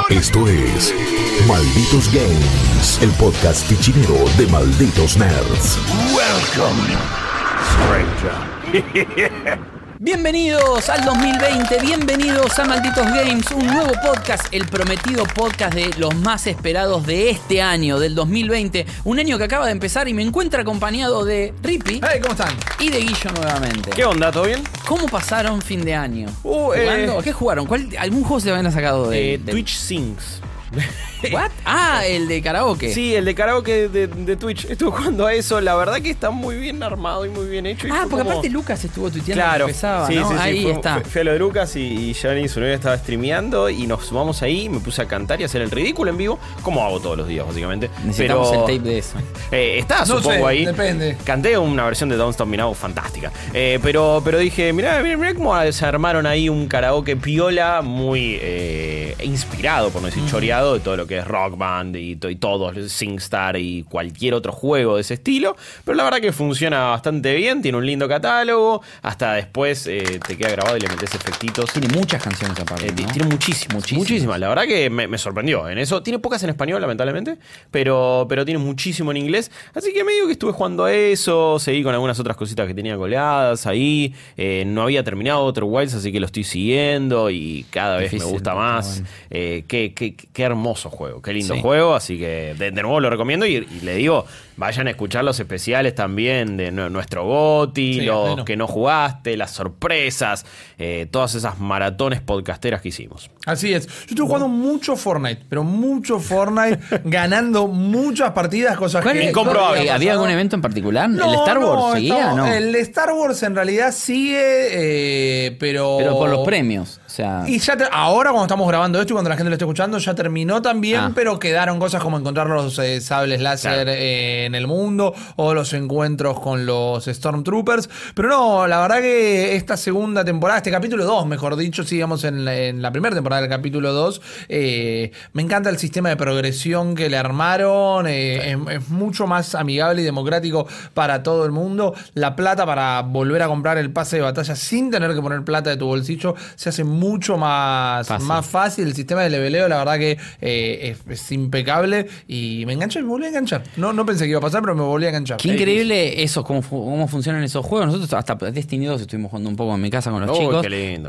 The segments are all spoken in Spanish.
Esto es Malditos Games, el podcast fichinero de Malditos Nerds. Welcome, stranger. Bienvenidos al 2020, bienvenidos a Malditos Games, un nuevo podcast, el prometido podcast de los más esperados de este año, del 2020. Un año que acaba de empezar y me encuentro acompañado de Rippy. Hey, ¿cómo están? Y de Guillo nuevamente. ¿Qué onda? ¿Todo bien? ¿Cómo pasaron fin de año? ¿Jugando? ¿Qué jugaron? ¿Algún juego se habían sacado de Twitch Sings. ¿What? Ah, el de karaoke. Sí, el de karaoke de Twitch. Estuve jugando a eso. La verdad que está muy bien armado y muy bien hecho. Y porque como... aparte Lucas estuvo tuiteando claro, que empezaba, sí, ¿no? sí, ahí está. Fui a lo de Lucas y Gianni, su novia, estaba streameando y nos sumamos ahí. Me puse a cantar y a hacer el ridículo en vivo, como hago todos los días, básicamente. Necesitamos pero... el tape de eso. Está, no supongo, sé, ahí. Depende. Canté una versión de Don't Stop Me Now fantástica. Pero dije, mirá cómo se armaron ahí un karaoke piola muy inspirado, por no decir choreado, de todo lo que es Rock Band y todos, SingStar y cualquier otro juego de ese estilo. Pero la verdad que funciona bastante bien, tiene un lindo catálogo. Hasta después te queda grabado y le metes efectitos. Tiene muchas canciones aparte, ¿no? Tiene muchísimas. La verdad que me sorprendió en eso. Tiene pocas en español, lamentablemente, pero tiene muchísimo en inglés. Así que medio que estuve jugando a eso. Seguí con algunas otras cositas que tenía colgadas ahí. No había terminado Outer Wilds, así que lo estoy siguiendo y cada vez me gusta más. Bueno. Qué hermoso juego, qué lindo juego. Así que de nuevo lo recomiendo y le digo, vayan a escuchar los especiales también de nuestro GOTY, los que no jugaste, las sorpresas, todas esas maratones podcasteras que hicimos. Así es. Yo estuve jugando mucho Fortnite, pero mucho Fortnite, ganando muchas partidas, cosas que... Incomprobable. ¿Había algún evento en particular? No, ¿El Star Wars seguía? No. El Star Wars en realidad sigue, pero... Pero por los premios, o sea... Y ya ahora cuando estamos grabando esto y cuando la gente lo esté escuchando, ya terminó también, pero quedaron cosas como encontrar los sables láser en el mundo o los encuentros con los Stormtroopers. Pero no, la verdad que esta segunda temporada, este capítulo 2, mejor dicho, sigamos en la primera temporada del capítulo 2, me encanta el sistema de progresión que le armaron, es mucho más amigable y democrático para todo el mundo. La plata para volver a comprar el pase de batalla sin tener que poner plata de tu bolsillo se hace mucho más fácil. El sistema de leveleo, la verdad que es impecable y me enganché, me volví a enganchar. No pensé que iba a pasar, pero me volví a enganchar. Qué increíble eso, cómo funcionan esos juegos. Nosotros hasta Destiny 2 estuvimos jugando un poco en mi casa con los chicos. Qué lindo.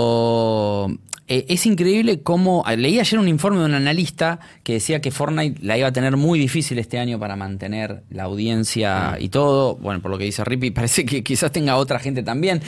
Pero es increíble cómo... Leí ayer un informe de un analista que decía que Fortnite la iba a tener muy difícil este año para mantener la audiencia y todo. Bueno, por lo que dice Rippy, parece que quizás tenga otra gente también.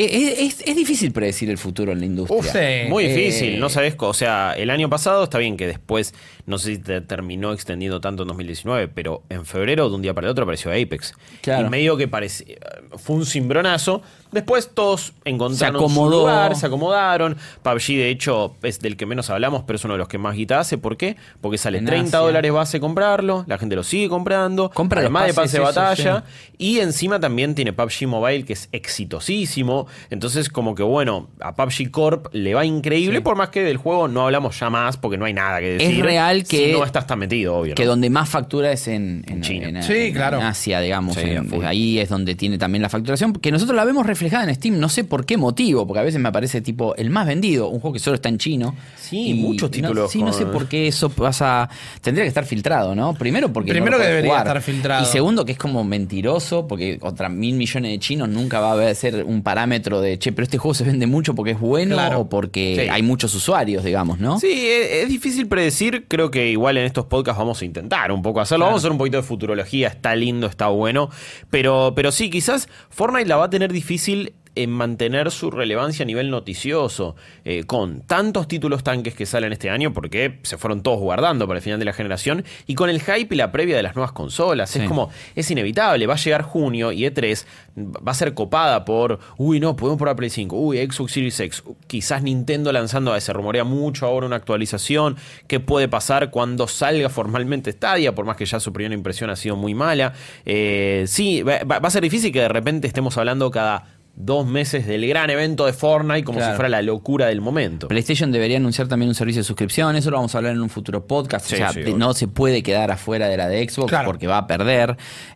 Es difícil predecir el futuro en la industria. Muy difícil, no sabes, o sea, el año pasado está bien que después, no sé si terminó extendiendo tanto en 2019, pero en febrero de un día para el otro apareció Apex. Claro. Y medio que fue un cimbronazo. Después todos encontraron su lugar, se acomodaron. PUBG, de hecho, es del que menos hablamos, pero es uno de los que más guita hace. ¿Por qué? Porque sale $30 base comprarlo, la gente lo sigue comprando, además de pase de batalla. Y encima también tiene PUBG Mobile, que es exitosísimo. Entonces, como que bueno, a PUBG Corp le va increíble, por más que del juego no hablamos ya más, porque no hay nada que decir. Es real que... Si no estás tan metido, obvio. Que donde más factura es en China. Claro. En Asia, digamos. Sí, ahí es donde tiene también la facturación, que nosotros la vemos reflejada en Steam, no sé por qué motivo, porque a veces me aparece tipo el más vendido, un juego que solo está en chino. Sí, muchos títulos. No sé por qué eso pasa. Tendría que estar filtrado, ¿no? Primero porque Primero no que debería jugar. estar filtrado. Y segundo que es como mentiroso, porque contra 1.000 millones de chinos nunca va a ser un parámetro de, pero este juego se vende mucho porque es bueno o porque hay muchos usuarios, digamos, ¿no? Sí, es difícil predecir. Creo que igual en estos podcasts vamos a intentar un poco hacerlo. Vamos a hacer un poquito de futurología. Está lindo, está bueno. Pero sí, quizás Fortnite la va a tener difícil en mantener su relevancia a nivel noticioso, con tantos títulos tanques que salen este año, porque se fueron todos guardando para el final de la generación, y con el hype y la previa de las nuevas consolas. Es inevitable, va a llegar junio y E3 va a ser copada por, no, podemos probar Play 5, Xbox Series X, quizás Nintendo lanzando, se rumorea mucho ahora una actualización. ¿Qué puede pasar cuando salga formalmente Stadia? Por más que ya su primera impresión ha sido muy mala. Sí, va a ser difícil que de repente estemos hablando cada 2 meses del gran evento de Fortnite como si fuera la locura del momento. PlayStation debería anunciar también un servicio de suscripción, eso lo vamos a hablar en un futuro podcast. Sí, o sea, no se puede quedar afuera de la de Xbox porque va a perder.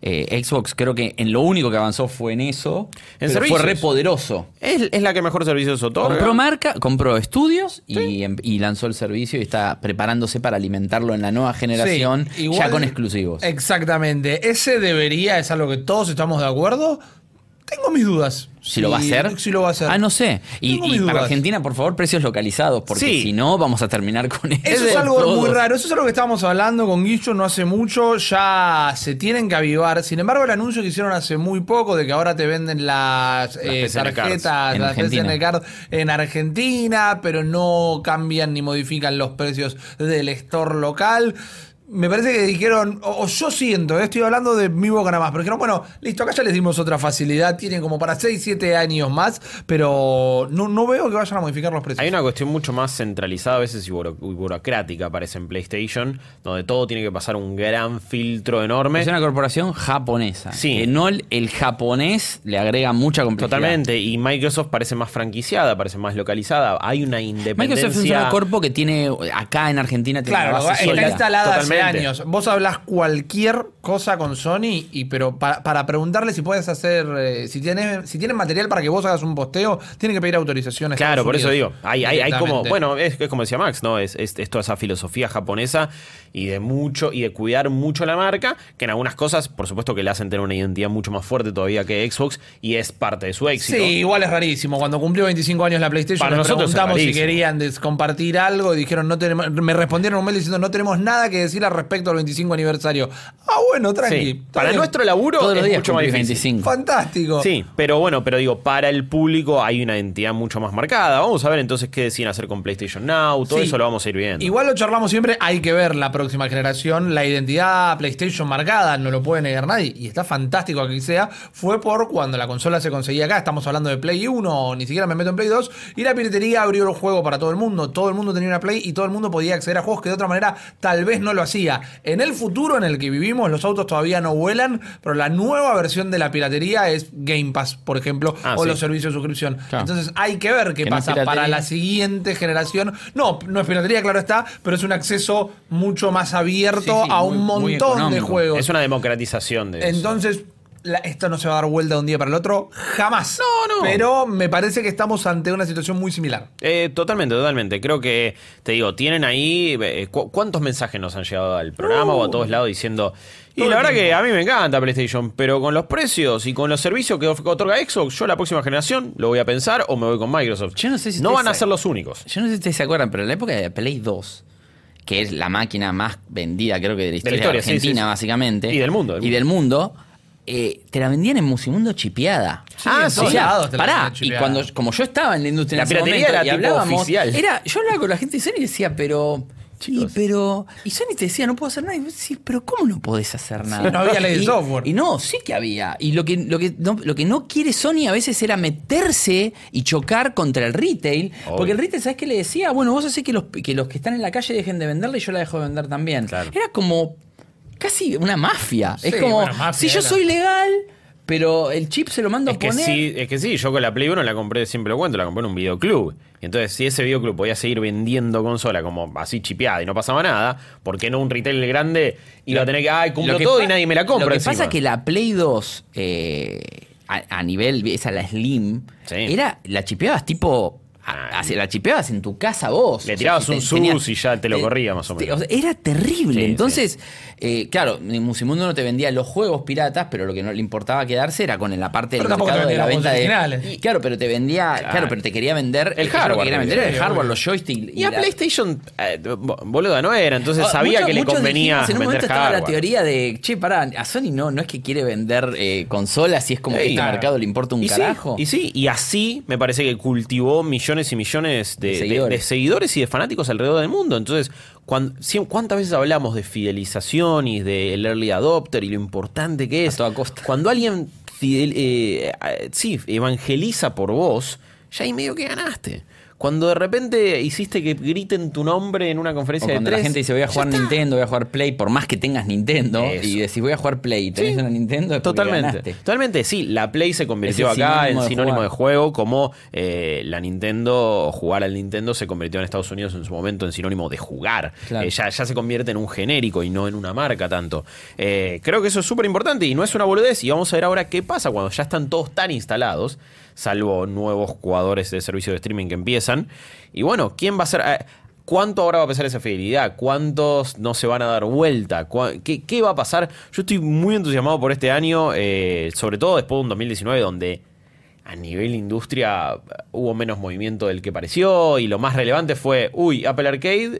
Xbox creo que en lo único que avanzó fue en eso. Pero fue re poderoso. Es la que mejor servicios otorga. Compró estudios y lanzó el servicio y está preparándose para alimentarlo en la nueva generación, ya con exclusivos. Exactamente. Ese debería, es algo que todos estamos de acuerdo. Tengo mis dudas. ¿Si lo va a hacer? Si lo va a hacer. No sé. Y para Argentina, por favor, precios localizados, porque si no, vamos a terminar con eso. Eso es algo muy raro. Eso es algo que estábamos hablando con Guillo no hace mucho. Ya se tienen que avivar. Sin embargo, el anuncio que hicieron hace muy poco de que ahora te venden las tarjetas, las PCN Card en Argentina, pero no cambian ni modifican los precios del store local. Me parece que dijeron, o yo siento, estoy hablando de mi boca nada más, pero dijeron, bueno, listo, acá ya les dimos otra facilidad, tienen como para 6, 7 años más, pero no veo que vayan a modificar los precios. Hay una cuestión mucho más centralizada a veces y burocrática, parece, en PlayStation, donde todo tiene que pasar un gran filtro enorme. Es una corporación japonesa. Sí. Que no el japonés le agrega mucha complejidad. Totalmente, y Microsoft parece más franquiciada, parece más localizada. Hay una independencia. Microsoft es una corpo que tiene, acá en Argentina, tiene claro, una base está instalada totalmente. Años. Vos hablás cualquier cosa con Sony, pero para preguntarle si puedes hacer, si tienen material para que vos hagas un posteo, tienen que pedir autorización a Claro, Estados por eso Unidos. digo, hay como, bueno, es como decía Max, ¿no? Es toda esa filosofía japonesa y de cuidar mucho la marca, que en algunas cosas, por supuesto que le hacen tener una identidad mucho más fuerte todavía que Xbox, y es parte de su éxito. Sí, igual es rarísimo. Cuando cumplió 25 años la PlayStation, para les nosotros preguntamos si querían compartir algo y dijeron, me respondieron un mail diciendo, no tenemos nada que decir al respecto al 25 aniversario. Bueno, tranqui. Sí. Para nuestro laburo todos los días mucho más difícil. 25. Fantástico. Sí, pero digo, para el público hay una identidad mucho más marcada. Vamos a ver entonces qué deciden hacer con PlayStation Now, todo eso lo vamos a ir viendo. Igual lo charlamos siempre, hay que ver la próxima generación, la identidad PlayStation marcada, no lo puede negar nadie, y está fantástico que sea, fue por cuando la consola se conseguía acá, estamos hablando de Play 1, ni siquiera me meto en Play 2, y la piratería abrió el juego para todo el mundo tenía una Play y todo el mundo podía acceder a juegos que de otra manera tal vez no lo hacía. En el futuro en el que vivimos, los autos todavía no vuelan, pero la nueva versión de la piratería es Game Pass, por ejemplo, o los servicios de suscripción. Claro. Entonces hay que ver qué pasa para la siguiente generación. No es piratería, claro está, pero es un acceso mucho más abierto a un montón de juegos. Es una democratización de eso. Entonces, esto no se va a dar vuelta de un día para el otro, jamás. No. Pero me parece que estamos ante una situación muy similar. Totalmente. Creo que, te digo, tienen ahí, ¿cuántos mensajes nos han llegado al programa o a todos lados diciendo... Y la verdad que a mí me encanta PlayStation, pero con los precios y con los servicios que otorga Xbox, yo la próxima generación lo voy a pensar o me voy con Microsoft. Yo no sé si no van a ser los únicos. Yo no sé si ustedes se acuerdan, pero en la época de Play 2, que es la máquina más vendida, creo que de la historia de Argentina, sí. Básicamente. Y del mundo. Te la vendían en Musimundo chipeada. Sí, o sea, pará. Y como yo estaba en la industria en ese piratería momento, era y hablábamos, oficial. Yo hablaba con la gente de Sony y decía, y Sony te decía, no puedo hacer nada. Y vos decís, pero ¿cómo no podés hacer nada? Sí, no había ley de software. Y no, sí que había. Y lo que no quiere Sony a veces era meterse y chocar contra el retail. Obvio. Porque el retail, ¿sabés qué le decía? Bueno, vos hacés que los que están en la calle dejen de venderle y yo la dejo de vender también. Claro. Era como casi una mafia. Sí, es como, si yo soy legal... Pero el chip se lo mando a poner. Es que sí, yo con la Play 1 la compré, siempre lo cuento, la compré en un videoclub. Y entonces, si ese videoclub podía seguir vendiendo consola como así chipeada y no pasaba nada, ¿por qué no un retail grande iba a tener que, cumplo todo y nadie me la compra? Lo que pasa es que la Play 2, a nivel, esa la Slim, la chipeabas tipo... la chipeabas en tu casa vos. Le tirabas un sus y ya te lo corría más o menos. Era terrible. Entonces, claro, Musimundo no te vendía los juegos piratas, pero lo que no le importaba quedarse era con la parte del mercado de la venta de... Claro, pero te vendía... Claro, pero te quería vender... El hardware. Lo que quería vender era el hardware, los joysticks. Y a PlayStation, boluda, no era. Entonces sabía que le convenía en un vender momento estaba hardware. la teoría de, pará, a Sony no es que quiere vender consolas y es como que este mercado le importa un carajo. Y así me parece que cultivó millones y millones de seguidores y de fanáticos alrededor del mundo. Entonces, ¿cuántas veces hablamos de fidelización y del early adopter y lo importante que es? A toda costa. Cuando alguien evangeliza por vos, ya ahí medio que ganaste. Cuando de repente hiciste que griten tu nombre en una conferencia O de cuando 3. la gente dice voy a jugar Nintendo, voy a jugar Play, por más que tengas Nintendo, Eso. y decís voy a jugar Play y tenés una Nintendo, es porque ganaste. Totalmente, sí. La Play se convirtió Es el acá en sinónimo de sinónimo de jugar. juego, como la Nintendo, o jugar al Nintendo se convirtió en Estados Unidos en su momento en sinónimo de jugar. Claro. Ya se convierte en un genérico y no en una marca tanto. Creo que eso es súper importante y no es una boludez. Y vamos a ver ahora qué pasa cuando ya están todos tan instalados, salvo nuevos jugadores de servicio de streaming que empiezan. Y bueno, ¿quién va a ser? ¿Cuánto ahora va a pesar esa fidelidad? ¿Cuántos no se van a dar vuelta? ¿Qué va a pasar? Yo estoy muy entusiasmado por este año, sobre todo después de un 2019 donde a nivel industria hubo menos movimiento del que pareció, y lo más relevante fue, Apple Arcade,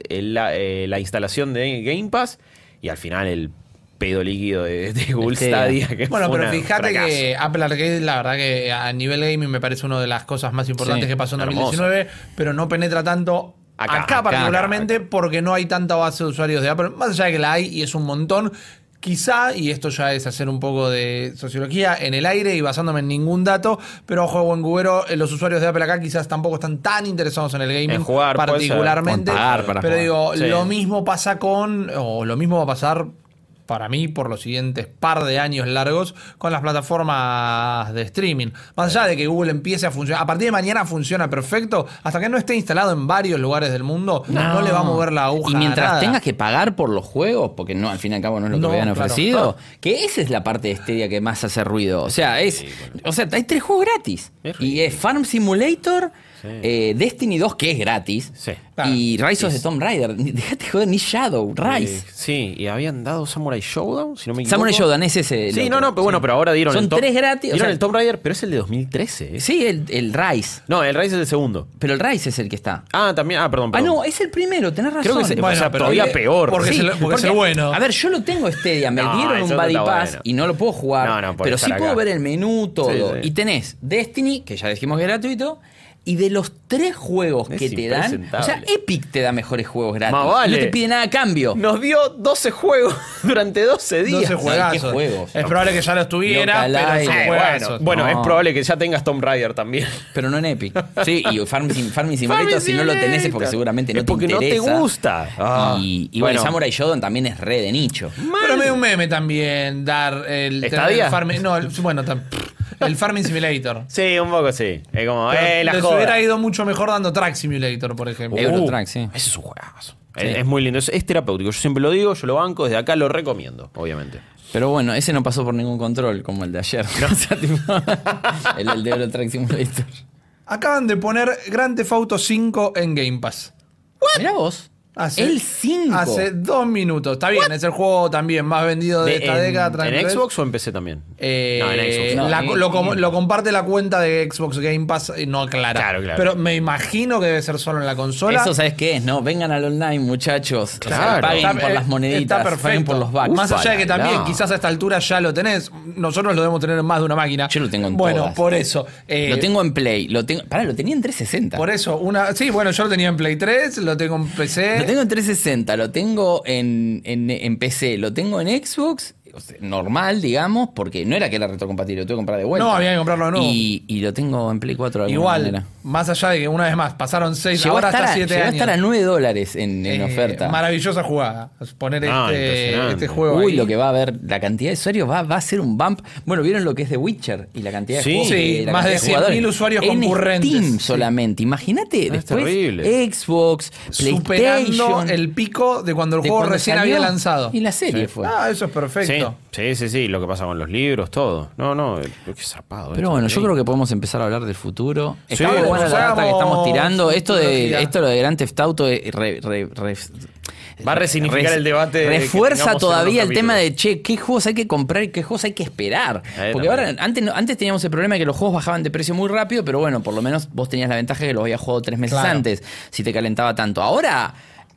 la instalación de Game Pass, y al final el pedo líquido de Google Stadia. Que Bueno, fue pero un fíjate fracaso. que Apple Arcade, la verdad que a nivel gaming me parece una de las cosas más importantes Sí, que pasó en hermoso. 2019, pero no penetra tanto acá particularmente porque no hay tanta base de usuarios de Apple, más allá de que la hay y es un montón. Quizá, y esto ya es hacer un poco de sociología en el aire y basándome en ningún dato, pero ojo, buen cubero, los usuarios de Apple acá quizás tampoco están tan interesados en el gaming En jugar, puede ser. particularmente. Con pagar para pero jugar. digo, Sí. lo mismo pasa lo mismo va a pasar para mí por los siguientes par de años largos con las plataformas de streaming. Más allá de que Google empiece a funcionar, a partir de mañana funciona perfecto, hasta que no esté instalado en varios lugares del mundo, no le va a mover la aguja. Y mientras a nada. tengas que pagar por los juegos, porque no, al fin y al cabo no es lo que No, me habían claro. ofrecido, que esa es la parte de Stadia que más hace ruido. O sea, hay 3 juegos gratis. Es Y es Farm Simulator, Destiny 2, que es gratis, Sí. y Rise of the Tomb Raider. Dejate joder, ni Shadow, Rise. Sí, y habían dado Samurai Showdown, si no me equivoco. Samurai Showdown es ese. Sí, loco. pero bueno, pero ahora dieron Son el Tomb 3 gratis. Dieron o sea, el Tomb Raider, pero es el de 2013. Sí, el Rise. No, el Rise es el segundo. Pero el Rise es el que está. También. Perdón. Ah, no, es el primero, tenés razón. Creo que es, Bueno, o sea, pero todavía oye, peor. porque Sí, es el bueno. A ver, yo lo tengo Stadia, me No, dieron un eso Buddy está Pass bueno. y no lo puedo jugar, No, puede pero sí estar puedo acá. ver el menú, todo. Sí, sí. Y tenés Destiny, que ya dijimos que es gratuito, y de los 3 juegos Es que te dan, impresentable. o sea, Epic te da mejores juegos gratis. Más vale. Y no te pide nada a cambio. Nos dio 12 juegos durante 12 días. 12 juegazos. ¿Qué juegos? Es probable que ya los tuviera, Local pero son Eye. juegazos. Bueno, No. es probable que ya tengas Tomb Raider también. Pero no en Epic. Sí, y Farming Simulator, si no lo tenés es porque seguramente no Es porque te no interesa. te gusta. Y bueno, Samurai Shodown también es re de nicho. Pero me da un meme también dar el ¿Stadia? el farming. No, el Farming Simulator. Sí, un poco sí. Es como, Pero la les joda. hubiera ido mucho mejor dando Track Simulator, por ejemplo. Eurotrack, sí. Ese es un juegazo. Sí. Es muy lindo. Es terapéutico. Yo siempre lo digo, yo lo banco. Desde acá lo recomiendo, obviamente. Pero bueno, ese no pasó por ningún control como el de ayer. O sea, tipo, el de Eurotrack Simulator. Acaban de poner Grand Theft Auto 5 en Game Pass. Mirá vos. El 5. Hace 2 minutos. Está bien, es el juego también más vendido de esta década. ¿En tranquilo. Xbox o en PC también? No, en Xbox. No, lo comparte la cuenta de Xbox Game Pass y no aclara. Claro. Pero me imagino que debe ser solo en la consola. Eso, ¿sabes qué es? No, vengan al online, muchachos. O sea, Claro. paguen por las moneditas, Está perfecto. paguen por los bucks. Más allá de que Ufala, también no. quizás a esta altura ya lo tenés. Nosotros lo debemos tener en más de una máquina. Yo lo tengo en Bueno, todas. por eso. Lo tengo en Play. Lo tenía en 360. Por eso, sí, bueno, yo lo tenía en Play 3, lo tengo en PC. Lo tengo en 360, lo tengo en PC, lo tengo en Xbox, o sea, normal, digamos, porque no era que era retrocompatible, lo tuve que comprar de vuelta. No, había que comprarlo de nuevo. Y lo tengo en Play 4 de alguna Igual, manera. más allá de que una vez más pasaron 6, Llegó ahora a estar hasta a, 7 llegó a años. estar a $9 en oferta. Maravillosa jugada. Poner impresionante. este juego Uy, ahí. lo que va a haber, la cantidad de usuarios va a ser un bump. Bueno, ¿vieron lo que es The Witcher? Y la cantidad de Sí. juegos, Sí, la más de cantidad 100.000 jugadores usuarios en concurrentes. Steam Sí. solamente. Imagínate, Es después terrible. Xbox, Superando PlayStation. el pico de cuando el de juego cuando recién salió, había lanzado. Y la serie fue. Eso es perfecto. Sí. Lo que pasa con los libros, todo. No, qué zarpado. Pero bueno, yo creo que podemos empezar a hablar del futuro. Sí, Está muy buena la data que hagamos estamos tirando. Esto futurología. de Grand Theft Auto Va a resignificar el debate que refuerza tengamos en todavía el otro tema capítulo. de che, qué juegos hay que comprar y qué juegos hay que esperar. Porque también. ahora, antes teníamos el problema de que los juegos bajaban de precio muy rápido, pero bueno, por lo menos vos tenías la ventaja de que los habías jugado 3 meses Claro. antes, si te calentaba tanto. Ahora,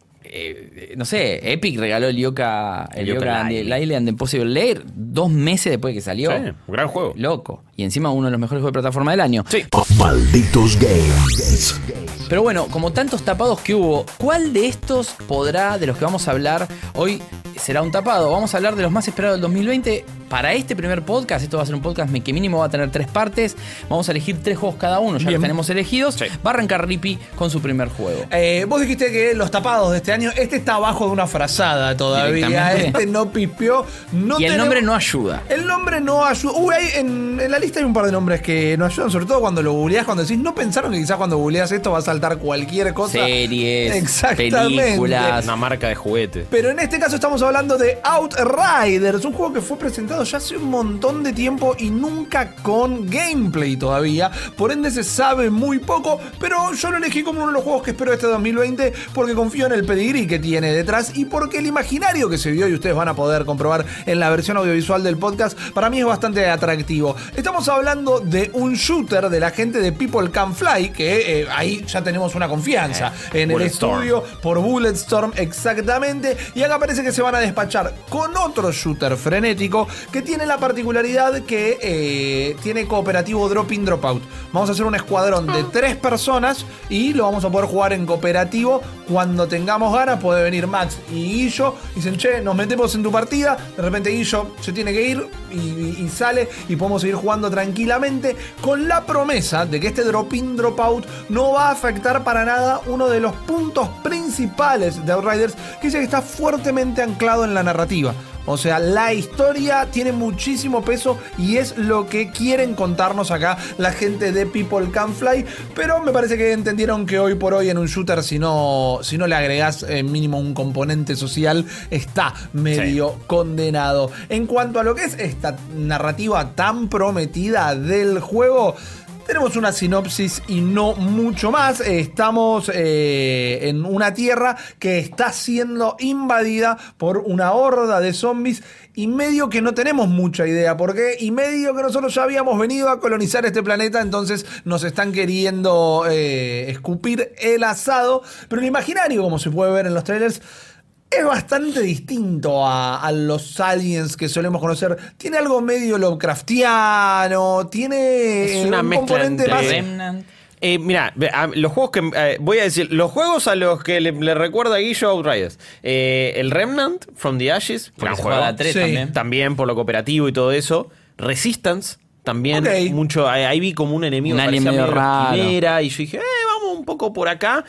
no sé, Epic regaló el Yoka El Yooka-Laylee. and the Impossible Lair 2 meses después de que salió. Sí, un gran juego. Loco. y encima uno de los mejores juegos de plataforma del año. Sí. Malditos Games. Pero bueno, como tantos tapados que hubo, ¿cuál de estos de los que vamos a hablar hoy, será un tapado? Vamos a hablar de los más esperados del 2020. Para este primer podcast, esto va a ser un podcast que mínimo va a tener 3 partes. Vamos a elegir 3 juegos cada uno, ya los tenemos elegidos. Sí. Va a arrancar Rippy con su primer juego. Vos dijiste que los tapados de este año, este está abajo de una frazada todavía. Este no pispeó. Y el nombre no ayuda. El nombre no ayuda. En la lista hay un par de nombres que no ayudan, sobre todo cuando lo googleás, cuando decís, ¿no pensaron que quizás cuando googleás esto va a saltar cualquier cosa? Series, películas. Una marca de juguetes. Pero en este caso estamos hablando de Outriders, un juego que fue presentado ya hace un montón de tiempo y nunca con gameplay todavía. Por ende se sabe muy poco, pero yo lo elegí como uno de los juegos que espero este 2020 porque confío en el pedigrí que tiene detrás y porque el imaginario que se vio y ustedes van a poder comprobar en la versión audiovisual del podcast, para mí es bastante atractivo. Estamos hablando de un shooter de la gente de People Can Fly, que ahí ya tenemos una confianza en el estudio por Bulletstorm, exactamente. Y acá parece que se van a despachar con otro shooter frenético que tiene la particularidad que tiene cooperativo drop-in, drop-out. Vamos a hacer un escuadrón de 3 personas y lo vamos a poder jugar en cooperativo cuando tengamos ganas. Puede venir Max y Guillo y dicen, che, nos metemos en tu partida. De repente Guillo se tiene que ir y sale y podemos seguir jugando tranquilamente con la promesa de que este drop-in, drop-out no va a afectar para nada uno de los puntos principales de Outriders, que es que está fuertemente anclado en la narrativa. O sea, la historia tiene muchísimo peso y es lo que quieren contarnos acá la gente de People Can Fly. Pero me parece que entendieron que hoy por hoy en un shooter, si no le agregás mínimo un componente social, está medio condenado. En cuanto a lo que es esta narrativa tan prometida del juego, tenemos una sinopsis y no mucho más. Estamos en una tierra que está siendo invadida por una horda de zombies y medio que no tenemos mucha idea por qué, y medio que nosotros ya habíamos venido a colonizar este planeta, entonces nos están queriendo escupir el asado. Pero el imaginario, como se puede ver en los trailers, es bastante distinto a los aliens que solemos conocer. Tiene algo medio Lovecraftiano, tiene una un mezcla componente entre más... Remnant. Mira, los juegos que voy a decir, los juegos a los que le recuerda a Guillo Outriders. El Remnant, From the Ashes, gran juego. 3 Sí. También por lo cooperativo y todo eso. Resistance, también mucho. Ahí vi como un enemigo Un que alien parecía medio raro. quimera, y yo dije, vamos un poco por acá.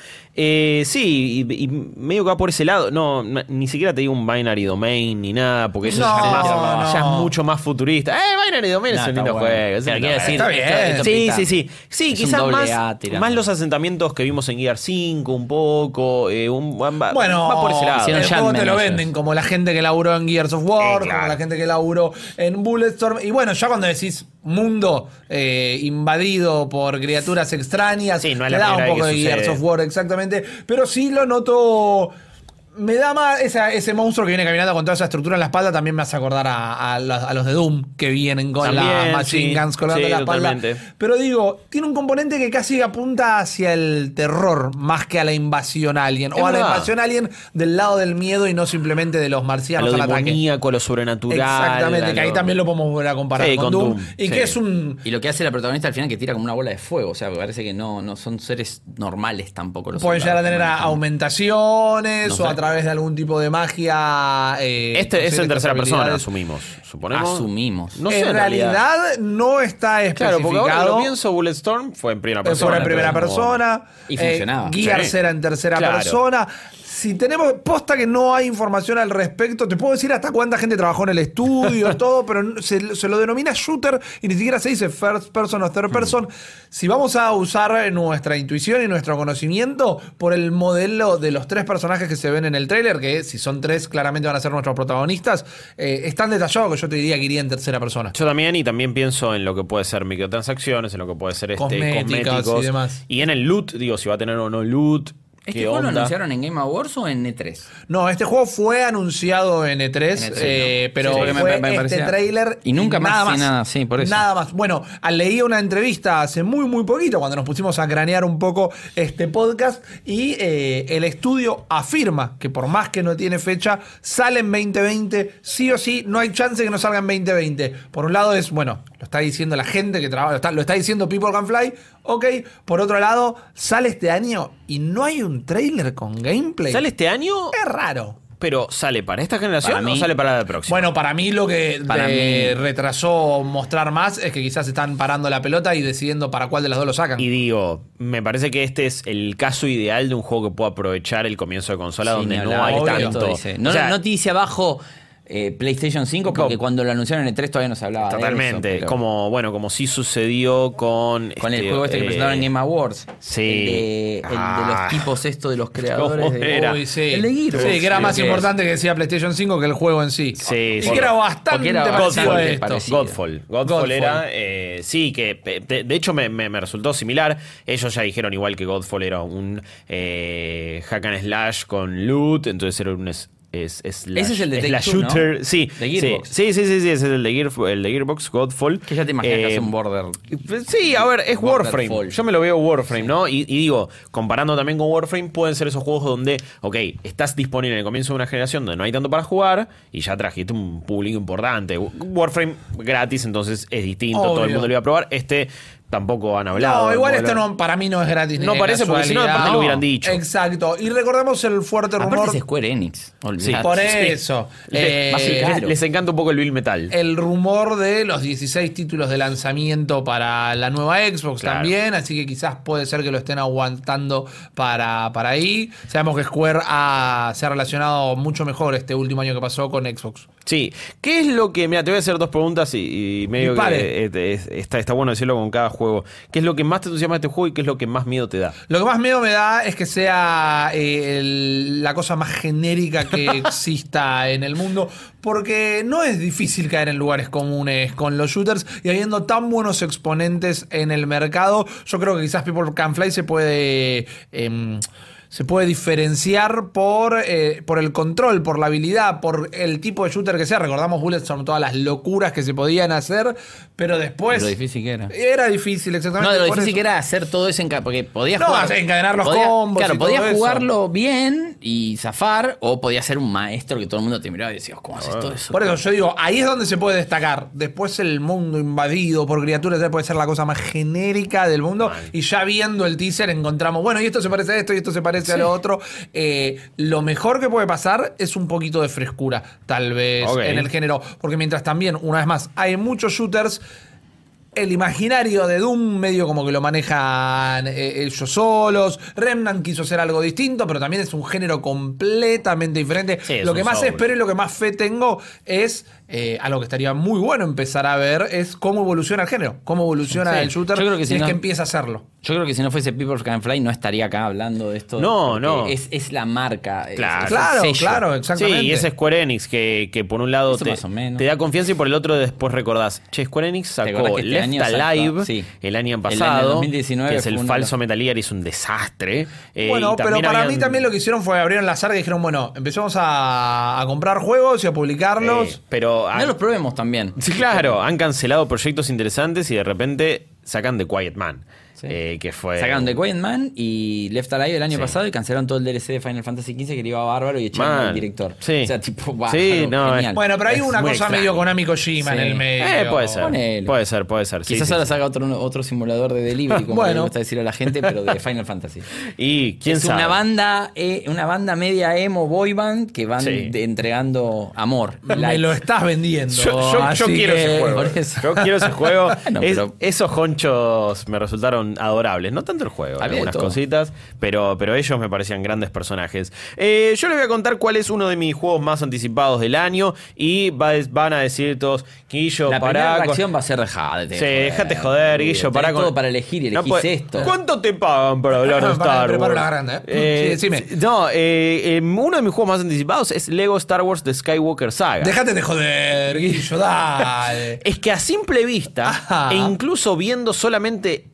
Sí, y medio que va por ese lado. No, ni siquiera te digo un Binary Domain ni nada, porque eso ya es mucho más futurista. Binary Domain es un lindo juego. Está bien. Sí, quizás más los asentamientos que vimos en Gear 5 un poco. Va por ese lado. El juego te lo venden como la gente que laburó en Gears of War, como la gente que laburó en Bulletstorm. Y bueno, ya cuando decís mundo invadido por criaturas extrañas, sí, no es te la da un primera poco vez de que Gears sucede. of War, exactamente. Pero sí lo noto. Me da más ese monstruo que viene caminando con toda esa estructura en la espalda. También me hace acordar a los de Doom, que vienen con las machine guns colgando en la espalda. Totalmente. Pero digo, tiene un componente que casi apunta hacia el terror más que a la invasión alien. O a la invasión alien del lado del miedo y no simplemente de los marcianos A lo al ataque. demoníaco, a lo sobrenatural. Exactamente, que ahí también lo podemos volver a comparar con Doom. Y que es un... Y lo que hace la protagonista al final que tira como una bola de fuego. O sea, me parece que no son seres normales tampoco. Pueden llegar a tener aumentaciones No sé. o a través de algún tipo de magia. Este es en tercera persona, habilidades. asumimos. No sé, en realidad no está especificado. Claro, porque ahora lo pienso, Bulletstorm fue en primera persona. Fue en primera persona. Y funcionaba. Gears era en tercera persona. Si tenemos posta que no hay información al respecto, te puedo decir hasta cuánta gente trabajó en el estudio, todo, pero se lo denomina shooter y ni siquiera se dice first person o third person. Si vamos a usar nuestra intuición y nuestro conocimiento por el modelo de los 3 personajes que se ven en el tráiler, que si son 3 claramente van a ser nuestros protagonistas, es tan detallado que yo te diría que iría en tercera persona. Yo también, y también pienso en lo que puede ser microtransacciones, en lo que puede ser Cosméticos cosméticos y demás. Y en el loot, digo, si va a tener o no loot. ¿Este juego lo anunciaron en Game Awards o en E3? No, este juego fue anunciado en E3, pero porque fue me este parecía... tráiler y nunca nada más. Nada, sí, por eso. Nada más. Bueno, leí una entrevista hace muy poquito, cuando nos pusimos a cranear un poco este podcast, y el estudio afirma que por más que no tiene fecha, sale en 2020, sí o sí, no hay chance que no salga en 2020. Por un lado es, bueno, lo está diciendo la gente que trabaja, lo está diciendo People Can Fly, ok. Por otro lado, sale este año y no hay un tráiler con gameplay. ¿Sale este año? Es raro. Pero ¿sale para esta generación Para mí, o sale para la próxima? Bueno, para mí lo que mí... retrasó mostrar más es que quizás están parando la pelota y decidiendo para cuál de las dos lo sacan. Y digo, me parece que este es el caso ideal de un juego que pueda aprovechar el comienzo de consola, donde no hay tanto. No, o sea, no te dice abajo PlayStation 5, porque cuando lo anunciaron en E3 todavía no se hablaba totalmente, de eso. Como sí sucedió con el juego que presentaron en Game Awards. Sí. El de los tipos de los creadores. ¿Cómo era? Uy, sí. El de Gearbox. Sí, que era más Sí, importante que decía PlayStation 5 que el juego en sí. Sí, y que era bastante parecido a esto. Godfall era, sí, que de hecho me resultó similar. Ellos ya dijeron igual que Godfall era un hack and slash con loot, entonces era un ese es el de Take-Two, shooter, ¿no? sí, de Gearbox. Sí, ese es el de Gearbox, Godfall. Que ya te imaginas que hace un border. Sí, a ver, es Warframe. Fall. Yo me lo veo Warframe, ¿no? Y digo, comparando también con Warframe, pueden ser esos juegos donde, ok, estás disponible en el comienzo de una generación donde no hay tanto para jugar y ya trajiste un público importante. Warframe gratis, entonces es distinto, Obvio. todo el mundo lo iba a probar. Tampoco han hablado. No, igual no, para mí no es gratis. No parece, porque si no, aparte lo hubieran dicho. Exacto. Y recordemos el fuerte rumor. Aparte es Square Enix. Sí, por eso. Les encanta un poco el Bill Metal. El rumor de los 16 títulos de lanzamiento para la nueva Xbox también, así que quizás puede ser que lo estén aguantando para ahí. Sabemos que Square se ha relacionado mucho mejor este último año que pasó con Xbox. Sí. ¿Qué es lo que... Mira, te voy a hacer dos preguntas y medio Dispare. que está bueno decirlo con cada juego. ¿Qué es lo que más te entusiasma de este juego y qué es lo que más miedo te da? Lo que más miedo me da es que sea la cosa más genérica que exista en el mundo, porque no es difícil caer en lugares comunes con los shooters, y habiendo tan buenos exponentes en el mercado, yo creo que quizás People Can Fly se puede diferenciar por el control, por la habilidad, por el tipo de shooter que sea. Recordamos Bulletstorm, todas las locuras que se podían hacer, pero después... Lo difícil que era. Era difícil, exactamente. No, lo por difícil eso. que era hacer todo eso porque podías encadenar los combos. Claro, y todo podías eso. jugarlo bien y zafar, o podías ser un maestro que todo el mundo te miraba y decías, ¿cómo haces todo eso? Por eso yo digo, ahí es donde se puede destacar. Después el mundo invadido por criaturas puede ser la cosa más genérica del mundo. Y ya viendo el teaser encontramos, bueno, y esto se parece a esto y esto se parece a lo otro. Lo mejor que puede pasar es un poquito de frescura, tal vez, en el género. Porque mientras también, una vez más, hay muchos shooters... El imaginario de Doom medio como que lo manejan ellos solos. Remnant quiso hacer algo distinto, pero también es un género completamente diferente. Sí, lo que más Soul. espero y lo que más fe tengo es algo que estaría muy bueno empezar a ver, es cómo evoluciona el género, cómo evoluciona el shooter. Yo creo que si es no- que empieza a hacerlo. Yo creo que si no fuese People Can Fly no estaría acá hablando de esto. No, porque no. Es la marca. Claro. es el Claro, sello. claro, exactamente. Sí, y es Square Enix que por un lado Eso más o menos. te da confianza y por el otro después recordás, Square Enix ¿Te acordás sacó que este Left año sacó? Alive Sí. el año El año pasado, 2019 que es el fue uno falso de los- Metal Gear y es un desastre. Bueno, Y pero también para habían- mí también lo que hicieron fue abrieron la sarga y dijeron, bueno, empezamos a comprar juegos y a publicarlos. pero No los probemos también. sí, claro, han cancelado proyectos interesantes y de repente sacan The Quiet Man. Sí. Que fue... Sacaron The Quiet Man y Left Alive el año pasado y cancelaron todo el DLC de Final Fantasy XV que le iba bárbaro y echaron Man. al director. Sí. O sea, tipo, bárbaro, Sí, no, genial. Bueno, pero hay Es una muy cosa extraño. medio Konami Kojima Sí. en el medio. Puede ser. Ponele. Puede ser. Sí, Quizás sí, ahora sí. saca otro simulador de delivery, como Bueno. le gusta decir a la gente, pero de Final Fantasy. Y quién Es sabe. una banda media emo boy band que van Sí. entregando amor. Me likes. lo estás vendiendo. Yo así quiero que- ese juego. por eso. Yo quiero ese juego. Bueno, pero- Esos honchos me resultaron adorables. No tanto el juego, Había de algunas todo. cositas, pero ellos me parecían grandes personajes. Yo les voy a contar cuál es uno de mis juegos más anticipados del año y van a decir todos, Guillo, La primera pará. reacción va a ser dejate. Sí, déjate joder, Guillo, pará todo con... para elegir y No elegís puede- esto. ¿Cuánto te pagan para hablar de Pará, Star preparo Wars? la garganta, Sí, decime. No, uno de mis juegos más anticipados es Lego Star Wars The Skywalker Saga. Déjate de joder, Guillo, dale. Es que a simple vista, Ajá. e incluso viendo solamente los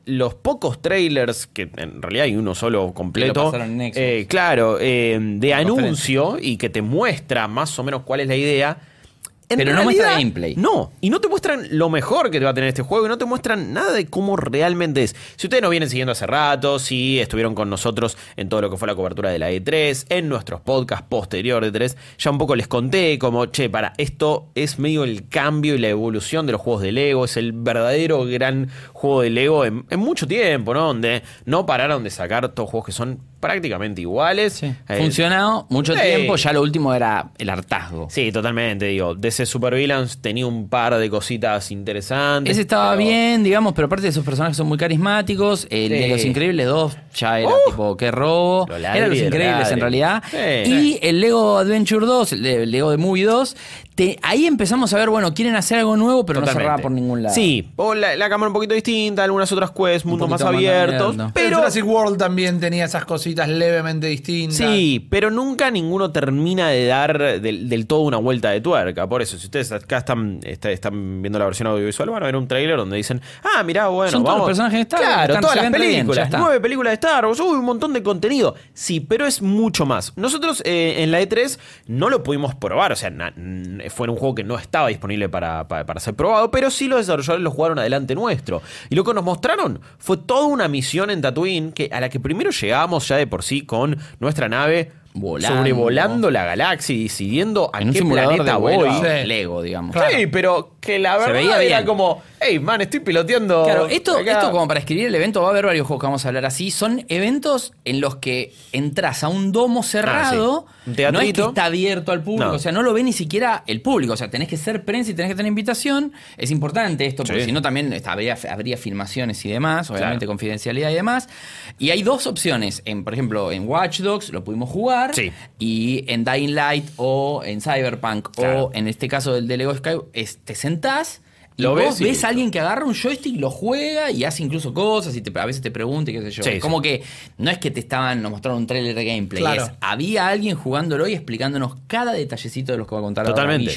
pocos trailers, que en realidad hay uno solo completo, lo pasaron en Xbox. claro, de anuncio y que te muestra más o menos cuál es la idea. Pero no muestra gameplay. No, y no te muestran lo mejor que te va a tener este juego y no te muestran nada de cómo realmente es. Si ustedes nos vienen siguiendo hace rato, si estuvieron con nosotros en todo lo que fue la cobertura de la E3, en nuestros podcasts posterior de E3, ya un poco les conté como, esto es medio el cambio y la evolución de los juegos de Lego, es el verdadero gran juego de Lego en mucho tiempo, ¿no? Donde no pararon de sacar todos juegos que son prácticamente iguales. Sí. Funcionado mucho tiempo, ya lo último era el hartazgo. Sí, totalmente, digo. DC Super Villains tenía un par de cositas interesantes. Ese estaba bien, digamos, pero aparte de esos personajes son muy carismáticos. El de Los Increíbles 2 ya era tipo, qué robo. Era Los Increíbles en realidad. Sí. Y el Lego Adventure 2, el Lego de Movie 2, ahí empezamos a ver, bueno, quieren hacer algo nuevo, pero Totalmente. no cerrada por ningún lado. Sí, o la cámara un poquito distinta, algunas otras quests, mundos más abiertos. Pero Jurassic World también tenía esas cositas levemente distintas. Sí, pero nunca ninguno termina de dar del todo una vuelta de tuerca. Por eso, si ustedes acá están viendo la versión audiovisual, van a ver un tráiler donde dicen, mirá, bueno, son vamos. Todos los personajes de Star Wars. Claro, todas las películas, bien, 9 películas de Star Wars, un montón de contenido. Sí, pero es mucho más. Nosotros en la E3 no lo pudimos probar, o sea, fue un juego que no estaba disponible para ser probado, pero sí los desarrolladores lo jugaron adelante nuestro. Y lo que nos mostraron fue toda una misión en Tatooine a la que primero llegamos ya de por sí con nuestra nave sobrevolando la galaxia y decidiendo a qué planeta voy. Lego, digamos. Claro. Sí, pero que la verdad era como, hey, man, estoy piloteando. Claro, esto como para escribir el evento, va a haber varios juegos que vamos a hablar así. Son eventos en los que entras a un domo cerrado. Sí. No es que está abierto al público, o sea, no lo ve ni siquiera el público. O sea, tenés que ser prensa y tenés que tener invitación. Es importante esto, porque si no también habría filmaciones y demás, obviamente confidencialidad y demás. Y hay dos opciones. Por ejemplo, en Watch Dogs lo pudimos jugar. Sí. Y en Dying Light o en Cyberpunk o en este caso del de Lego Sky, te sentás y vos ves a alguien que agarra un joystick, lo juega y hace incluso cosas y a veces te pregunta y qué sé yo. Es como que no es que nos mostraron un trailer de gameplay, había alguien jugándolo y explicándonos cada detallecito de los que va a contar. Totalmente.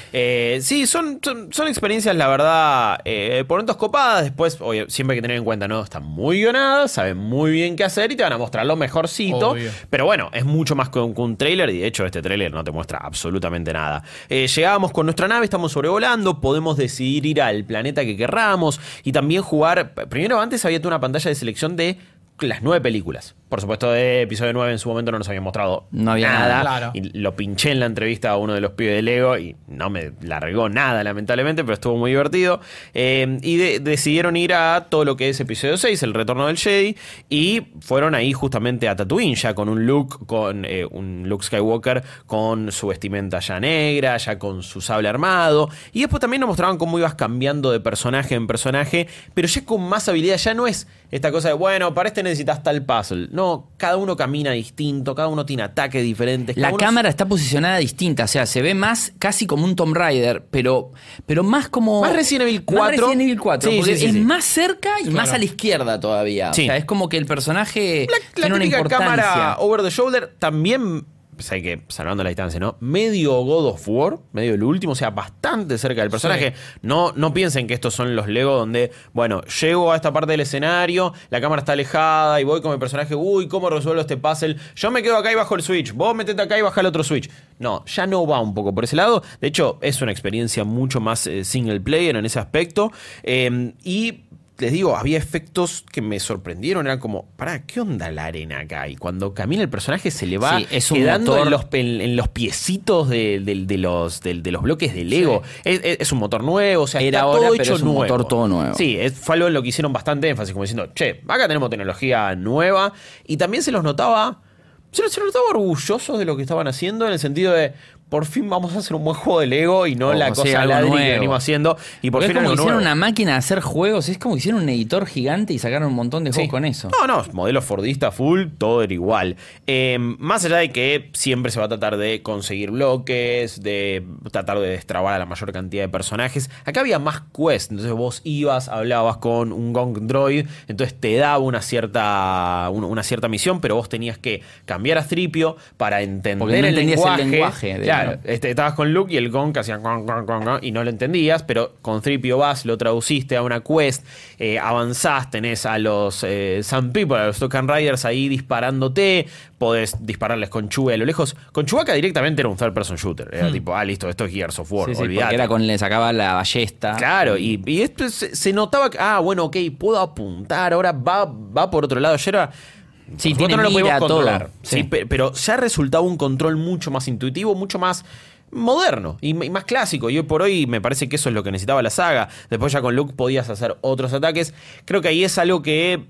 Sí, son experiencias, la verdad, por momentos copadas. Después, siempre hay que tener en cuenta, ¿no? Están muy guionadas, saben muy bien qué hacer y te van a mostrar lo mejorcito. Obvio. Pero bueno, es mucho más que un trailer y de hecho este trailer no te muestra absolutamente nada. Llegábamos con nuestra nave, estamos sobrevolando, podemos decidir ir al planeta que querramos y también jugar. Primero, antes había toda una pantalla de selección de las 9 películas. Por supuesto, de episodio 9 en su momento no nos habían mostrado nada. Claro. Y lo pinché en la entrevista a uno de los pibes de Lego y no me largó nada, lamentablemente, pero estuvo muy divertido. Y decidieron ir a todo lo que es episodio 6, el retorno del Jedi, y fueron ahí justamente a Tatooine, ya con un Luke Skywalker con su vestimenta ya negra, ya con su sable armado. Y después también nos mostraban cómo ibas cambiando de personaje en personaje, pero ya con más habilidad. Ya no es esta cosa de, bueno, para este necesitas tal puzzle. No, cada uno camina distinto, cada uno tiene ataques diferentes. La cámara está posicionada distinta, o sea, se ve más casi como un Tomb Raider, pero más como... Más Resident Evil 4. Más Resident Evil 4, sí, porque sí, es más cerca y más a la izquierda todavía. Sí. O sea, es como que el personaje tiene la una típica importancia. cámara over the shoulder también... Pues hay que, salvando la distancia, ¿no? Medio God of War, medio el último, o sea, bastante cerca del personaje. Sí. No piensen que estos son los Lego donde, bueno, llego a esta parte del escenario, la cámara está alejada y voy con mi personaje, ¿cómo resuelvo este puzzle? Yo me quedo acá y bajo el switch, vos metete acá y baja el otro switch. No, ya no va un poco por ese lado. De hecho, es una experiencia mucho más single player en ese aspecto. Y... les digo, había efectos que me sorprendieron. Eran como, ¿qué onda la arena acá? Y cuando camina el personaje se le va quedando en los piecitos de los bloques de Lego. Sí. Es un motor nuevo, o sea, era está ahora, todo pero hecho es un nuevo. Motor todo nuevo. Sí, fue algo en lo que hicieron bastante énfasis, como diciendo, acá tenemos tecnología nueva. Y también se los notaba orgullosos de lo que estaban haciendo, en el sentido de, por fin vamos a hacer un buen juego de Lego y no la cosa ladri que venimos haciendo. Y por fin es como que hicieron nuevo. una máquina de hacer juegos, es como que hicieron un editor gigante y sacaron un montón de juegos con eso. No, modelo fordista full, todo era igual. Más allá de que siempre se va a tratar de conseguir bloques, de tratar de destrabar a la mayor cantidad de personajes. Acá había más quests, entonces vos ibas, hablabas con un Gonk Droid, entonces te daba una cierta misión, pero vos tenías que cambiar a Stripio para entender porque no el lenguaje. El lenguaje Claro, Claro, estabas con Luke y el gong que hacía y no lo entendías, pero con 3PO vas, lo traduciste a una quest, avanzás, tenés a los Some People, a los Token Riders ahí disparándote, podés dispararles con Chewie a lo lejos. Con Chewbacca directamente era un third person shooter, era tipo, listo, esto es Gears of War, Sí, olvidate. porque era le sacaba la ballesta. Claro, y esto se notaba que, bueno, ok, puedo apuntar, ahora va por otro lado. Ya era. Sí, tiene no lo mira, podemos controlar. todo. Sí, Sí. pero ya resultaba un control mucho más intuitivo, mucho más moderno y más clásico. Y hoy por hoy me parece que eso es lo que necesitaba la saga. Después ya con Luke podías hacer otros ataques. Creo que ahí es algo que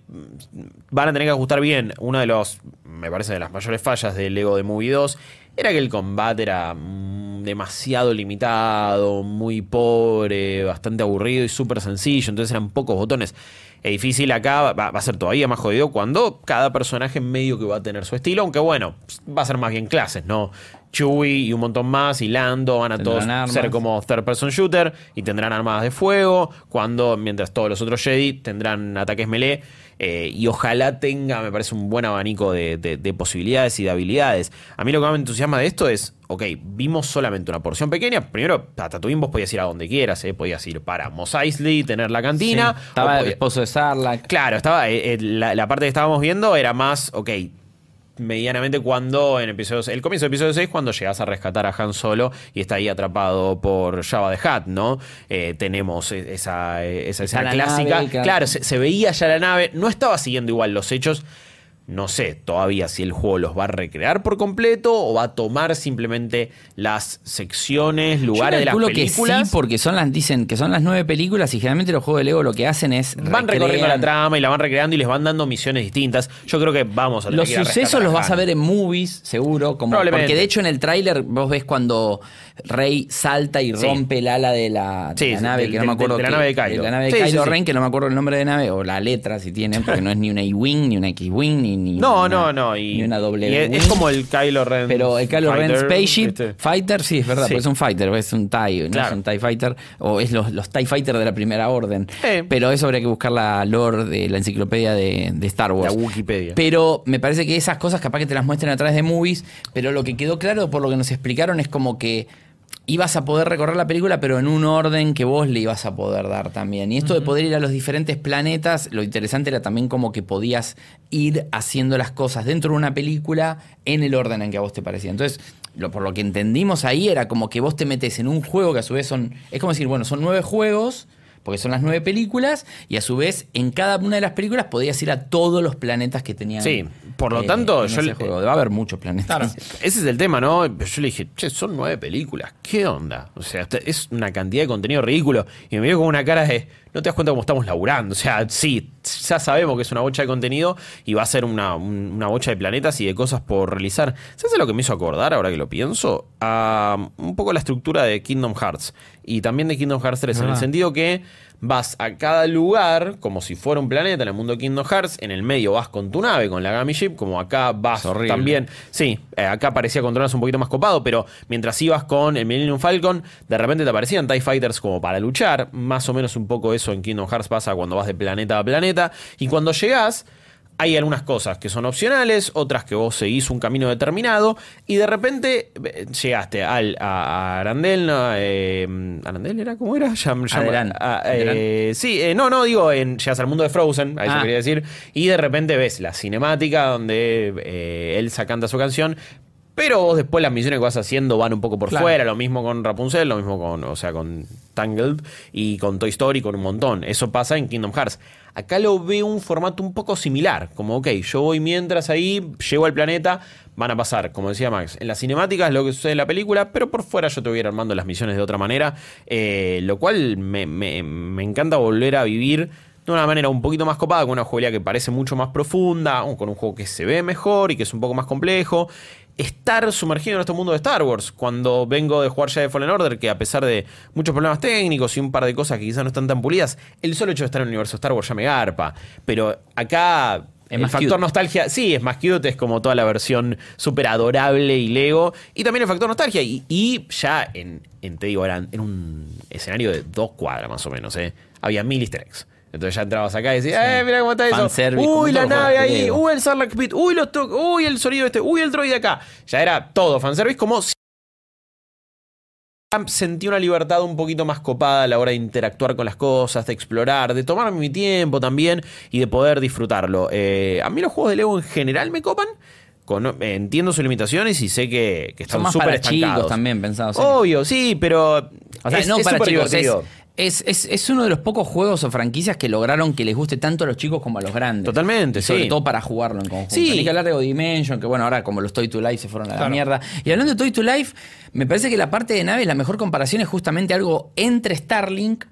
van a tener que ajustar bien. Una de los, me parece, de las mayores fallas del Lego de Movie 2 era que el combate era demasiado limitado, muy pobre, bastante aburrido y súper sencillo. Entonces eran pocos botones. Es difícil acá, va a ser todavía más jodido cuando cada personaje medio que va a tener su estilo, aunque bueno, va a ser más bien clases, ¿no? Chewie y un montón más y Lando van a todos ser como third person shooter y tendrán armas de fuego, mientras todos los otros Jedi tendrán ataques melee. Y ojalá tenga, me parece, un buen abanico de posibilidades y de habilidades. A mí lo que más me entusiasma de esto es, ok, vimos solamente una porción pequeña. Primero, a Tatooine vos podías ir a donde quieras, podías ir para Mos Eisley, tener la cantina. Sí, estaba el esposo de Sarlacc. Claro, estaba la parte que estábamos viendo era más, ok, medianamente cuando el comienzo del episodio 6, cuando llegas a rescatar a Han Solo y está ahí atrapado por Jabba the Hutt, ¿no? Tenemos esa escena clásica. Nave, claro, se veía ya la nave, no estaba siguiendo igual los hechos. No sé todavía si el juego los va a recrear por completo o va a tomar simplemente las secciones, lugares de las películas. Que sí, porque dicen que son las 9 películas y generalmente los juegos de Lego lo que hacen es van recorriendo la trama y la van recreando y les van dando misiones distintas. Yo creo que vamos a tener los que ir a sucesos los vas a Han. ver en movies, seguro. Porque de hecho en el tráiler vos ves cuando Rey salta y rompe el ala de la nave, que no me acuerdo. De la nave de Kylo. De la nave de Kylo Ren, que no me acuerdo el nombre de nave, o la letra si tienen, porque no es ni una Y-Wing, ni una X-Wing, ni una W. Es como el Kylo Ren. Pero el Kylo Ren Spaceship ¿viste? Fighter, sí, es verdad, Sí. porque es un fighter, es un TIE, no es un TIE Fighter, o es los TIE Fighter de la Primera Orden. Pero eso habría que buscar la lore de la enciclopedia de Star Wars. La Wikipedia. Pero me parece que esas cosas capaz que te las muestren a través de movies, pero lo que quedó claro por lo que nos explicaron es como que ibas a poder recorrer la película, pero en un orden que vos le ibas a poder dar también. Y esto de poder ir a los diferentes planetas, lo interesante era también como que podías ir haciendo las cosas dentro de una película en el orden en que a vos te parecía. Entonces, por lo que entendimos ahí era como que vos te metes en un juego que a su vez es como decir, bueno, son 9 juegos, porque son las 9 películas, y a su vez en cada una de las películas podías ir a todos los planetas que tenían. Sí, por lo tanto, en ese juego. Va a haber muchos planetas. Claro. Ese es el tema, ¿no? Yo le dije, son 9 películas, ¿qué onda? O sea, es una cantidad de contenido ridículo. Y me vio con una cara de, no te das cuenta cómo estamos laburando. O sea, sí, ya sabemos que es una bocha de contenido y va a ser una bocha de planetas y de cosas por realizar. ¿Sabes lo que me hizo acordar, ahora que lo pienso? A un poco la estructura de Kingdom Hearts y también de Kingdom Hearts 3, en el sentido que vas a cada lugar como si fuera un planeta en el mundo de Kingdom Hearts. En el medio vas con tu nave, con la Gami Ship, como acá vas también. Sí, acá parecía controlarse un poquito más copado, pero mientras ibas con el Millennium Falcon, de repente te aparecían TIE Fighters como para luchar. Más o menos un poco eso en Kingdom Hearts pasa cuando vas de planeta a planeta. Y cuando llegás, hay algunas cosas que son opcionales, otras que vos seguís un camino determinado y de repente llegaste a Arandel. ¿Arandel era? ¿Cómo era? Llegas al mundo de Frozen, a eso quería decir, y de repente ves la cinemática donde Elsa canta su canción. Pero vos después las misiones que vas haciendo van un poco por fuera. Lo mismo con Rapunzel, lo mismo con Tangled y con Toy Story, con un montón. Eso pasa en Kingdom Hearts. Acá lo veo un formato un poco similar. Como, ok, yo voy mientras ahí, llego al planeta, van a pasar, como decía Max, en las cinemáticas lo que sucede en la película, pero por fuera yo te voy a ir armando las misiones de otra manera. Lo cual me encanta volver a vivir de una manera un poquito más copada, con una jugabilidad que parece mucho más profunda, o con un juego que se ve mejor y que es un poco más complejo. Estar sumergido en este mundo de Star Wars. Cuando vengo de jugar Jedi Fallen Order, que a pesar de muchos problemas técnicos y un par de cosas que quizás no están tan pulidas, el solo hecho de estar en el universo de Star Wars ya me garpa. Pero acá el factor nostalgia, sí, es más cute, es como toda la versión súper adorable y Lego. Y también el factor nostalgia. Y ya te digo, en un escenario de 2 cuadras más o menos, había 1000 easter eggs. Entonces ya entrabas acá y decías, mira cómo está eso. Uy, la nave ahí. Uy, el Sarlacc Pit. Uy, los toques. Uy, el sonido uy, el droide acá. Ya era todo fanservice como sentí una libertad un poquito más copada a la hora de interactuar con las cosas, de explorar, de tomarme mi tiempo también y de poder disfrutarlo. A mí los juegos de Lego en general me copan. Entiendo sus limitaciones y sé que están súper estancados. Chicos también, pensados. Obvio, sí, pero o sea, no es para súper chicos, divertido. Es uno de los pocos juegos o franquicias que lograron que les guste tanto a los chicos como a los grandes. Totalmente, y sobre sí. todo para jugarlo en conjunto. Sí. Ni que hablar de Dimension, que bueno, ahora como los Toy to Life se fueron a la mierda. Y hablando de Toy to Life, me parece que la parte de naves, la mejor comparación es justamente algo entre Starlink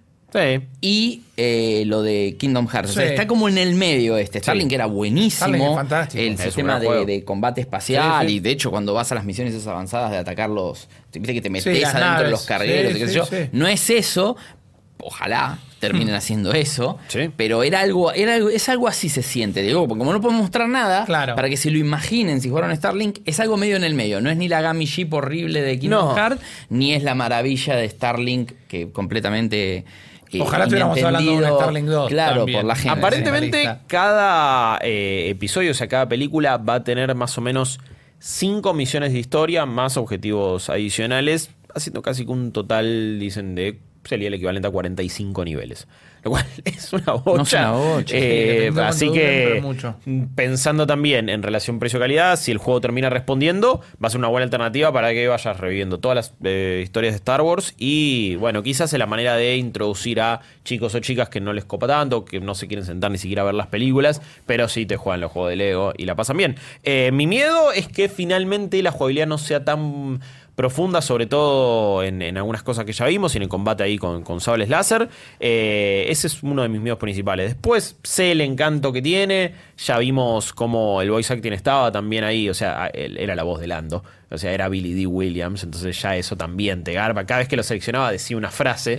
y lo de Kingdom Hearts. O sea, está como en el medio Starlink era buenísimo. Starlink es fantástico. El sistema de combate espacial. Y de hecho, cuando vas a las misiones esas avanzadas de atacar viste que te metes adentro de los cargueros y qué sé yo. No es eso. Ojalá terminen haciendo eso. Sí. Pero es algo así se siente. Digo, porque como no podemos mostrar nada, para que se lo imaginen si jugaron Starlink, es algo medio en el medio. No es ni la Gummy Ship horrible de Kingdom Hearts, ni es la maravilla de Starlink que completamente... Ojalá estuviéramos hablando de un Starlink 2. Claro, también. por la gente. Aparentemente, cada episodio, o sea, cada película va a tener más o menos 5 misiones de historia, más objetivos adicionales, haciendo casi que un total, dicen, sería el equivalente a 45 niveles. Lo cual es una bocha. No es una bocha. Así que, pensando también en relación precio-calidad, si el juego termina respondiendo, va a ser una buena alternativa para que vayas reviviendo todas las historias de Star Wars. Y bueno, quizás es la manera de introducir a chicos o chicas que no les copa tanto, que no se quieren sentar ni siquiera a ver las películas, pero sí te juegan los juegos de Lego y la pasan bien. Mi miedo es que finalmente la jugabilidad no sea tan profunda, sobre todo en algunas cosas que ya vimos y en el combate ahí con sables láser. Ese es uno de mis miedos principales. Después sé el encanto que tiene, ya vimos cómo el voice acting estaba también ahí, o sea, él era la voz de Lando, o sea, era Billy D. Williams, entonces ya eso también te garba. Cada vez que lo seleccionaba decía una frase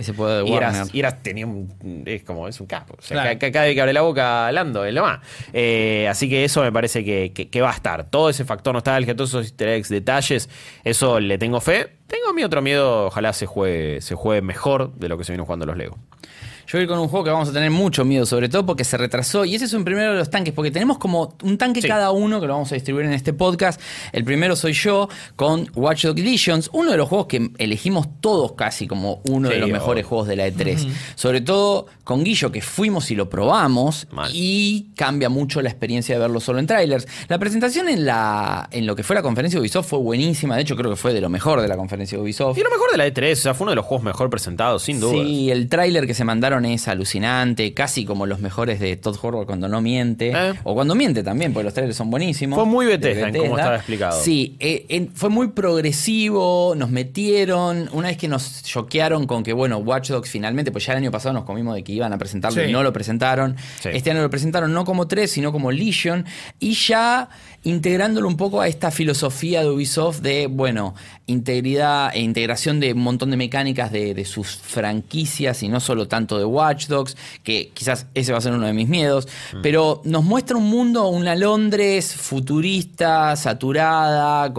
tenía es un capo, o sea, cada vez que abre la boca Lando es lo más. Así que eso me parece que va a estar, todo ese factor nostalgia, todos esos easter eggs, detalles, eso le tengo fe. Tengo mi otro miedo, ojalá se juegue mejor de lo que se vino jugando los Lego. Yo voy con un juego que vamos a tener mucho miedo, sobre todo porque se retrasó. Y ese es un primero de los tanques, porque tenemos como un tanque cada uno que lo vamos a distribuir en este podcast. El primero soy yo con Watch Dogs Legion, uno de los juegos que elegimos todos casi como uno de los mejores juegos de la E3. Sobre todo con Guillo, que fuimos y lo probamos. Y cambia mucho la experiencia de verlo solo en trailers. La presentación en lo que fue la conferencia de Ubisoft fue buenísima. De hecho, creo que fue de lo mejor de la conferencia de Ubisoft. Y lo mejor de la E3, o sea, fue uno de los juegos mejor presentados, sin duda. Sí, el tráiler que se mandaron es alucinante, casi como los mejores de Todd Howard cuando no miente, o cuando miente también, porque los trailers son buenísimos. Fue muy Bethesda en cómo estaba explicado. Sí, fue muy progresivo, nos metieron, una vez que nos choquearon con que, bueno, Watch Dogs finalmente, pues ya el año pasado nos comimos de que iban a presentarlo y no lo presentaron. Este año lo presentaron no como 3, sino como Legion, y ya integrándolo un poco a esta filosofía de Ubisoft de, bueno, integridad e integración de un montón de mecánicas de sus franquicias y no solo tanto de Watch Dogs, que quizás ese va a ser uno de mis miedos, pero nos muestra un mundo, una Londres futurista, saturada,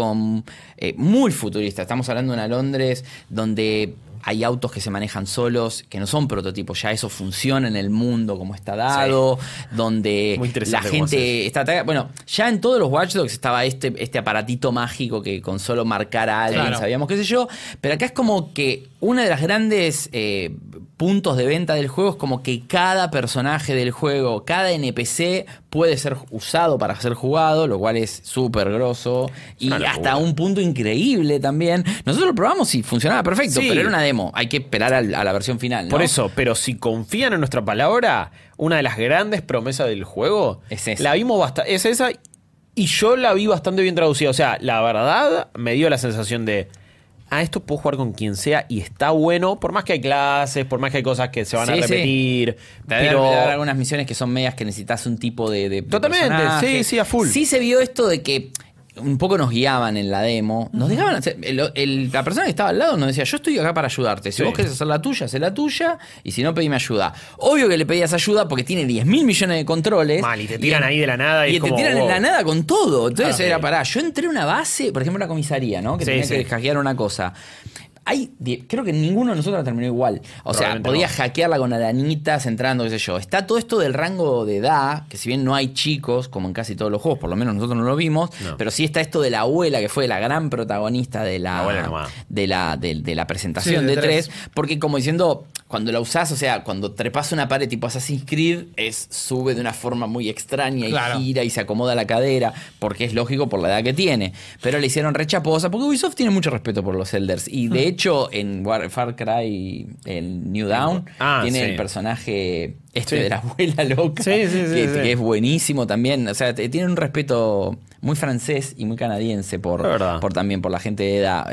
muy futurista. Estamos hablando de una Londres donde hay autos que se manejan solos, que no son prototipos, ya eso funciona en el mundo como está dado, donde la gente está... Bueno, ya en todos los Watch Dogs estaba este aparatito mágico que con solo marcar a alguien sabíamos qué sé yo, pero acá es como que una de las grandes puntos de venta del juego es como que cada personaje del juego, cada NPC puede ser usado para ser jugado, lo cual es súper grosso y hasta un punto increíble también. Nosotros lo probamos y funcionaba perfecto, pero era una demo. Hay que esperar a la versión final, ¿no? Por eso, pero si confían en nuestra palabra, una de las grandes promesas del juego es esa. La vimos bastante. Es esa, y yo la vi bastante bien traducida. O sea, la verdad me dio la sensación de esto puedo jugar con quien sea y está bueno, por más que hay clases, por más que hay cosas que se van a repetir. Pero hay algunas misiones que son medias que necesitas un tipo de totalmente, personaje. sí, a full. Sí se vio esto de que un poco nos guiaban en la demo. Nos dejaban hacer, la persona que estaba al lado nos decía, yo estoy acá para ayudarte. Si vos querés hacer la tuya, haz la tuya. Y si no, pedime ayuda. Obvio que le pedías ayuda porque tiene 10.000 millones de controles. Y te tiran ahí de la nada. Y te tiran en la nada con todo. Entonces era yo entré a una base, por ejemplo, una comisaría, ¿no? Que tenía que hackear una cosa. creo que ninguno de nosotros la terminó igual. O sea, podías hackearla con arañitas entrando, qué sé yo. Está todo esto del rango de edad, que si bien no hay chicos, como en casi todos los juegos, por lo menos nosotros no lo vimos, pero sí está esto de la abuela, que fue la gran protagonista de la presentación de 3, porque como diciendo, cuando la usás, o sea, cuando trepas una pared tipo Assassin's Creed, sube de una forma muy extraña y gira y se acomoda la cadera, porque es lógico por la edad que tiene. Pero le hicieron rechaposa, porque Ubisoft tiene mucho respeto por los Elders. Y de hecho, en Far Cry, en New Dawn, tiene el personaje de la abuela loca, que es buenísimo también. O sea, tiene un respeto muy francés y muy canadiense también por la gente de edad.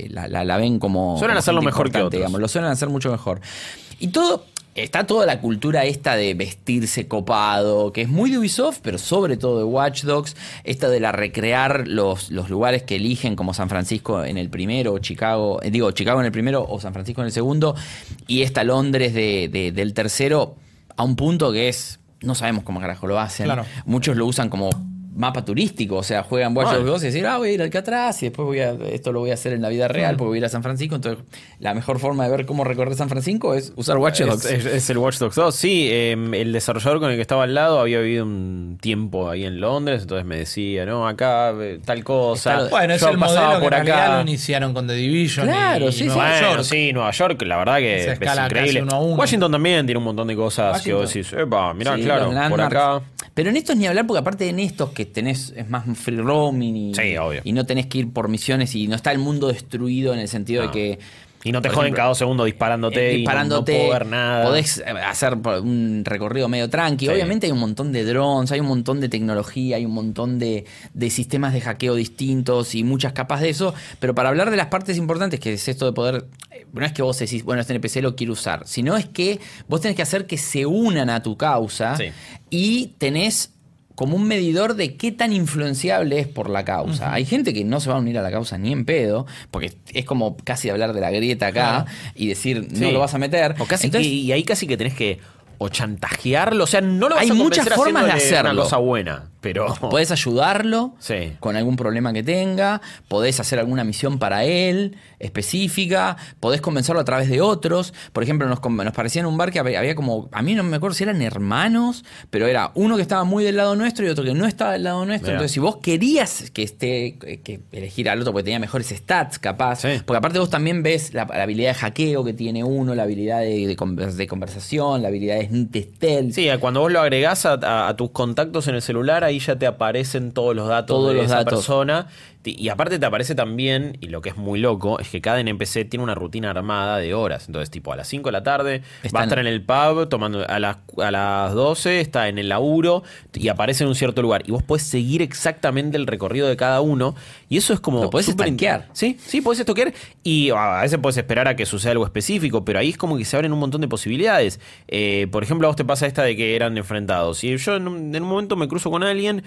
La ven como... Suelen hacerlo mejor que otros. Digamos, lo suelen hacer mucho mejor. Y todo... Está toda la cultura esta de vestirse copado, que es muy de Ubisoft, pero sobre todo de Watch Dogs. Esta de recrear los lugares que eligen, como San Francisco en el primero, o Chicago en el primero o San Francisco en el segundo. Y esta Londres del tercero, a un punto que no sabemos cómo carajo lo hacen. Claro. Muchos lo usan como mapa turístico, o sea, juegan Watch Dogs 2 y decir, voy a ir al Alcatraz y después esto lo voy a hacer en la vida real porque voy a ir a San Francisco. Entonces, la mejor forma de ver cómo recorrer San Francisco es usar Watch Dogs. Es el Watch Dogs 2, sí. El desarrollador con el que estaba al lado había vivido un tiempo ahí en Londres, entonces me decía, no, acá tal cosa. Bueno, es el modelo por que en realidad lo iniciaron con The Division. Claro, y Nueva York. Sí, Nueva York, la verdad que es increíble. 1 a 1. Washington también tiene un montón de cosas que vos decís, mirá, claro, por acá. Pero en estos ni hablar, porque aparte en estos que tenés, es más free roaming y no tenés que ir por misiones y no está el mundo destruido en el sentido de que... Y no te joden cada segundo disparándote y no puedo ver nada. Podés hacer un recorrido medio tranqui. Obviamente hay un montón de drones, hay un montón de tecnología, hay un montón de sistemas de hackeo distintos y muchas capas de eso. Pero para hablar de las partes importantes, que es esto de poder... No es que vos decís, bueno, este NPC lo quiero usar, sino es que vos tenés que hacer que se unan a tu causa y tenés como un medidor de qué tan influenciable es por la causa. Hay gente que no se va a unir a la causa ni en pedo, porque es como casi hablar de la grieta acá y decir, no lo vas a meter. O casi y ahí casi que tenés que chantajearlo, o sea, no lo vas hay a muchas formas de hacerlo. Una cosa buena, pero podés ayudarlo con algún problema que tenga, podés hacer alguna misión para él específica, podés convencerlo a través de otros. Por ejemplo, nos parecía en un bar que había como, a mí no me acuerdo si eran hermanos, pero era uno que estaba muy del lado nuestro y otro que no estaba del lado nuestro. Entonces, si vos querías que elegir al otro porque tenía mejores stats, capaz, porque aparte vos también ves la habilidad de hackeo que tiene uno, la habilidad de conversación, la habilidad de stealth. Sí, cuando vos lo agregás a tus contactos en el celular, ahí ya te aparecen todos los datos de esa persona. Y aparte te aparece también, y lo que es muy loco, es que cada NPC tiene una rutina armada de horas. Entonces, tipo, a las 5 de la tarde va a estar en el pub, tomando a las 12, está en el laburo y aparece en un cierto lugar. Y vos podés seguir exactamente el recorrido de cada uno. Y eso es como... Lo podés estoquear. Sí, podés estoquear. Y a veces podés esperar a que suceda algo específico, pero ahí es como que se abren un montón de posibilidades. Por ejemplo, a vos te pasa esta de que eran enfrentados. Y yo en un momento me cruzo con alguien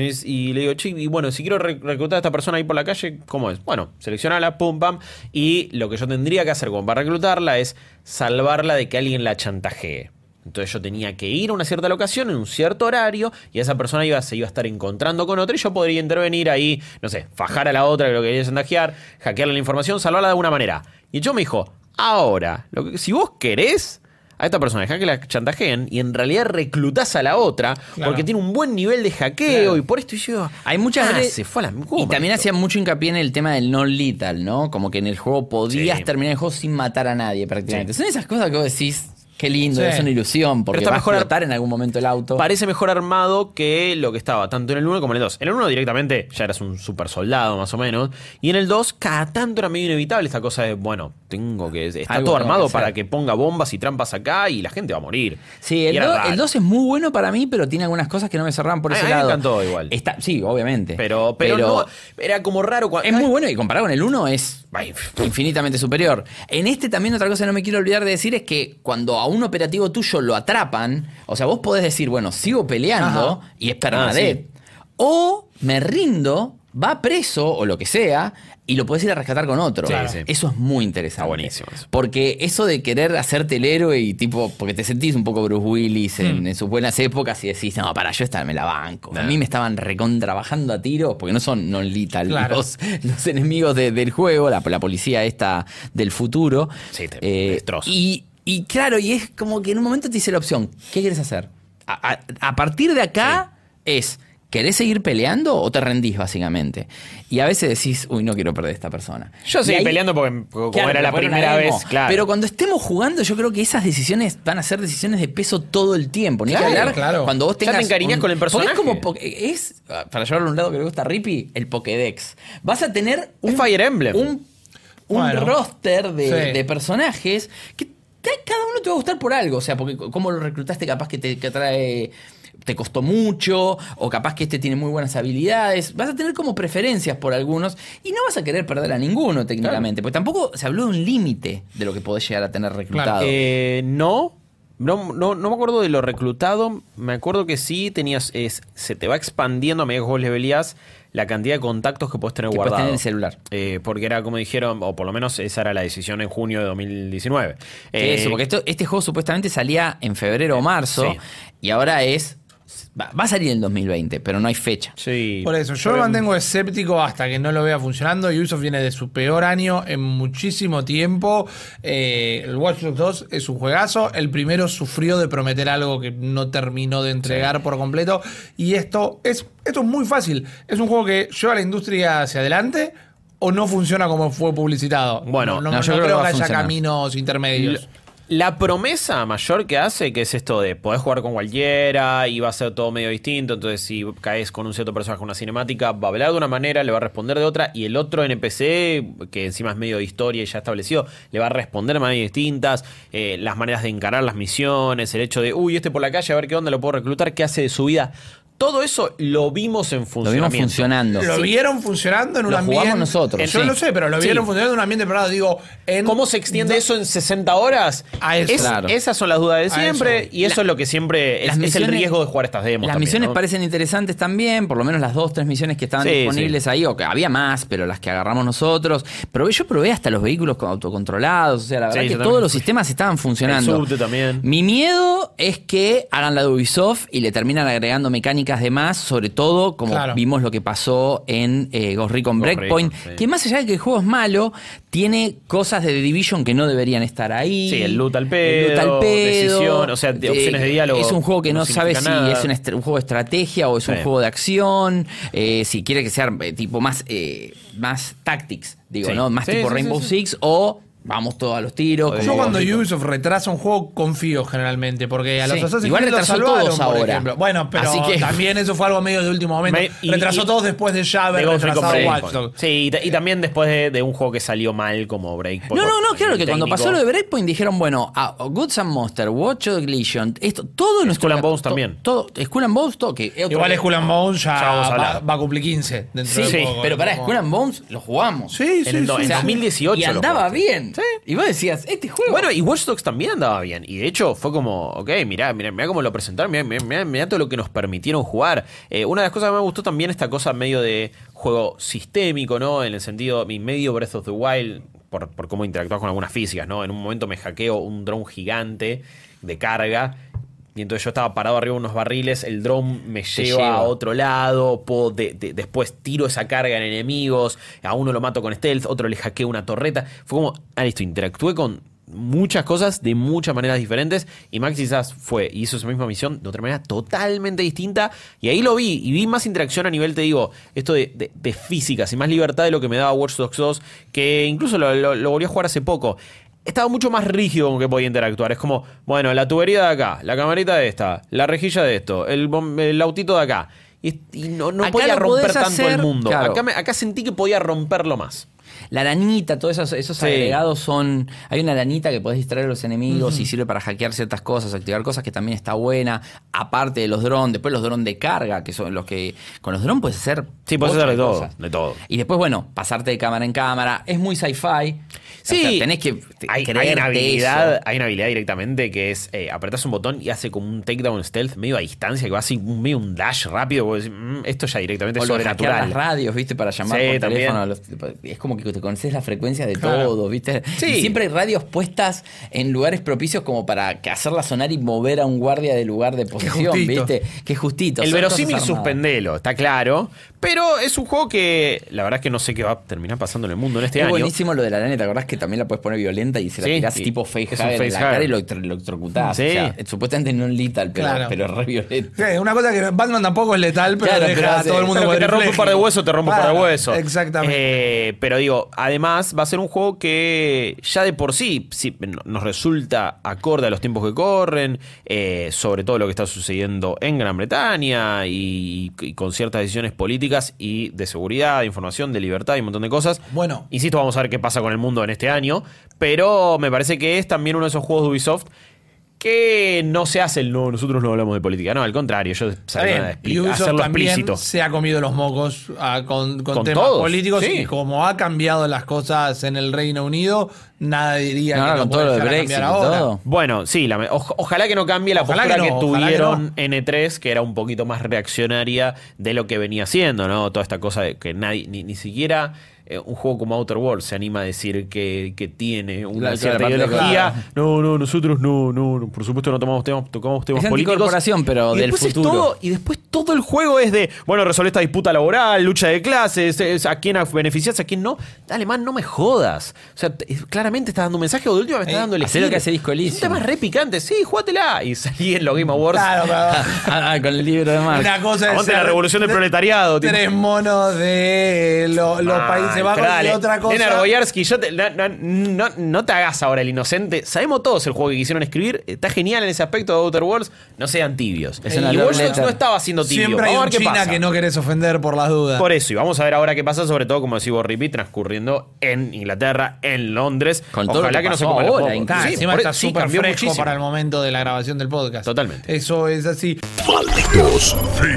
y le digo, che, y bueno, si quiero reclutar a esta persona ahí por la calle, ¿cómo es? Bueno, seleccionala, pum, pam. Y lo que yo tendría que hacer como para reclutarla es salvarla de que alguien la chantajee. Entonces yo tenía que ir a una cierta locación en un cierto horario y esa persona se iba a estar encontrando con otra y yo podría intervenir ahí, no sé, fajar a la otra que lo quería chantajear, hackearle la información, salvarla de alguna manera. Y yo me dijo, ahora, si vos querés a esta persona que la chantajeen y en realidad reclutás a la otra porque tiene un buen nivel de hackeo y por esto yo... Hay muchas veces... se fue a la... Y también hacían mucho hincapié en el tema del no lethal, ¿no? Como que en el juego podías terminar el juego sin matar a nadie prácticamente. Son esas cosas que vos decís... Qué lindo, es una ilusión, porque va a explotar en algún momento el auto. Parece mejor armado que lo que estaba, tanto en el 1 como en el 2. En el 1 directamente ya eras un super soldado, más o menos. Y en el 2, cada tanto era medio inevitable esta cosa de, bueno, está todo armado para que ponga bombas y trampas acá y la gente va a morir. Sí, el 2 es muy bueno para mí, pero tiene algunas cosas que no me cerraban por ese lado. Me encantó igual. Sí, obviamente. Pero no, era como raro. Es muy bueno y comparado con el 1 es infinitamente superior. En este también otra cosa que no me quiero olvidar de decir es que cuando a un operativo tuyo lo atrapan, o sea, vos podés decir, bueno, sigo peleando y es permadeath. O me rindo va preso o lo que sea y lo podés ir a rescatar con otro. Sí. Eso es muy interesante. Está buenísimo eso. Porque eso de querer hacerte el héroe y tipo, porque te sentís un poco Bruce Willis en sus buenas épocas y decís, no, yo esta me la banco. A mí me estaban recontrabajando a tiros porque no son non-lethal los enemigos del juego, la policía esta del futuro. Sí, te destrozo. Y claro, y es como que en un momento te dice la opción, ¿qué quieres hacer? A partir de acá es... ¿Querés seguir peleando o te rendís, básicamente? Y a veces decís, uy, no quiero perder a esta persona. Yo seguí peleando porque como era la primera vez, claro. Pero cuando estemos jugando, yo creo que esas decisiones van a ser decisiones de peso todo el tiempo. Ni que hablar cuando vos tengas... Ya te encariñás con el personaje. Es para llevarlo a un lado que le gusta a Rippy, el Pokédex. Vas a tener un Fire Emblem. Un roster de personajes que cada uno te va a gustar por algo. O sea, porque cómo lo reclutaste capaz que te trae... te costó mucho, o capaz que este tiene muy buenas habilidades. Vas a tener como preferencias por algunos y no vas a querer perder a ninguno técnicamente, porque tampoco se habló de un límite de lo que podés llegar a tener reclutado. No me acuerdo de lo reclutado. Me acuerdo que sí tenías... se te va expandiendo a medida que vos leveleás la cantidad de contactos que podés tener guardados. Tener en el celular. Porque era como dijeron, o por lo menos esa era la decisión en junio de 2019. Eso, porque este juego supuestamente salía en febrero o marzo, y ahora va a salir en 2020, pero no hay fecha. Sí. Por eso, yo me mantengo escéptico hasta que no lo vea funcionando. Ubisoft viene de su peor año en muchísimo tiempo. El Watch Dogs 2 es un juegazo. El primero sufrió de prometer algo que no terminó de entregar por completo. Y esto es muy fácil. Es un juego que lleva a la industria hacia adelante o no funciona como fue publicitado. Bueno, no creo que haya caminos intermedios. La promesa mayor que hace, que es esto de podés jugar con cualquiera y va a ser todo medio distinto, entonces si caes con un cierto personaje con una cinemática, va a hablar de una manera, le va a responder de otra, y el otro NPC, que encima es medio de historia y ya establecido, le va a responder de maneras distintas, las maneras de encarar las misiones, el hecho de, este por la calle, a ver qué onda lo puedo reclutar, qué hace de su vida. Todo eso lo vimos en funcionamiento. Lo vimos funcionando. Lo vieron funcionando en un ambiente... Lo jugamos nosotros. Yo lo sé, pero lo vieron funcionando en un ambiente preparado. Digo, ¿cómo se extiende eso en 60 horas? Esas son las dudas de siempre, y eso es lo que siempre... Es el riesgo de jugar estas demos. Las misiones parecen interesantes también, por lo menos las 2-3 misiones que estaban disponibles ahí, o que había más, pero las que agarramos nosotros. Yo probé hasta los vehículos autocontrolados, o sea, la verdad que todos los sistemas estaban funcionando. El subte también. Mi miedo es que hagan la de Ubisoft y le terminan agregando mecánicas de más, sobre todo como vimos lo que pasó en Ghost Recon Breakpoint, que más allá de que el juego es malo, tiene cosas de The Division que no deberían estar ahí. Sí, el loot al pedo, decisión, o sea, de opciones de diálogo. Es un juego que no sabe si es un juego de estrategia o es un juego de acción, si quiere que sea tipo más tactics, ¿no? Más tipo Rainbow Six o... vamos todos a los tiros. Yo cuando Ubisoft retrasa un juego confío generalmente, porque a los Assassin's igual Creed retrasó salvaron, todos por ahora. ejemplo. Bueno, pero también eso fue algo medio de último momento. Retrasó todos después de ya haber retrasado Watch Dogs. Sí, y también después de un juego que salió mal como Breakpoint. No, claro que cuando pasó lo de Breakpoint dijeron, bueno, Goods and Monsters, Watch Dogs Legion, todo nuestro... Skull and Bones también. Skull and Bones, igual Skull and Bones ya va a cumplir 15 dentro de poco. Pero pará, Skull and Bones lo jugamos. Sí. En 2018 y andaba bien. Sí. Y vos decías, este juego... Bueno, y Watch Dogs también andaba bien. Y de hecho fue como, mirá cómo lo presentaron, mirá todo lo que nos permitieron jugar. Una de las cosas que me gustó también esta cosa medio de juego sistémico, ¿no? En el sentido, medio Breath of the Wild, por cómo interactuás con algunas físicas, ¿no? En un momento me hackeo un dron gigante de carga. Y entonces yo estaba parado arriba de unos barriles, el dron me lleva a otro lado, después tiro esa carga en enemigos, a uno lo mato con stealth, otro le hackeo una torreta. Fue como, listo, interactué con muchas cosas de muchas maneras diferentes, y Max quizás hizo esa misma misión de otra manera totalmente distinta, y ahí lo vi, y vi más interacción a nivel, te digo, esto de físicas y más libertad de lo que me daba Watch Dogs 2, que incluso lo volví a jugar hace poco. Estaba mucho más rígido con que podía interactuar. Es como, bueno, la tubería de acá, la camarita de esta, la rejilla de esto, el autito de acá. Y no podía romper tanto el mundo. Claro. Acá sentí que podía romperlo más. La arañita, todos esos agregados son... Hay una arañita que podés distraer a los enemigos y sirve para hackear ciertas cosas, activar cosas, que también está buena. Aparte de los drones, después los drones de carga, que son los que... Con los drones puedes hacer... Sí, puedes hacer cosas. de todo. Y después, bueno, pasarte de cámara en cámara. Es muy sci-fi. Sí, o sea, tenés que hay una habilidad directamente que es apretás un botón y hace como un takedown stealth medio a distancia, que va así medio un dash rápido. Porque esto ya directamente es sobrenatural. Las radios, ¿viste? Para llamar por teléfono. Es como que te conoces la frecuencia de todo, ¿viste? Sí. Y siempre hay radios puestas en lugares propicios como para hacerla sonar y mover a un guardia del lugar de posición, ¿viste? Que justito. El verosímil suspendelo, está claro. Pero es un juego que la verdad es que no sé qué va a terminar pasando en el mundo en este año. Es buenísimo lo de la araña, ¿te acordás que también la puedes poner violenta y se la tirás tipo facehugger en la cara y lo electrocutás? Sí. O sea, supuestamente no es letal, pero es re violenta. Sí, una cosa que Batman tampoco es letal, pero deja a todo el mundo que te rompe un par de huesos, te rompe un par de huesos. Exactamente. Pero digo, además va a ser un juego que ya de por sí nos resulta acorde a los tiempos que corren, sobre todo lo que está sucediendo en Gran Bretaña y con ciertas decisiones políticas y de seguridad, de información, de libertad y un montón de cosas. Bueno, insisto, vamos a ver qué pasa con el mundo en este año, pero me parece que es también uno de esos juegos de Ubisoft que no se hace nosotros no hablamos de política. No, al contrario, yo sabía hacerlo explícito. Se ha comido los mocos con temas todos, políticos sí. Y como ha cambiado las cosas en el Reino Unido, nada diría que no con todo lo de Brexit y todo. Bueno, sí, ojalá que no cambie la postura que tuvieron en E3, que era un poquito más reaccionaria de lo que venía siendo, ¿no? Toda esta cosa de que nadie, ni siquiera un juego como Outer Worlds se anima a decir que tiene una cierta ideología. No, nosotros no, por supuesto no tocamos temas políticos. Corporación, pero del futuro. Y después todo el juego es de, bueno, resolver esta disputa laboral, lucha de clases, a quién beneficias, a quién no. Dale, man, no me jodas. O sea, claramente estás dando un mensaje o de última me estás dando el hacer lo que hace Disco Elysium. Un tema re picante, sí, jugátela. Y salí en los Game Awards. Claro, con el libro de Marx. Una cosa es la revolución del proletariado. Tres monos de los países bajos y otra cosa. Nena Boyarsky, no te hagas ahora el inocente. Sabemos todos el juego que quisieron escribir. Está genial en ese aspecto de Outer Worlds. No sean tibios. Y Watch Dogs no estaba siendo tibio. Siempre hay un China que no querés ofender por las dudas. Por eso, y vamos a ver ahora qué pasa, sobre todo, como decía Borripi, transcurriendo en Inglaterra, en Londres. Con todo Ojalá lo que no se pasó coma ahora, encima está súper cambió fresco muchísimo para el momento de la grabación del podcast. Totalmente. Eso es así. Malditos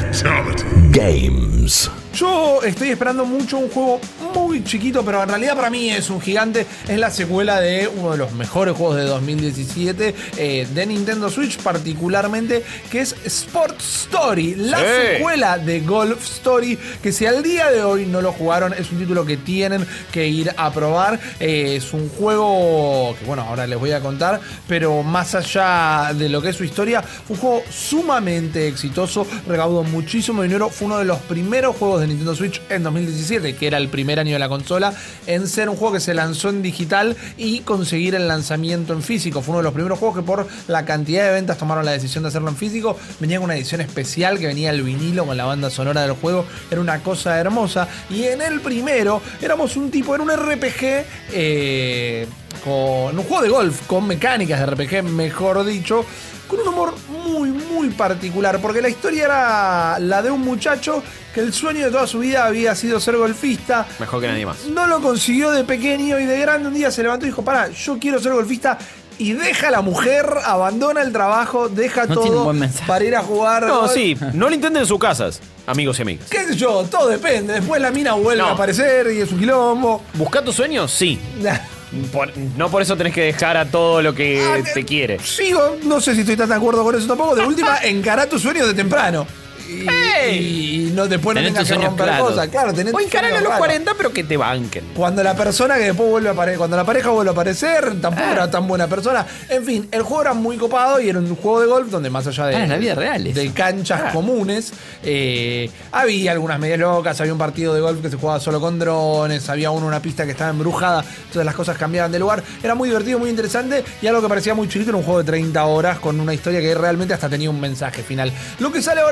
Games. Yo estoy esperando mucho un juego muy chiquito, pero en realidad para mí es un gigante. Es la secuela de uno de los mejores juegos de 2017 de Nintendo Switch, particularmente, que es Sport Story, la secuela de Golf Story, que si al día de hoy no lo jugaron, es un título que tienen que ir a probar. Es un juego que, bueno, ahora les voy a contar, pero más allá de lo que es su historia, fue un juego sumamente exitoso, recaudó muchísimo dinero, fue uno de los primeros juegos de Nintendo Switch en 2017, que era el primer año de la consola, en ser un juego que se lanzó en digital y conseguir el lanzamiento en físico. Fue uno de los primeros juegos que por la cantidad de ventas tomaron la decisión de hacerlo en físico. Venía con una edición especial que venía el vinilo con la banda sonora del juego, era una cosa hermosa. Y en el primero éramos un tipo, era un RPG con un juego de golf, con mecánicas de RPG, mejor dicho, con un humor muy particular, porque la historia era la de un muchacho que el sueño de toda su vida había sido ser golfista. Mejor que nadie más. No lo consiguió de pequeño y de grande un día se levantó y dijo, pará, yo quiero ser golfista. Y deja a la mujer, abandona el trabajo, deja todo para ir a jugar. No, sí, no lo intenten en sus casas, amigos y amigas. ¿Qué sé yo? Todo depende. Después la mina vuelve a aparecer y es un quilombo. ¿Busca tus sueños? Sí. No por eso tenés que dejar a todo lo que te quiere. Sigo, no sé si estoy tan de acuerdo con eso tampoco. De última, encará tus sueños de temprano. Y no, después no tengas que romper cosas. Claro, o encarar a los 40, pero que te banquen. Cuando la persona que después vuelve a aparecer, cuando la pareja vuelve a aparecer, tampoco era tan buena persona. En fin, el juego era muy copado y era un juego de golf donde más allá de, la vida real de canchas comunes, había algunas medias locas, había un partido de golf que se jugaba solo con drones, había una pista que estaba embrujada, entonces las cosas cambiaban de lugar. Era muy divertido, muy interesante y algo que parecía muy chiquito, era un juego de 30 horas con una historia que realmente hasta tenía un mensaje final. Lo que sale ahora es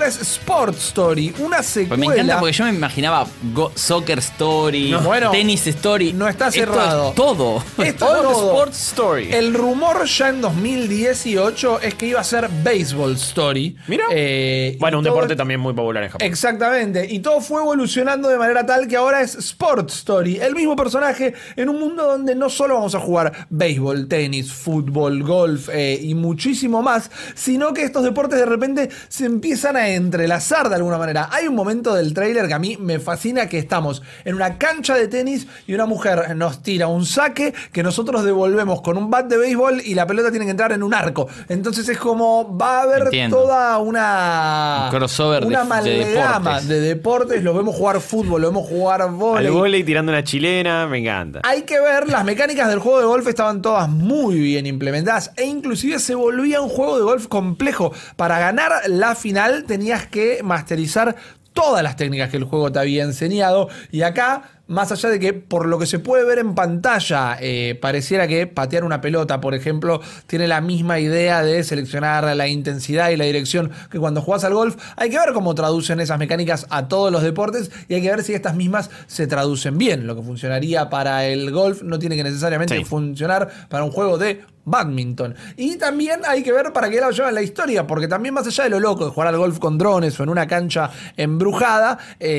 Sport Story, una secuela. Pues me encanta porque yo me imaginaba Soccer Story, Tennis Story. No está cerrado. Esto es todo. Esto es todo. Sports Story. El rumor ya en 2018 es que iba a ser Baseball Story. Mira. Bueno, un deporte también muy popular en Japón. Exactamente. Y todo fue evolucionando de manera tal que ahora es Sport Story. El mismo personaje en un mundo donde no solo vamos a jugar béisbol, tenis, fútbol, golf y muchísimo más, sino que estos deportes de repente se empiezan a entrelazar de alguna manera. Hay un momento del tráiler que a mí me fascina, que estamos en una cancha de tenis y una mujer nos tira un saque que nosotros devolvemos con un bat de béisbol y la pelota tiene que entrar en un arco. Entonces es como va a haber toda una crossover, una amalgama de deportes. Lo vemos jugar fútbol, lo vemos jugar vóley. Al vóley tirando una chilena, me encanta. Hay que ver, las mecánicas del juego de golf estaban todas muy bien implementadas e inclusive se volvía un juego de golf complejo. Para ganar la final tenías que masterizar todas las técnicas que el juego te había enseñado, y acá, más allá de que por lo que se puede ver en pantalla pareciera que patear una pelota, por ejemplo, tiene la misma idea de seleccionar la intensidad y la dirección que cuando jugás al golf, hay que ver cómo traducen esas mecánicas a todos los deportes y hay que ver si estas mismas se traducen bien. Lo que funcionaría para el golf no tiene que necesariamente funcionar para un juego de badminton. Y también hay que ver para qué lado llevan la historia, porque también más allá de lo loco de jugar al golf con drones o en una cancha embrujada,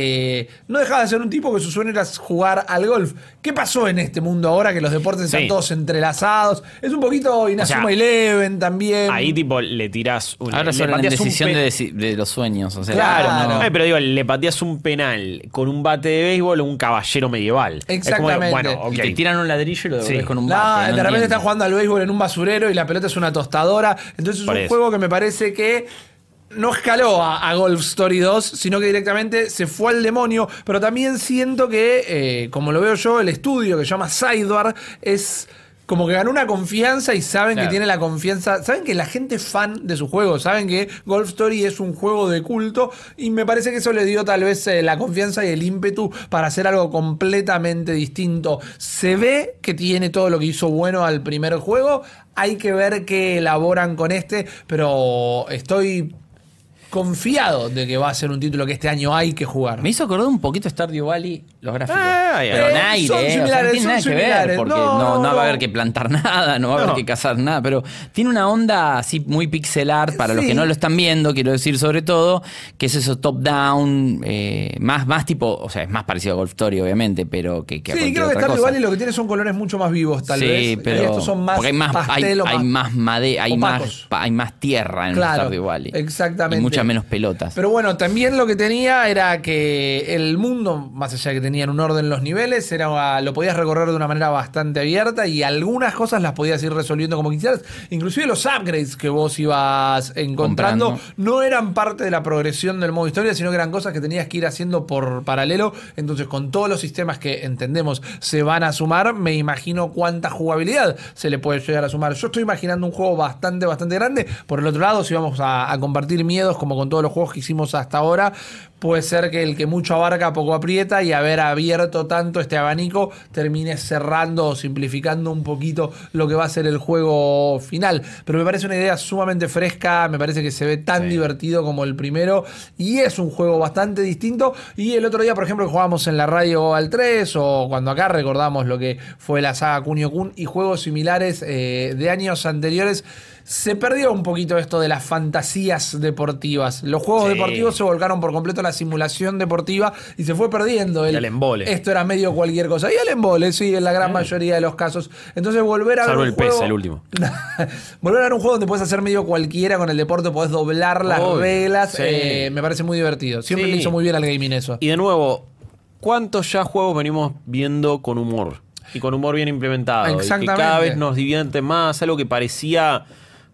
no dejaba de ser un tipo que su sueño era jugar al golf. ¿Qué pasó en este mundo ahora que los deportes están todos entrelazados? Es un poquito Inazuma Eleven también. Ahí tipo le tirás un... Ahora son la decisión de los sueños. O sea, claro. No. Pero digo, le pateás un penal con un bate de béisbol o un caballero medieval. Exactamente. Es como, bueno, okay. Y te tiran un ladrillo y lo devolvés con un bate. De repente están jugando al béisbol en un basurero y la pelota es una tostadora. Entonces es un juego que me parece que no escaló a Golf Story 2, sino que directamente se fue al demonio. Pero también siento que, como lo veo yo, el estudio que se llama Sidebar es como que ganó una confianza y saben que tiene la confianza. Saben que la gente es fan de su juego. Saben que Golf Story es un juego de culto. Y me parece que eso le dio tal vez la confianza y el ímpetu para hacer algo completamente distinto. Se ve que tiene todo lo que hizo bueno al primer juego. Hay que ver qué elaboran con este. Pero estoy confiado de que va a ser un título que este año hay que jugar. Me hizo acordar un poquito Stardew Valley, los gráficos. Pero en aire, son similares, no tiene nada que ver, porque no va a haber que plantar nada, no va a haber que cazar nada, pero tiene una onda así muy pixel art, para los que no lo están viendo, quiero decir sobre todo, que es eso top-down, más tipo, o sea, es más parecido a Golf Story, obviamente, pero que a sí, creo que Stardew Valley lo que tiene son colores mucho más vivos, tal vez. Sí, pero y estos son más pastel, hay más madera, hay más tierra en Stardew Valley. Exactamente. Y muchas menos pelotas. Pero bueno, también lo que tenía era que el mundo, más allá de que tenían un orden los niveles, lo podías recorrer de una manera bastante abierta y algunas cosas las podías ir resolviendo como quisieras. Inclusive los upgrades que vos ibas encontrando no eran parte de la progresión del modo historia, sino que eran cosas que tenías que ir haciendo por paralelo. Entonces, con todos los sistemas que entendemos se van a sumar, me imagino cuánta jugabilidad se le puede llegar a sumar. Yo estoy imaginando un juego bastante grande. Por el otro lado, si vamos a compartir miedos como con todos los juegos que hicimos hasta ahora, puede ser que el que mucho abarca poco aprieta, y haber abierto tanto este abanico termine cerrando o simplificando un poquito lo que va a ser el juego final. Pero me parece una idea sumamente fresca, me parece que se ve tan divertido como el primero y es un juego bastante distinto. Y el otro día, por ejemplo, que jugábamos en la radio al 3, o cuando acá recordamos lo que fue la saga Kunio-kun y juegos similares de años anteriores, se perdió un poquito esto de las fantasías deportivas. Los juegos deportivos se volcaron por completo a la simulación deportiva y se fue perdiendo el embole. Esto era medio cualquier cosa. Y el embole, sí, en la gran mayoría de los casos. Entonces volver a ver un juego... PES, el último. Volver a ver un juego donde puedes hacer medio cualquiera con el deporte, podés doblar las reglas, me parece muy divertido. Siempre le hizo muy bien al gaming eso. Y de nuevo, ¿cuántos ya juegos venimos viendo con humor? Y con humor bien implementado. Exactamente. Y que cada vez nos divierte más, algo que parecía...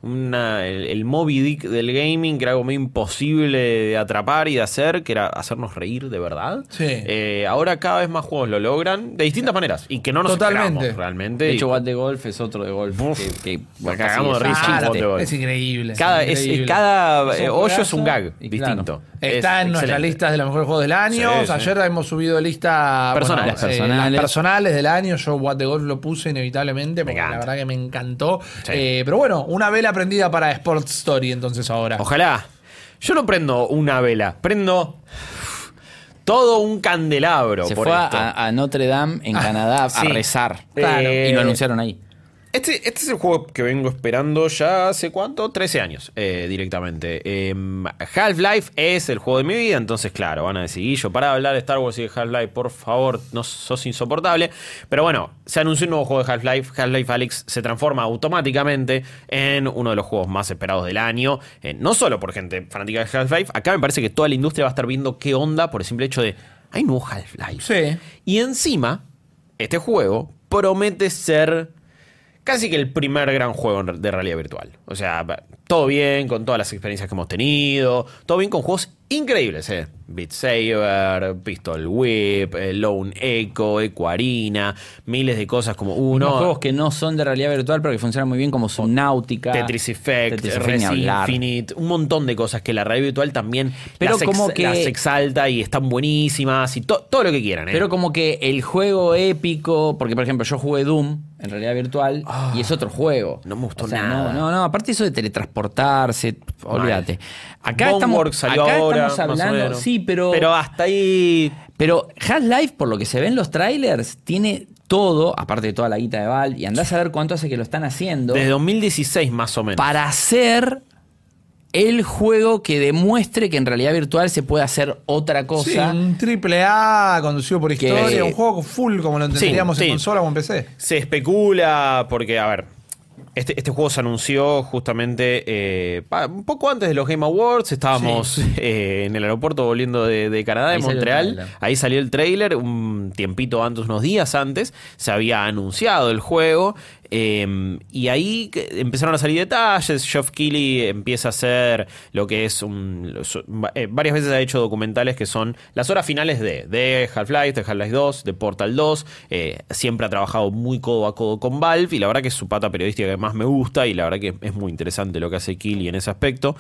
el Moby Dick del gaming, que era algo muy imposible de atrapar y de hacer, que era hacernos reír de verdad. Ahora cada vez más juegos lo logran de distintas maneras y que no nos esperamos realmente. De hecho, What the Golf es otro de golf que cagamos de risa. Es increíble. Cada hoyo es un gag distinto. Está en nuestras listas de los mejores juegos del año. Ayer hemos subido lista personales del año. Yo What the Golf lo puse inevitablemente porque la verdad que me encantó. Pero bueno, una vela aprendida para Sports Story entonces ahora. Ojalá. Yo no prendo una vela, prendo todo un candelabro. Se por fue esto. a Notre Dame, en Canadá, sí. a rezar. Claro. Y lo anunciaron ahí. Este es el juego que vengo esperando ya hace ¿cuánto? 13 años directamente. Half-Life es el juego de mi vida, entonces claro, van a decir, Guillo, para hablar de Star Wars y de Half-Life, por favor, no sos insoportable. Pero bueno, se anunció un nuevo juego de Half-Life. Half-Life Alyx se transforma automáticamente en uno de los juegos más esperados del año. No solo por gente fanática de Half-Life, acá me parece que toda la industria va a estar viendo qué onda por el simple hecho de, hay nuevo Half-Life. Sí. Y encima, este juego promete ser casi que el primer gran juego de realidad virtual. O sea, todo bien con todas las experiencias que hemos tenido. Todo bien con juegos increíbles, Beat Saber, Pistol Whip, Lone Echo, Equarina, miles de cosas como Unos juegos que no son de realidad virtual, pero que funcionan muy bien, como Subnautica, Tetris Effect, Resident Infinite, un montón de cosas que la realidad virtual también pero las exalta y están buenísimas y todo lo que quieran. Pero como que el juego épico, porque por ejemplo yo jugué Doom en realidad virtual y es otro juego. No me gustó nada. nada. Aparte eso de teletransportarse, olvídate. Acá Boneworks salió ahora, estamos hablando, sí, pero hasta ahí. Pero Half-Life, por lo que se ve en los trailers, tiene todo, aparte de toda la guita de Valve, y andás a ver cuánto hace que lo están haciendo. Desde 2016 más o menos. Para hacer el juego que demuestre que en realidad virtual se puede hacer otra cosa. Sí, un AAA conducido por historia, un juego full como lo entenderíamos en consola o en PC. Se especula porque, a ver, este juego se anunció justamente un poco antes de los Game Awards. Estábamos en el aeropuerto volviendo de Canadá, de Montreal. Ahí salió el tráiler un tiempito antes, unos días antes. Se había anunciado el juego. Y ahí empezaron a salir detalles. Geoff Keighley empieza a hacer lo que es varias veces ha hecho documentales que son las horas finales de Half-Life, de Half-Life 2, de Portal 2. Siempre ha trabajado muy codo a codo con Valve y la verdad que es su pata periodística que más me gusta y la verdad que es muy interesante lo que hace Keighley en ese aspecto.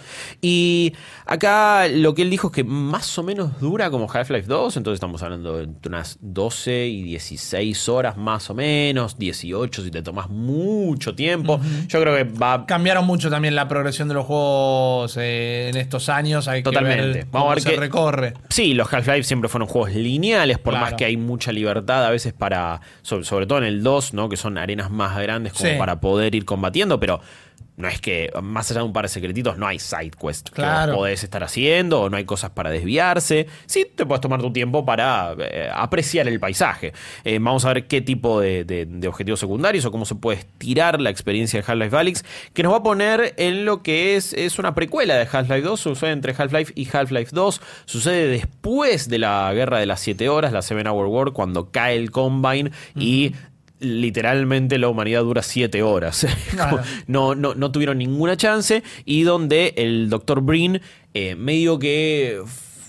Y acá lo que él dijo es que más o menos dura como Half-Life 2, entonces estamos hablando de unas 12 y 16 horas más o menos, 18 si te tomas mucho tiempo. Yo creo que cambiaron mucho también la progresión de los juegos en estos años. Hay totalmente. Que ver cómo se recorre. Sí, los Half-Life siempre fueron juegos lineales, por más que hay mucha libertad a veces para, sobre todo en el 2, ¿no? Que son arenas más grandes como para poder ir combatiendo, pero no es que, más allá de un par de secretitos, no hay side quest que vos podés estar haciendo, o no hay cosas para desviarse. Sí, te puedes tomar tu tiempo para apreciar el paisaje. Vamos a ver qué tipo de objetivos secundarios o cómo se puede estirar la experiencia de Half-Life Alyx, que nos va a poner en lo que es una precuela de Half-Life 2. Sucede entre Half-Life y Half-Life 2. Sucede después de la Guerra de las 7 Horas, la 7 Hour War, cuando cae el Combine y literalmente la humanidad dura 7 horas. Claro. No tuvieron ninguna chance y donde el Dr. Breen medio que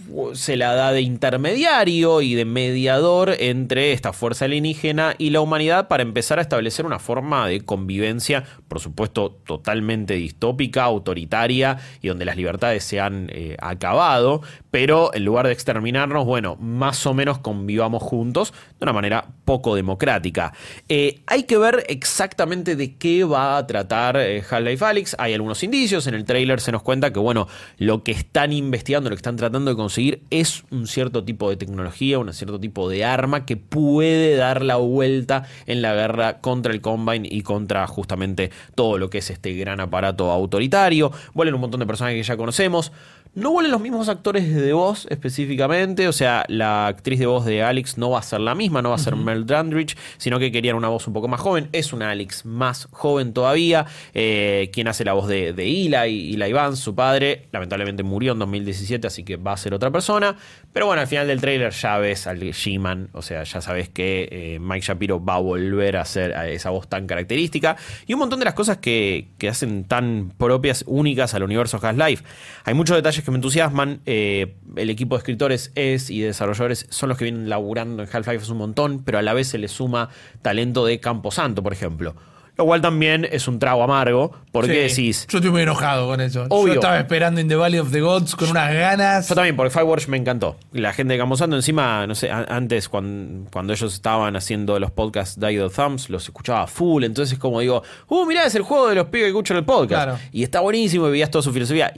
se la da de intermediario y de mediador entre esta fuerza alienígena y la humanidad para empezar a establecer una forma de convivencia, por supuesto totalmente distópica, autoritaria y donde las libertades se han acabado, pero en lugar de exterminarnos, bueno, más o menos convivamos juntos de una manera poco democrática. Hay que ver exactamente de qué va a tratar Half-Life Alyx. Hay algunos indicios, en el tráiler se nos cuenta que, bueno, lo que están investigando, lo que están tratando de conseguir es un cierto tipo de tecnología, un cierto tipo de arma que puede dar la vuelta en la guerra contra el Combine y contra justamente todo lo que es este gran aparato autoritario. Vuelven un montón de personajes que ya conocemos. No vuelven los mismos actores de voz específicamente, o sea, la actriz de voz de Alyx no va a ser la misma, no va a ser Mel Dandridge, sino que querían una voz un poco más joven. Es una Alyx más joven todavía. Quien hace la voz de Eli Vance, su padre, lamentablemente murió en 2017, así que va a ser otra persona. Pero bueno, al final del tráiler ya ves al G-Man, o sea, ya sabes que Mike Shapiro va a volver a hacer esa voz tan característica. Y un montón de las cosas que hacen tan propias, únicas al universo Half-Life. Hay muchos detalles que me entusiasman. El equipo de escritores y de desarrolladores son los que vienen laburando en Half-Life hace un montón, pero a la vez se le suma talento de Camposanto, por ejemplo. Lo cual también es un trago amargo, porque decís... Yo estoy muy enojado con eso. Obvio. Yo estaba esperando In the Valley of the Gods con unas ganas. Yo también, porque Firewatch me encantó. La gente de Camposanto, encima, no sé, antes cuando ellos estaban haciendo los podcasts Dido Thumbs, los escuchaba full, entonces como digo, mirá, es el juego de los pibes que escuchan el podcast. Claro. Y está buenísimo y veías toda su filosofía.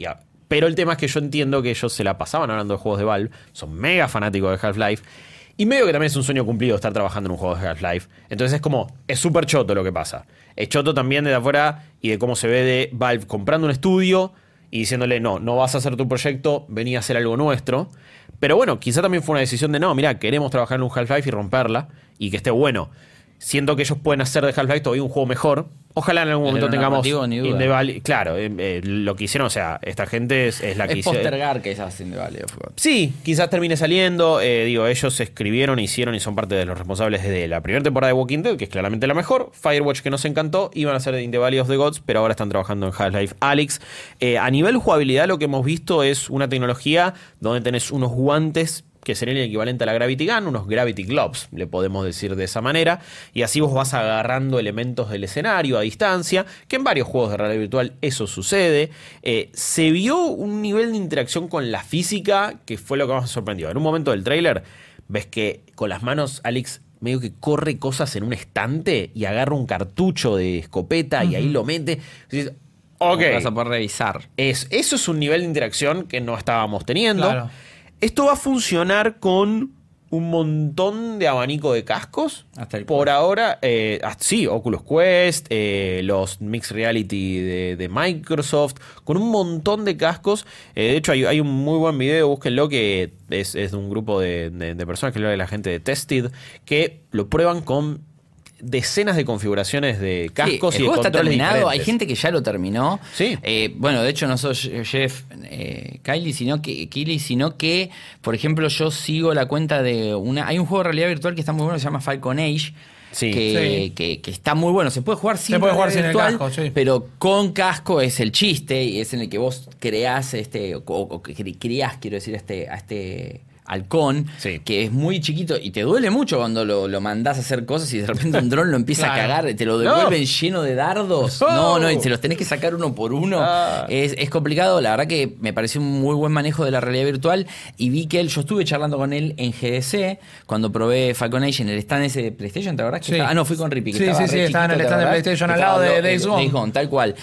Pero el tema es que yo entiendo que ellos se la pasaban hablando de juegos de Valve, son mega fanáticos de Half-Life, y medio que también es un sueño cumplido estar trabajando en un juego de Half-Life. Entonces es como, es súper choto lo que pasa. Es choto también desde afuera y de cómo se ve de Valve comprando un estudio y diciéndole, no vas a hacer tu proyecto, vení a hacer algo nuestro. Pero bueno, quizá también fue una decisión de, no, mira, queremos trabajar en un Half-Life y romperla y que esté bueno. Siento que ellos pueden hacer de Half-Life todavía un juego mejor. Ojalá en algún momento tengamos In the Valley. Claro, lo que hicieron, o sea, esta gente es la que hizo. Es postergar que esas In the Valley. Sí, quizás termine saliendo. Ellos escribieron, hicieron y son parte de los responsables de la primera temporada de Walking Dead, que es claramente la mejor. Firewatch, que nos encantó. Iban a ser de In the Valley of the Gods, pero ahora están trabajando en Half-Life Alyx. A nivel jugabilidad, lo que hemos visto es una tecnología donde tenés unos guantes que sería el equivalente a la Gravity Gun, unos Gravity Gloves, le podemos decir de esa manera, y así vos vas agarrando elementos del escenario a distancia, que en varios juegos de realidad virtual eso sucede. Se vio un nivel de interacción con la física que fue lo que más me sorprendió. En un momento del tráiler ves que con las manos Alyx medio que corre cosas en un estante y agarra un cartucho de escopeta y ahí lo mete. Entonces, ok, vas a poder revisar. Eso es un nivel de interacción que no estábamos teniendo. Claro. Esto va a funcionar con un montón de abanico de cascos. Por ahora, sí, Oculus Quest, los Mixed Reality de Microsoft, con un montón de cascos. De hecho, hay un muy buen video, búsquenlo, que es de un grupo de personas, que es la gente de Tested, que lo prueban con decenas de configuraciones de cascos sí, y de controles está terminado. diferentes. Hay gente que ya lo terminó. Sí. Bueno, de hecho no soy Jeff Keighley, sino que, por ejemplo, yo sigo la cuenta de hay un juego de realidad virtual que está muy bueno, que se llama Falcon Age. Sí. Que está muy bueno. Se puede jugar sin el casco, sí. Pero con casco es el chiste y es en el que vos creás criás, quiero decir, a este halcón, sí, que es muy chiquito y te duele mucho cuando lo mandás a hacer cosas y de repente un dron lo empieza a cagar, te lo devuelven lleno de dardos. No, y te los tenés que sacar uno por uno. Es complicado. La verdad que me pareció un muy buen manejo de la realidad virtual y vi que yo estuve charlando con él en GDC cuando probé Falcon Age en el stand ese de PlayStation, ¿te acordás? Sí. No, fui con Rippy. Sí, estaba en el stand de PlayStation al lado de Days Gone. Tal cual.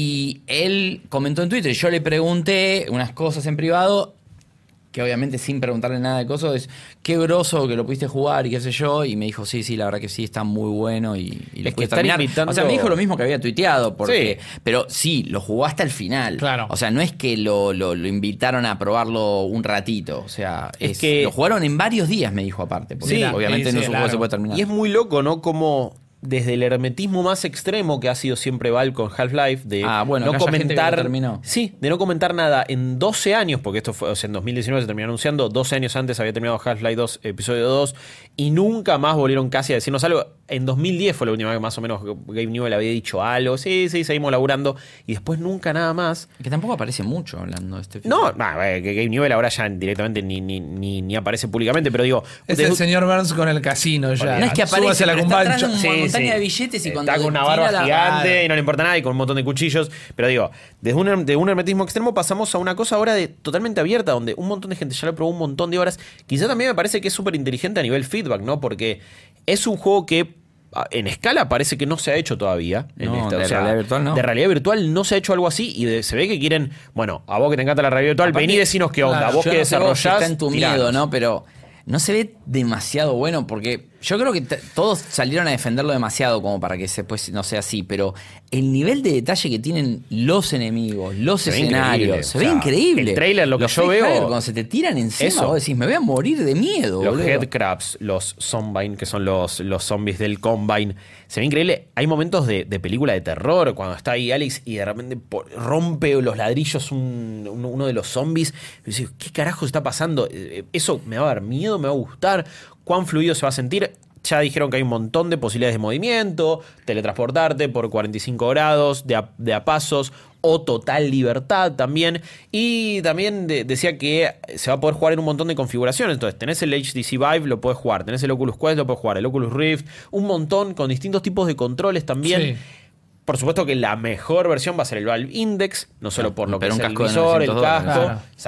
Y él comentó en Twitter, yo le pregunté unas cosas en privado, que obviamente sin preguntarle nada de cosas, es qué groso que lo pudiste jugar y qué sé yo, y me dijo, sí, la verdad que sí, está muy bueno y lo pude terminar. O sea, me dijo lo mismo que había tuiteado, porque, pero sí, lo jugó hasta el final. Claro. O sea, no es que lo invitaron a probarlo un ratito, o sea, es que lo jugaron en varios días, me dijo aparte, porque obviamente no es un juego que se puede terminar. Y es muy loco, ¿no? Como desde el hermetismo más extremo que ha sido siempre Valve con Half-Life, de no comentar, de no comentar nada en 12 años, porque esto fue, o sea, en 2019 se terminó anunciando, 12 años antes había terminado Half-Life 2, episodio 2, y nunca más volvieron casi a decirnos algo. En 2010 fue la última vez que más o menos Gabe Newell había dicho algo, sí, seguimos laburando, y después nunca nada más. Que tampoco aparece mucho hablando de este film. Que Gabe Newell ahora ya directamente ni aparece públicamente, pero digo... Es el señor Burns con el casino ya. No es que aparece, la está atrás de una montaña de billetes y cuando está con una barba gigante y no le importa nada y con un montón de cuchillos. Pero digo, de un hermetismo extremo pasamos a una cosa ahora totalmente abierta, donde un montón de gente ya lo probó un montón de horas. Quizá también me parece que es súper inteligente a nivel feedback, ¿no? Porque es un juego que en escala parece que no se ha hecho todavía. Realidad virtual no. De realidad virtual no se ha hecho algo así y se ve que quieren, bueno, a vos que te encanta la realidad virtual, vení y decinos qué onda. Vos que desarrollás. Está en tu miedo, ¿no? Pero no se ve demasiado bueno porque yo creo que todos salieron a defenderlo demasiado como para que después no sea así, pero el nivel de detalle que tienen los enemigos, los escenarios, se ve increíble. El trailer, lo que yo veo, cuando se te tiran encima, vos decís, me voy a morir de miedo. Los headcrabs, los zombine, que son los zombies del Combine, se ve increíble. Hay momentos de película de terror, cuando está ahí Alyx y de repente rompe los ladrillos uno de los zombies. Y decís, ¿qué carajo está pasando? Eso me va a dar miedo, me va a gustar. ¿Cuán fluido se va a sentir? Ya dijeron que hay un montón de posibilidades de movimiento, teletransportarte por 45 grados, de a pasos, o total libertad también. Y también decía que se va a poder jugar en un montón de configuraciones. Entonces tenés el HTC Vive, lo puedes jugar. Tenés el Oculus Quest, lo puedes jugar. El Oculus Rift, un montón con distintos tipos de controles también. Sí. Por supuesto que la mejor versión va a ser el Valve Index, no solo por lo que es el visor, el casco, sale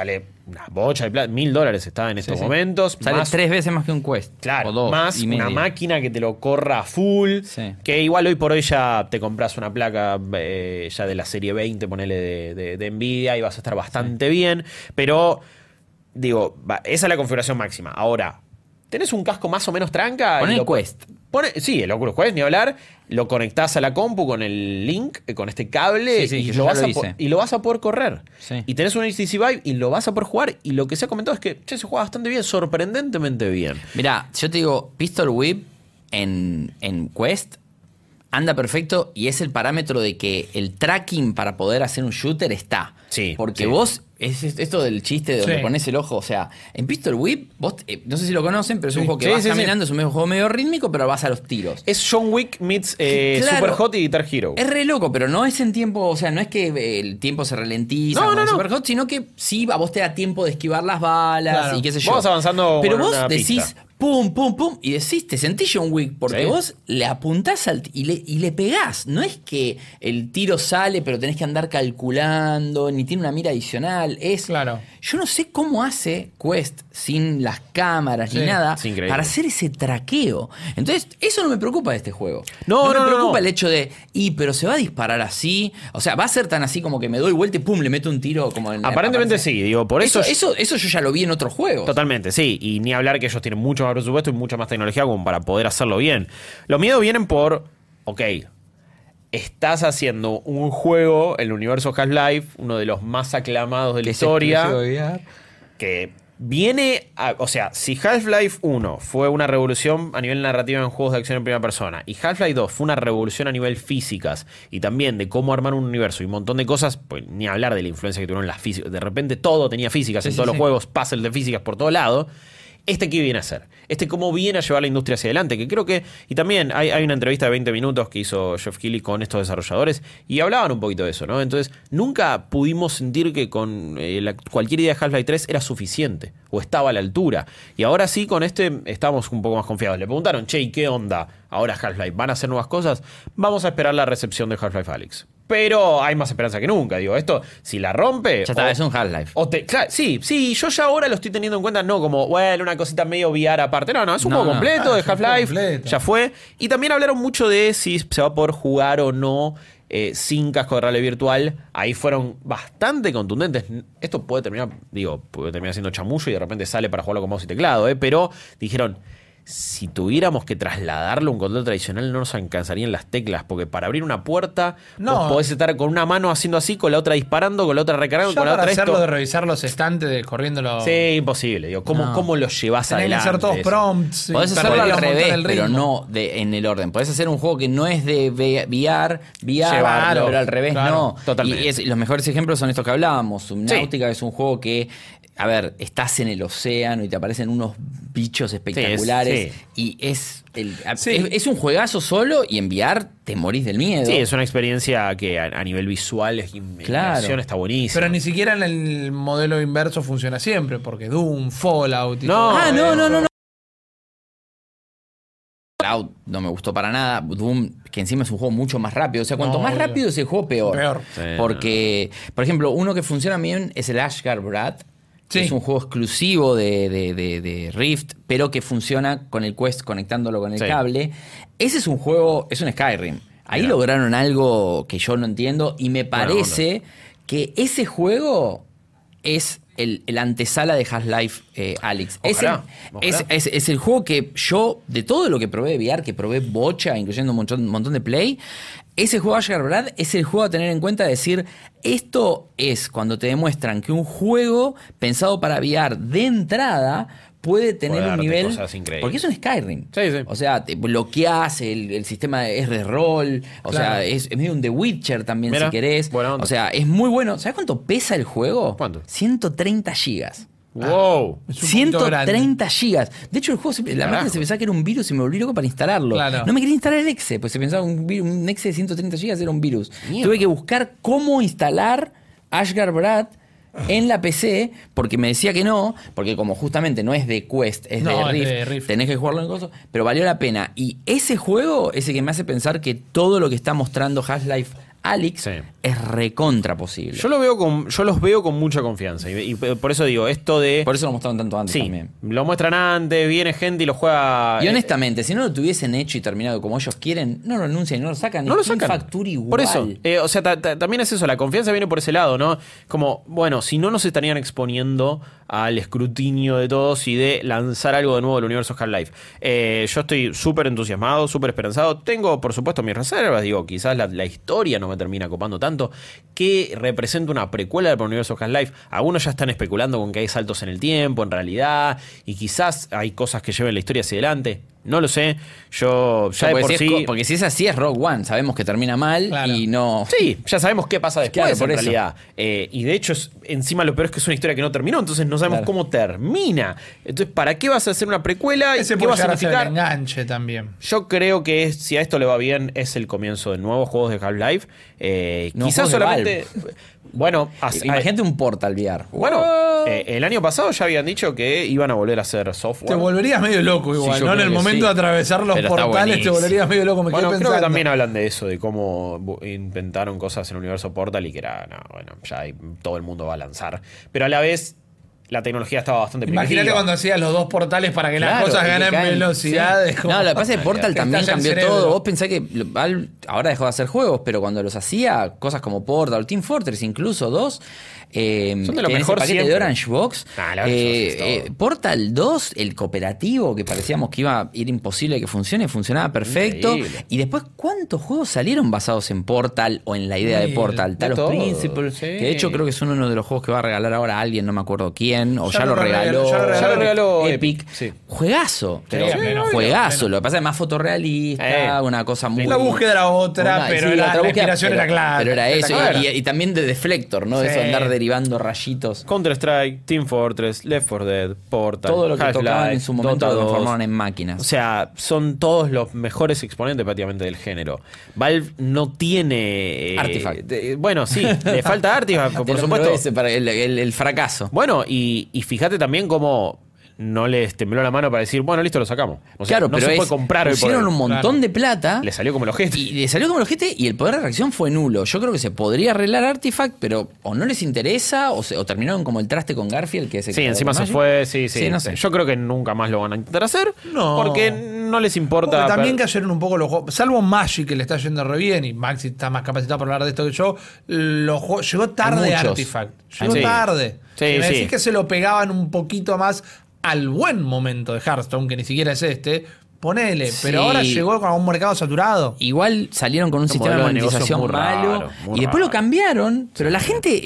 una bocha de plata, $1.000 está en estos momentos. Sale más, 3 veces más que un Quest. claro, o 2 más y una media. máquina que te lo corra a full. Sí. Que igual hoy por hoy ya te compras una placa ya de la serie 20, ponele de Nvidia, y vas a estar bastante bien. Pero, digo, esa es la configuración máxima. Ahora, tenés un casco más o menos tranca. Pon y el lo- Quest. Sí, el Oculus Quest, ni hablar. Lo conectás a la compu con el link, con este cable, Sí, y, que lo yo ya vas lo a hice. y lo vas a poder correr. Sí. Y tenés un HTC Vive y lo vas a poder jugar. Y lo que se ha comentado es que se juega bastante bien, sorprendentemente bien. Mirá, yo te digo, Pistol Whip en Quest anda perfecto y es el parámetro de que el tracking para poder hacer un shooter está. Sí, Porque sí. vos, es esto del chiste de donde Sí. pones el ojo, o sea, en Pistol Whip, vos, no sé si lo conocen, pero es un Sí. juego que Sí, vas sí, sí. caminando, es un juego medio rítmico, pero vas a los tiros. Es John Wick meets Claro. Super Hot y Guitar Hero. Es re loco, pero no es en tiempo, o sea, no es que el tiempo se ralentiza No, como no, en no. Superhot, sino que sí, a vos te da tiempo de esquivar las balas Claro. y qué sé yo. Vos vas avanzando pero por vos una decís pista. pum, pum, pum, y decís, te sentís John Wick, porque Sí. vos le apuntás y le pegás. No es que el tiro sale, pero tenés que andar calculando, ni tiene una mira adicional. Es. Claro. Yo no sé cómo hace Quest sin las cámaras ni Sí. nada Es increíble. para hacer ese traqueo. Entonces, eso no me preocupa de este juego. No, me no, preocupa no. el hecho de, pero se va a disparar así. O sea, va a ser tan así como que me doy vuelta y pum, le meto un tiro como en. Aparentemente aparece. sí, digo, por eso. Eso yo ya lo vi en otros juegos. Totalmente, sí. Y ni hablar que ellos tienen mucho más presupuesto y mucha más tecnología como para poder hacerlo bien. Los miedos vienen por, ok, estás haciendo un juego, el universo Half-Life, uno de los más aclamados de la Que es historia, exclusivo de VR. que viene o sea, si Half-Life 1 fue una revolución a nivel narrativa en juegos de acción en primera persona y Half-Life 2 fue una revolución a nivel físicas y también de cómo armar un universo y un montón de cosas, pues ni hablar de la influencia que tuvieron las físicas, de repente todo tenía físicas en todos los juegos, puzzles de físicas por todo lado. ¿Qué viene a hacer? ¿Cómo viene a llevar la industria hacia adelante? Que creo que... Y también hay una entrevista de 20 minutos que hizo Geoff Keighley con estos desarrolladores y hablaban un poquito de eso, ¿no? Entonces, nunca pudimos sentir que con cualquier idea de Half-Life 3 era suficiente o estaba a la altura. Y ahora sí, con estamos un poco más confiados. Le preguntaron, che, ¿y qué onda ahora Half-Life? ¿Van a hacer nuevas cosas? Vamos a esperar la recepción de Half-Life Alyx. Pero hay más esperanza que nunca. Digo, esto, si la rompe... Ya está, es un Half-Life. Claro, sí, yo ya ahora lo estoy teniendo en cuenta, no como, bueno, una cosita medio VR aparte. No, es un juego completo de es un juego Half-Life. completo. Ya fue. Y también hablaron mucho de si se va a poder jugar o no sin casco de realidad virtual. Ahí fueron bastante contundentes. Esto puede terminar siendo chamullo y de repente sale para jugarlo con mouse y teclado, pero dijeron... Si tuviéramos que trasladarlo a un control tradicional no nos alcanzarían las teclas, porque para abrir una puerta No. vos podés estar con una mano haciendo así, con la otra disparando, con la otra recargando, Ya con la para otra hacerlo esto. de revisar los estantes, corriéndolo. Sí, imposible. Digo, ¿cómo lo llevas Tienen que adelante? ser todos eso? prompts. y Podés hacerlo perderle al un montón revés, el pero ritmo. no en el orden. Podés hacer un juego que no es de VR, Llevarlo. pero al revés Claro, no. totalmente. Y los mejores ejemplos son estos que hablábamos. Subnautica es un juego que, a ver, estás en el océano y te aparecen unos bichos espectaculares. Sí. Y es Sí. es un juegazo solo y en VR te morís del miedo. Sí, es una experiencia que a nivel visual inmersión está buenísima. Pero ni siquiera en el modelo inverso funciona siempre, porque Doom, Fallout y No. todo Ah, eso. no. Fallout no me gustó para nada. Doom, que encima es un juego mucho más rápido. O sea, cuanto No, más obvio. rápido es el juego, peor. Peor. Sí, Porque, por ejemplo, uno que funciona bien es el Ashgar Brad. Sí. Es un juego exclusivo de Rift, pero que funciona con el Quest conectándolo con el Sí. cable. Ese es un juego, es un Skyrim. Ahí Mirá. lograron algo que yo no entiendo y me Buena parece que ese juego es el antesala de Half-Life Alyx. Ojalá, Es el juego que yo, de todo lo que probé de VR, que probé bocha, incluyendo un montón de play, ese juego Ashgar Brad es el juego a tener en cuenta, decir, esto es cuando te demuestran que un juego pensado para VR de entrada puede tener Puede un darte nivel... cosas increíbles. Porque es un Skyrim. Sí, sí. O sea, te bloqueas, el sistema es de rol, o Claro. sea, es medio un The Witcher también, Mira, si querés. buena onda. O sea, es muy bueno. ¿Sabes cuánto pesa el juego? ¿Cuánto? 130 gigas. Wow. Es un poquito grande. 130 gigas. De hecho, el juego, la Carajo. máquina se pensaba que era un virus y me volví loco para instalarlo. Claro. No me quería instalar el exe, pues se pensaba un exe de 130 gigas era un virus. Mierda. Tuve que buscar cómo instalar Ashgar Brad en la PC, porque me decía que no, porque como justamente no es de Quest, es No, de es Rift, de Rift. tenés que jugarlo en coso, pero valió la pena. Y ese juego es el que me hace pensar que todo lo que está mostrando Half-Life Alyx, es recontra posible. Yo los veo con mucha confianza. Y por eso digo, esto de. Por eso lo mostraron tanto antes también. Lo muestran antes, viene gente y lo juega. Y honestamente, si no lo tuviesen hecho y terminado como ellos quieren, no lo anuncian y no lo sacan. No lo sacan. Factura igual. Por eso. O sea, también es eso, la confianza viene por ese lado, ¿no? Como, bueno, si no nos estarían exponiendo al escrutinio de todos y de lanzar algo de nuevo del universo Half-Life. Yo estoy súper entusiasmado, súper esperanzado. Tengo, por supuesto, mis reservas. Digo, quizás la historia no me termina copando tanto. Que representa una precuela del universo Half-Life. Algunos ya están especulando con que hay saltos en el tiempo, en realidad. Y quizás hay cosas que lleven la historia hacia adelante. No lo sé. Yo ya de por sí. Porque si es así, es Rogue One. Sabemos que termina mal y no. Sí, ya sabemos qué pasa después, claro, por en realidad. Y de hecho, encima lo peor es que es una historia que no terminó. Entonces no sabemos cómo termina. Entonces, ¿para qué vas a hacer una precuela? Ese ¿Qué va a significar? El enganche también. Yo creo que si a esto le va bien, es el comienzo de nuevos juegos de Half-Life. Quizás solamente. Bueno, imagínate un Portal VR. Bueno, el año pasado ya habían dicho que iban a volver a hacer software. Te volverías medio loco igual, ¿no? En el momento de atravesar los portales te volverías medio loco. Bueno, creo que también hablan de eso, de cómo inventaron cosas en el universo Portal y que era, ya todo el mundo va a lanzar. Pero a la vez, la tecnología estaba bastante primitiva. Imagínate cuando hacías los dos portales para que las cosas ganen velocidad. Sí. No, lo que pasa es que Portal también cambió todo. Vos pensás que ahora dejó de hacer juegos, pero cuando los hacía, cosas como Portal, Team Fortress, incluso 2, son de lo mejor paquete siempre. de Orange Box. Portal 2, el cooperativo, que parecíamos que iba a ir imposible que funcione, funcionaba perfecto. Increíble. Y después, ¿cuántos juegos salieron basados en Portal o en la idea de Portal? Talos Principle, que de hecho creo que son uno de los juegos que va a regalar ahora a alguien, no me acuerdo quién, o ya lo regaló Epic. Sí. Juegazo, pero juegazo. Lo que pasa es más fotorrealista, una cosa muy. La búsqueda era otra, pero la inspiración era clara. Pero era eso, y también de Deflector, ¿no? Eso, andar derivando rayitos. Counter-Strike, Team Fortress, Left 4 Dead, Portal, todo lo que tocaban en su momento lo transformaron en máquinas. O sea, son todos los mejores exponentes prácticamente del género. Valve no tiene Artifact. Bueno, sí, le falta Artifact, por supuesto. Ese para el fracaso. Bueno, y fíjate también cómo no les tembló la mano para decir, bueno, listo, lo sacamos. O sea, claro, no pero se puede comprar. Pusieron un montón de plata. Le salió como el ojete. Y el poder de reacción fue nulo. Yo creo que se podría arreglar Artifact, pero o no les interesa o terminaron como el traste con Garfield, que es el sí, encima se fue, sí. No sé. Yo creo que nunca más lo van a intentar hacer. No. Porque no les importa. Porque también cayeron un poco los juegos. Salvo Magic, que le está yendo re bien, y Maxi está más capacitado para hablar de esto que yo. Los juegos, llegó tarde Artifact. Llegó tarde. Sí, me decís que se lo pegaban un poquito más al buen momento de Hearthstone, que ni siquiera es ponele, pero ahora llegó a un mercado saturado. Igual salieron con un sistema de monetización malo y después lo cambiaron, pero la gente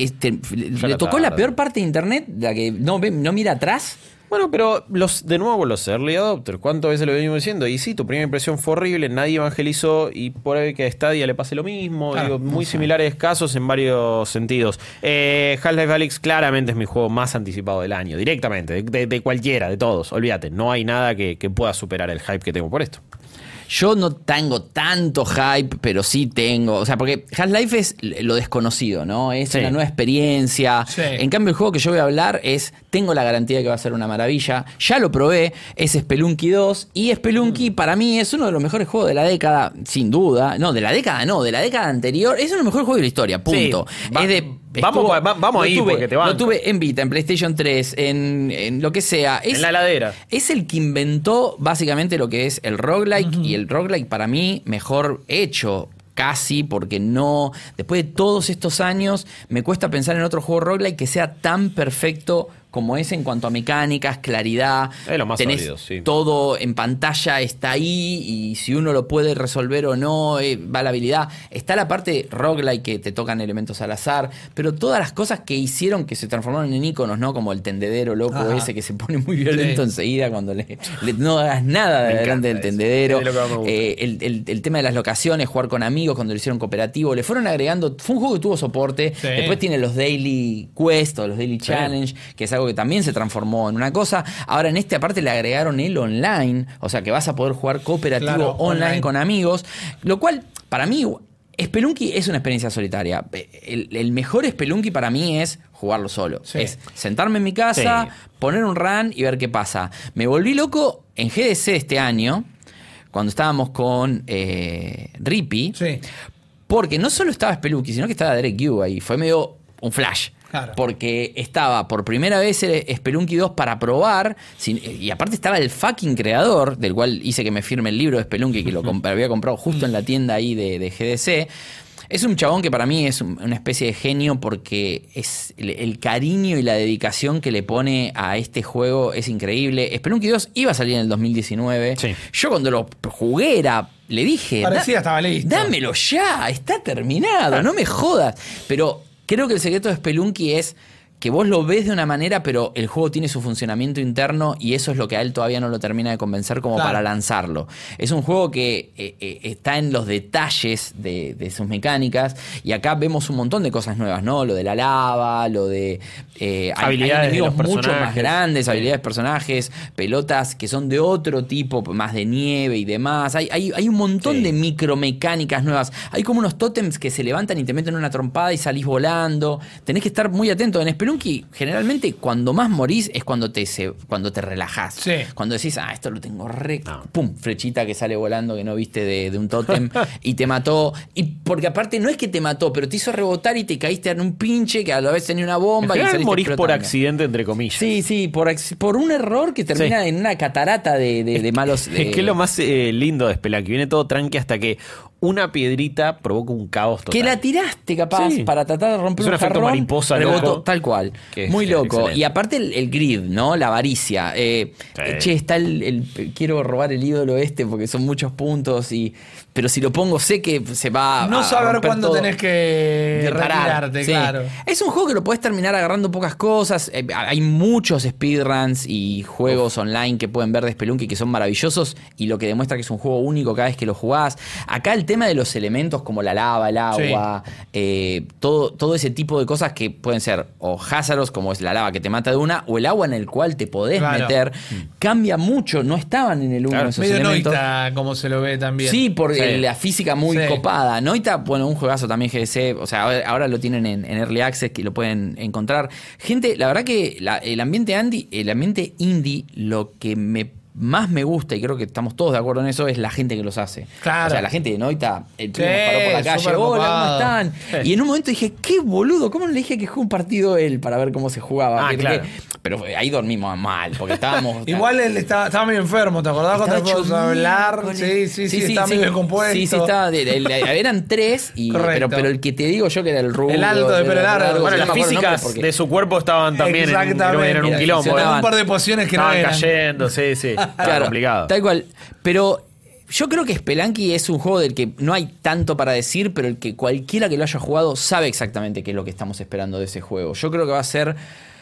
le tocó la peor parte de internet, la que no mira atrás. Bueno, pero de nuevo los early adopters, ¿cuántas veces lo venimos diciendo? Y sí, tu primera impresión fue horrible, nadie evangelizó y por ahí que a Stadia le pase lo mismo. Claro, muy similares casos en varios sentidos. Half-Life Alyx claramente es mi juego más anticipado del año, directamente, de cualquiera, de todos. Olvídate, no hay nada que pueda superar el hype que tengo por esto. Yo no tengo tanto hype, pero sí tengo. O sea, porque Half-Life es lo desconocido, ¿no? Es una nueva experiencia. Sí. En cambio, el juego que yo voy a hablar tengo la garantía de que va a ser una maravilla. Ya lo probé, es Spelunky 2. Y Spelunky para mí es uno de los mejores juegos de la década, sin duda. No, de la década anterior. Es uno de los mejores juegos de la historia, punto. Sí. Vamos ahí, porque te van. Lo tuve en Vita, en PlayStation 3, en lo que sea. En la heladera. Es el que inventó básicamente lo que es el roguelike. Y el roguelike para mí mejor hecho. Casi, porque no. Después de todos estos años, me cuesta pensar en otro juego roguelike que sea tan perfecto como es en cuanto a mecánicas, claridad. Es lo más tenés sólido, sí. Todo en pantalla, está ahí, y si uno lo puede resolver o no, va la habilidad. Está la parte roguelike que te tocan elementos al azar, pero todas las cosas que hicieron que se transformaron en íconos, ¿no? Como el tendedero loco ese que se pone muy violento enseguida cuando no hagas nada delante del tendedero. El tema de las locaciones, jugar con amigos cuando lo hicieron cooperativo, le fueron agregando. Fue un juego que tuvo soporte. Sí. Después tiene los Daily Quest o los Daily Challenge, que es algo que también se transformó en una cosa. Ahora en este aparte le agregaron el online, o sea que vas a poder jugar cooperativo online con amigos, lo cual para mí Spelunky es una experiencia solitaria. El mejor Spelunky para mí es jugarlo solo. Sí. Es sentarme en mi casa, poner un run y ver qué pasa. Me volví loco en GDC este año, cuando estábamos con Rippy, Porque no solo estaba Spelunky, sino que estaba Derek Yu ahí. Fue medio un flash. Claro. Porque estaba por primera vez el Spelunky 2 para probar. Y aparte estaba el fucking creador, del cual hice que me firme el libro de Spelunky, que lo había comprado justo en la tienda ahí de GDC. Es un chabón que para mí es una especie de genio porque es el cariño y la dedicación que le pone a este juego es increíble. Spelunky 2 iba a salir en el 2019. Sí. Yo cuando lo jugué le dije... Parecía estaba listo. Dámelo ya, está terminado, no me jodas. Pero creo que el secreto de Spelunky es que vos lo ves de una manera, pero el juego tiene su funcionamiento interno y eso es lo que a él todavía no lo termina de convencer como para lanzarlo. Es un juego que está en los detalles de sus mecánicas y acá vemos un montón de cosas nuevas, ¿no? Lo de la lava, lo de... habilidades hay enemigos de los mucho más personajes. grandes, habilidades de personajes, pelotas que son de otro tipo, más de nieve y demás. Hay un montón de micromecánicas nuevas. Hay como unos tótems que se levantan y te meten una trompada y salís volando. Tenés que estar muy atento. En Spelunky, generalmente, cuando más morís es cuando te relajás. Sí. Cuando decís, esto lo tengo pum, flechita que sale volando que no viste de un tótem y te mató. Y porque aparte no es que te mató, pero te hizo rebotar y te caíste en un pinche que a la vez tenía una bomba. En general y morís por explotando. accidente, entre comillas. Sí, por un error que termina en una catarata de malos... Es que es lo más lindo de Spelunky. Viene todo tranqui hasta que una piedrita provoca un caos total. Que la tiraste capaz para tratar de romper es un efecto jarrón, mariposa rebotó, loco. tal cual. Muy loco. Excelente. Y aparte el greed, ¿no? La avaricia. Che, está quiero robar el ídolo porque son muchos puntos pero si lo pongo sé que se va no a saber romper cuándo todo. tenés que retirarte, claro. Es un juego que lo podés terminar agarrando pocas cosas. Hay muchos speedruns y juegos online que pueden ver de Spelunky que son maravillosos y lo que demuestra que es un juego único cada vez que lo jugás. Acá el tema de los elementos como la lava, el agua, todo ese tipo de cosas que pueden ser o Hazaros, como es la lava que te mata de una, o el agua en el cual te podés meter, cambia mucho. No estaban en el 1 esos medio elementos. Noita, como se lo ve también. Sí, por la física muy copada. Noita, bueno, un juegazo también GDC, o sea, ahora lo tienen en Early Access, que lo pueden encontrar. Gente, la verdad que el ambiente indie, lo que más me gusta, y creo que estamos todos de acuerdo en eso, es la gente que los hace. Claro. O sea, la gente de Noita, el primo nos paró por la calle, hola, ¿cómo están? Y en un momento dije, qué boludo, ¿cómo no le dije que juegue un partido él para ver cómo se jugaba? Claro. Pero ahí dormimos mal, porque estábamos... Igual él estaba medio enfermo, ¿te acordás cuando fuimos a hablar? Sí, estaba medio descompuesto. Sí, estaba. Eran 3, pero el que te digo yo que era el rubio. El alto de pelo largo. Bueno, las físicas de su cuerpo estaban también en un quilombo. Un par de pociones que estaban no eran. Cayendo, sí. Claro, complicado. Tal cual. Pero yo creo que Spelunky es un juego del que no hay tanto para decir, pero el que cualquiera que lo haya jugado sabe exactamente qué es lo que estamos esperando de ese juego. Yo creo que va a ser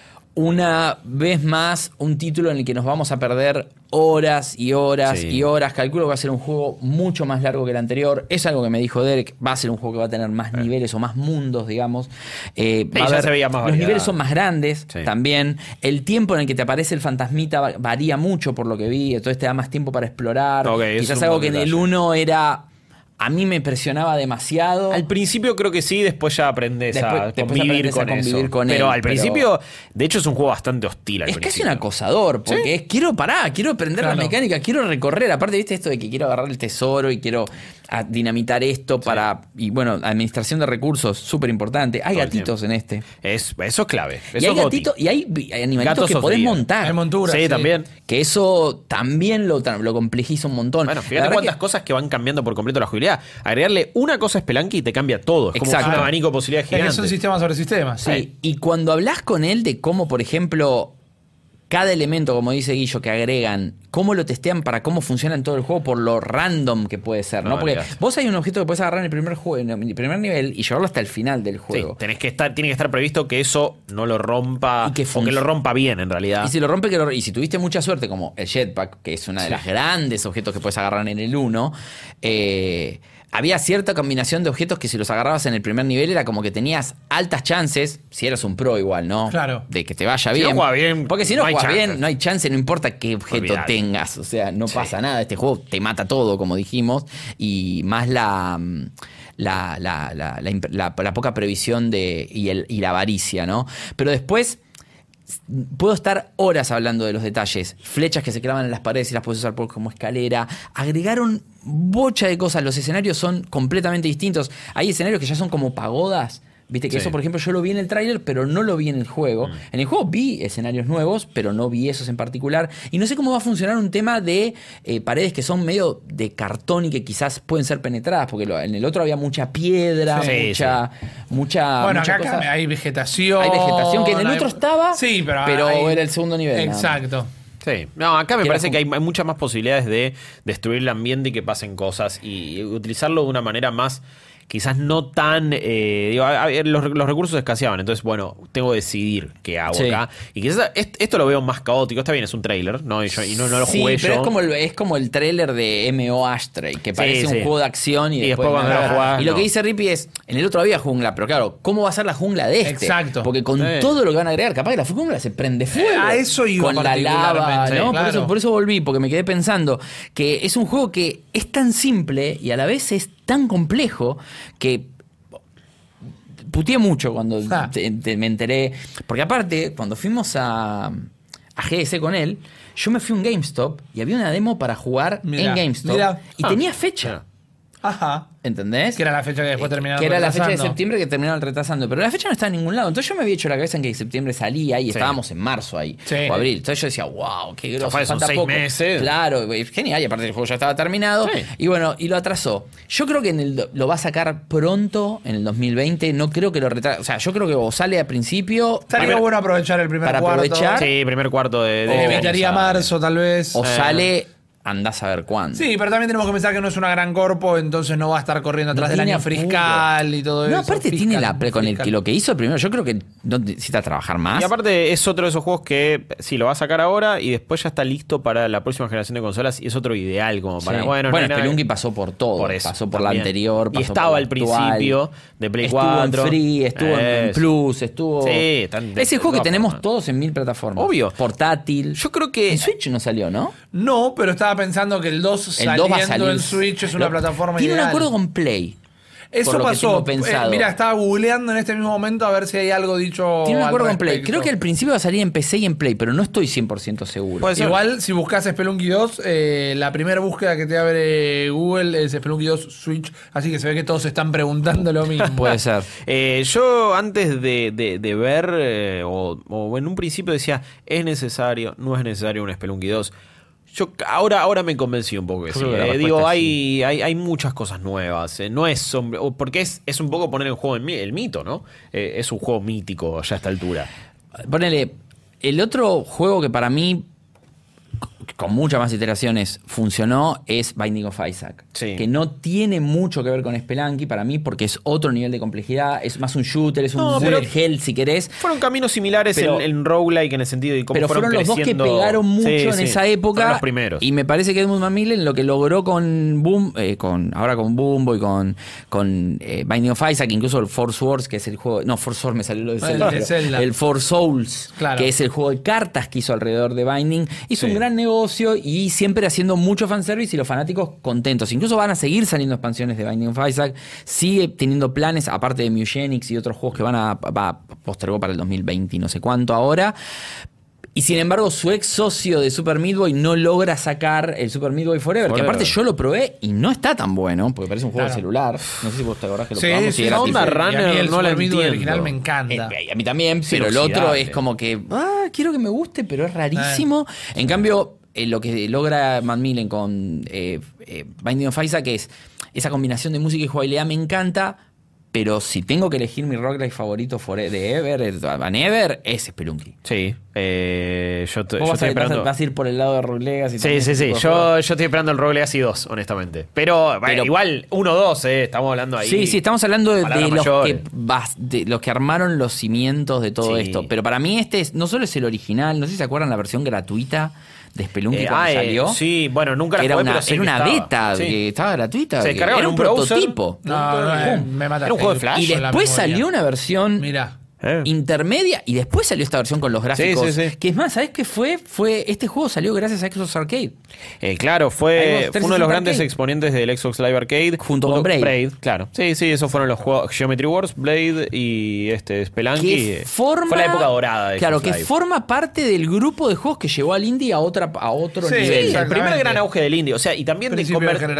una vez más un título en el que nos vamos a perder horas y horas y horas. Calculo que va a ser un juego mucho más largo que el anterior. Es algo que me dijo Derek. Va a ser un juego que va a tener más niveles o más mundos, digamos. Ya se veía más los niveles son más grandes también. El tiempo en el que te aparece el fantasmita varía mucho por lo que vi. Entonces te da más tiempo para explorar. Quizás algo que en el 1 era... A mí me presionaba demasiado. Al principio creo que sí, después ya aprendes a convivir con eso. Pero al principio, de hecho, es un juego bastante hostil. Es casi un acosador, porque es quiero aprender la mecánica, quiero recorrer. Aparte, viste esto de que quiero agarrar el tesoro y quiero dinamitar esto para... Y bueno, administración de recursos, súper importante. Hay gatitos en este. Eso es clave. Y hay gatitos, y hay animalitos que podés montar. Hay monturas. Sí, también. Que eso también lo complejiza un montón. Bueno, fíjate cuántas cosas que van cambiando por completo la jugabilidad. Agregarle una cosa a Spelunky y te cambia todo. Es como un abanico de posibilidades gigantes. Es que son sistemas sobre sistemas. Sí. Y cuando hablas con él de cómo, por ejemplo, cada elemento, como dice Guillo, que agregan, cómo lo testean para cómo funciona en todo el juego por lo random que puede ser, ¿no? Porque vos hay un objeto que puedes agarrar en el primer nivel y llevarlo hasta el final del juego. Sí, tiene que estar previsto que eso no lo rompa o que lo rompa bien, en realidad. Y si lo rompe, y si tuviste mucha suerte, como el jetpack, que es una de las grandes objetos que puedes agarrar en el 1, había cierta combinación de objetos que si los agarrabas en el primer nivel era como que tenías altas chances, si eras un pro igual, ¿no? Claro. De que te vaya bien. Si no juegas bien, porque si no juegas chance. bien, no hay chance, no importa qué objeto tengas. O sea, no pasa nada. Este juego te mata todo, como dijimos. Y más la poca previsión y la avaricia, ¿no? Pero después... puedo estar horas hablando de los detalles. Flechas que se clavan en las paredes y las puedes usar como escalera. Agregaron bocha de cosas. Los escenarios son completamente distintos. Hay escenarios que ya son como pagodas. Viste que eso, por ejemplo, yo lo vi en el tráiler, pero no lo vi en el juego. En el juego vi escenarios nuevos, pero no vi esos en particular. Y no sé cómo va a funcionar un tema de paredes que son medio de cartón y que quizás pueden ser penetradas, porque en el otro había mucha piedra, mucha Bueno, mucha acá cosa. hay vegetación. Hay vegetación que en el otro estaba, sí, pero era el segundo nivel. Exacto. Sí, no, acá me Que parece era que hay muchas más posibilidades de destruir el ambiente y que pasen cosas y utilizarlo de una manera más, quizás no tan... los recursos escaseaban, entonces, bueno, tengo que decidir qué hago acá. Y quizás esto lo veo más caótico. Está bien, es un trailer, ¿no? Y no lo jugué pero yo. es como el tráiler de MO Ashtray, que parece un juego de acción y después cuando nada. lo jugás, Y lo no. que dice Rippy es, en el otro había jungla, pero claro, ¿cómo va a ser la jungla de este? Exacto. Porque con todo lo que van a agregar, capaz que la jungla se prende fuego. A eso iba con la lava, particularmente, ¿no? claro. Por eso volví, porque me quedé pensando que es un juego que es tan simple y a la vez es tan complejo que puteé mucho cuando me enteré. Porque aparte, cuando fuimos a GDC con él, yo me fui a un GameStop y había una demo para jugar en GameStop. Y tenía fecha. Ajá. ¿Entendés? Que era la fecha que después terminaron Que era la retrasando. fecha de septiembre que terminaron retrasando. Pero la fecha no está en ningún lado. Entonces yo me había hecho la cabeza en que septiembre salía y estábamos en marzo ahí. O abril. Entonces yo decía, wow, qué grosso. Son Falta 6 poco. meses. Claro, genial. Y aparte el juego ya estaba terminado. Y bueno, y lo atrasó. Yo creo que lo va a sacar pronto, en el 2020. No creo que lo retrase. O sea, yo creo que o sale a principio. Estaría bueno aprovechar el primer para cuarto. aprovechar. Sí, primer cuarto de Evitaría marzo, tal vez. O sale, andás a ver cuándo. Sí, pero también tenemos que pensar que no es una gran corpo, entonces no va a estar corriendo atrás No del tiene año apuro. fiscal y todo eso. No, aparte tiene con fiscal. lo que hizo primero. Yo creo que no necesita trabajar más. Y aparte es otro de esos juegos que sí, lo va a sacar ahora y después ya está listo para la próxima generación de consolas y es otro ideal como para... Sí. Bueno, Spelunky pasó por todo. Por eso, pasó por también. la anterior, pasó y estaba por la al principio de Play estuvo 4. en Free, estuvo en Plus, estuvo... Sí, es el juego que todas tenemos formas. todos en 1000 plataformas. Obvio. Portátil. Yo creo que... En Switch no salió, ¿no? No, pero estaba pensando que el 2 El 2 va a saliendo salir. en Switch es una plataforma Tiene ideal. un acuerdo con Play. Eso por lo que pasó. tengo pensado. Mira, estaba googleando en este mismo momento a ver si hay algo dicho. Tiene un acuerdo al con Play. respecto. Creo que al principio va a salir en PC y en Play, pero no estoy 100% seguro. Puede ser. Igual, si buscas Spelunky 2, la primera búsqueda que te abre Google es Spelunky 2 Switch. Así que se ve que todos se están preguntando lo mismo. Puede ser. Yo antes de ver, o en un principio decía, ¿es necesario? ¿No es necesario un Spelunky 2? Yo ahora me convencí un poco que sí. creo que la Digo, respuesta hay muchas cosas nuevas. No es porque es un poco poner en juego el mito, ¿no? Es un juego mítico ya a esta altura. Ponele, el otro juego que para mí, con muchas más iteraciones, funcionó es Binding of Isaac. Sí. Que no tiene mucho que ver con Spelunky para mí, porque es otro nivel de complejidad, es más un shooter, es un bullet hell si querés. Fueron caminos similares Pero- en roguelike en el sentido de cómo Pero fueron los dos que creciendo. pegaron mucho Sí, en sí. esa época. Fueron los primeros. Y me parece que Edmund Macmillan lo que logró con Boom, ahora con Bumbo y con Binding of Isaac, incluso el Force Wars, que es el juego. No, Force Wars me salió lo de Zelda. de pero Zelda. el Force Souls, Claro. que es el juego de cartas que hizo alrededor de Binding. Hizo un gran negocio y siempre haciendo mucho fanservice y los fanáticos contentos. Incluso van a seguir saliendo expansiones de Binding of Isaac. Sigue teniendo planes, aparte de Mugenics y otros juegos que postergó para el 2020 y no sé cuánto ahora. Y sin embargo, su ex socio de Super Meat Boy no logra sacar el Super Meat Boy Forever. Que aparte yo lo probé y no está tan bueno, porque parece un juego de celular. No sé si vos te acordás que lo probamos. Sí, y era la onda tipo- rara. Y a mí el no la Super Meat Boy entiendo. original me encanta. y a mí también, pero el otro inoxidable. es como que, quiero que me guste, pero es rarísimo. En cambio, lo que logra Macmillan con Binding of Isaac es esa combinación de música y jugabilidad me encanta, pero si tengo que elegir mi roguelike favorito de Ever, Ever, es Spelunky. Sí. Yo Vos estoy esperando. vas a ir por el lado de Rogue Legacy. Sí, también, sí, ese sí. tipo de juegos. Yo estoy esperando el Rogue Legacy 2, honestamente. Pero igual, 1-2, estamos hablando ahí. Sí, estamos hablando de palabras los mayores. de los que armaron los cimientos de todo Sí. esto. Pero para mí no solo es el original, no sé si se acuerdan la versión gratuita de Spelunky cuando salió. Sí, bueno, nunca la Que era jugué, una, pero sé era que una estaba. beta Sí. que estaba gratuita. Se que descargaba era en un un browser. prototipo. No, Pum. me mataste. Era un juego de Flash. Y Con la después memoria. salió una versión Mira. intermedia, y después salió esta versión con los gráficos. Sí. Que es más, ¿sabés qué fue? Este juego salió gracias a Xbox Arcade. Claro, fue uno de los grandes exponentes del Xbox Live Arcade. Junto con Braid. Claro. Sí, esos fueron los juegos Geometry Wars, Blade y Spelunky. Fue la época dorada de Claro, Xbox que Live. forma parte del grupo de juegos que llevó al indie a otro nivel. El primer gran auge del indie. O sea, y también de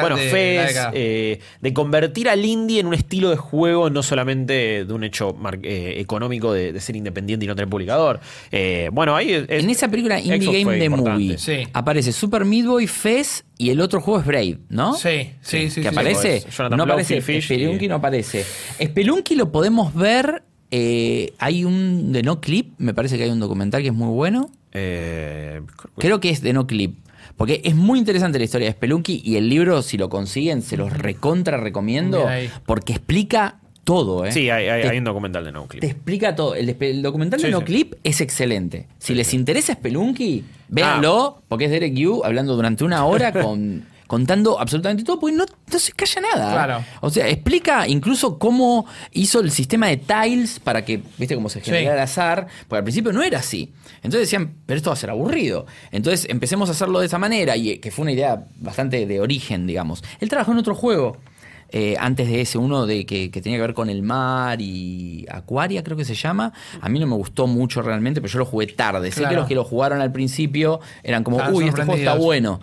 convertir al indie en un estilo de juego, no solamente de un hecho económico de ser independiente y no tener publicador. Ahí en esa película Indie Game The Movie aparece Super Meat Boy, Fez y el otro juego es Braid, ¿no? Sí. ¿Que aparece? No aparece. Spelunky no aparece. Spelunky lo podemos ver. Hay un de No Clip, me parece que hay un documental que es muy bueno. Creo que es de No Clip. Porque es muy interesante la historia de Spelunky y el libro, si lo consiguen, se los recontra recomiendo. Porque explica todo, Sí, hay un documental de No Clip. Te explica todo. El documental de No Clip es excelente. Si les interesa Spelunky, véanlo, porque es Derek Yu hablando durante una hora contando absolutamente todo, porque no se calla nada. Claro. O sea, explica incluso cómo hizo el sistema de tiles para que, viste, cómo se genera el azar, porque al principio no era así. Entonces decían, pero esto va a ser aburrido. Entonces empecemos a hacerlo de esa manera, y que fue una idea bastante de origen, digamos. Él trabajó en otro juego. Antes de ese, uno que tenía que ver con el mar y Aquaria, creo que se llama. A mí no me gustó mucho realmente, pero yo lo jugué tarde. Sé que los que lo jugaron al principio eran como, uy, este juego está bueno.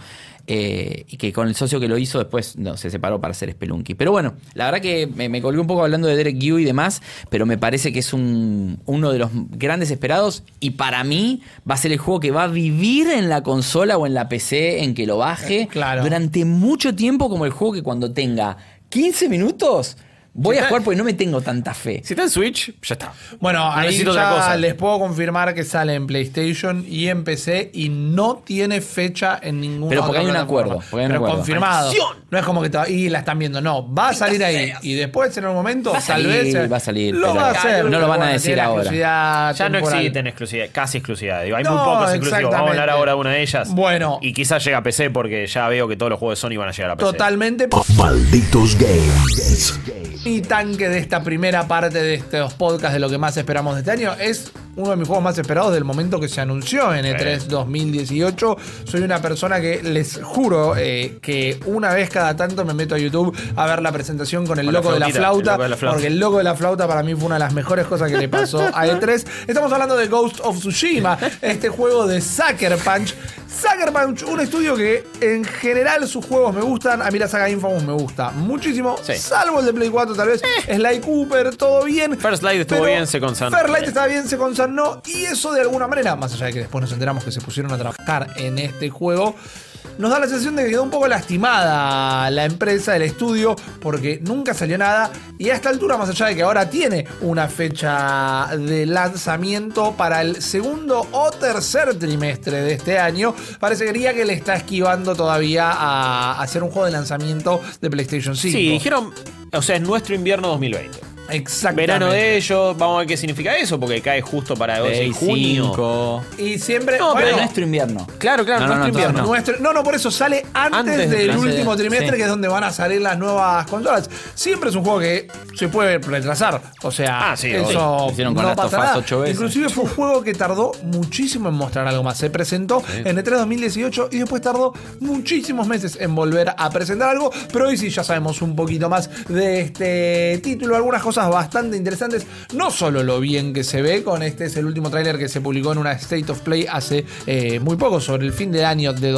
Y que con el socio que lo hizo después se separó para hacer Spelunky. Pero bueno, la verdad que me colgué un poco hablando de Derek Yu y demás, pero me parece que es uno de los grandes esperados, y para mí va a ser el juego que va a vivir en la consola o en la PC, en que lo baje durante mucho tiempo, como el juego que cuando tenga 15 minutos voy a jugar, porque no me tengo tanta fe. Si está en Switch, ya está. Bueno, no ahí necesito ya otra cosa. les puedo confirmar que sale en PlayStation y en PC y no tiene fecha en ninguna Pero porque otra hay un plataforma. acuerdo. Pero confirmado. ¡Maldición! No es como que y la están viendo. No, va a salir ahí. Y después, en un momento, Va a salir. Lo va a hacer. No lo van a Bueno, decir tiene ahora. exclusividad Ya no temporal. existen casi exclusividad. Digo, hay No, muy pocos exclusivos. Vamos a hablar exactamente. ahora de una de ellas. Bueno. Y quizás llega a PC, porque ya veo que todos los juegos de Sony van a llegar a PC. Totalmente. Malditos Games. Mi tanque de esta primera parte de estos podcasts de lo que más esperamos de este año es uno de mis juegos más esperados del momento que se anunció en E3 2018. Soy una persona que les juro que una vez cada tanto me meto a YouTube a ver la presentación con el loco de la flauta, porque el loco de la flauta para mí fue una de las mejores cosas que le pasó a E3. Estamos hablando de Ghost of Tsushima, este juego de Sucker Punch. Sucker Punch, un estudio que en general sus juegos me gustan. A mí la saga Infamous me gusta muchísimo, salvo el de Play 4 tal vez. Sly Cooper, todo bien. First Light estuvo bien, Second Son. First Light estaba bien, Second Son no. Y eso de alguna manera, más allá de que después nos enteramos que se pusieron a trabajar en este juego, nos da la sensación de que quedó un poco lastimada la empresa, el estudio, porque nunca salió nada. Y a esta altura, más allá de que ahora tiene una fecha de lanzamiento para el segundo o tercer trimestre de este año, parecería que le está esquivando todavía a hacer un juego de lanzamiento de PlayStation 5. Sí, dijeron, o sea, es nuestro invierno 2020. Exactamente. Verano de ellos, vamos a ver qué significa eso, porque cae justo para Play junio. 5. Y siempre. No, bueno, pero nuestro invierno. Claro, nuestro invierno. No, por eso sale antes del último trimestre, que es donde van a salir las nuevas consolas. Siempre es un juego que se puede retrasar. O sea, eso hicieron con no Last of pasa Us nada. 8 veces. Inclusive fue un juego que tardó muchísimo en mostrar algo más. Se presentó en E3 2018 y después tardó muchísimos meses en volver a presentar algo. Pero hoy sí ya sabemos un poquito más de este título. Algunas cosas bastante interesantes. No solo lo bien que se ve, con este es el último tráiler que se publicó en una State of Play hace muy poco, sobre el fin del año de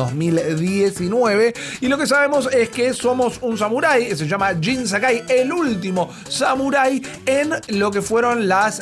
2019. Y lo que sabemos es que somos un samurái, se llama Jin Sakai, el último samurái en lo que fueron las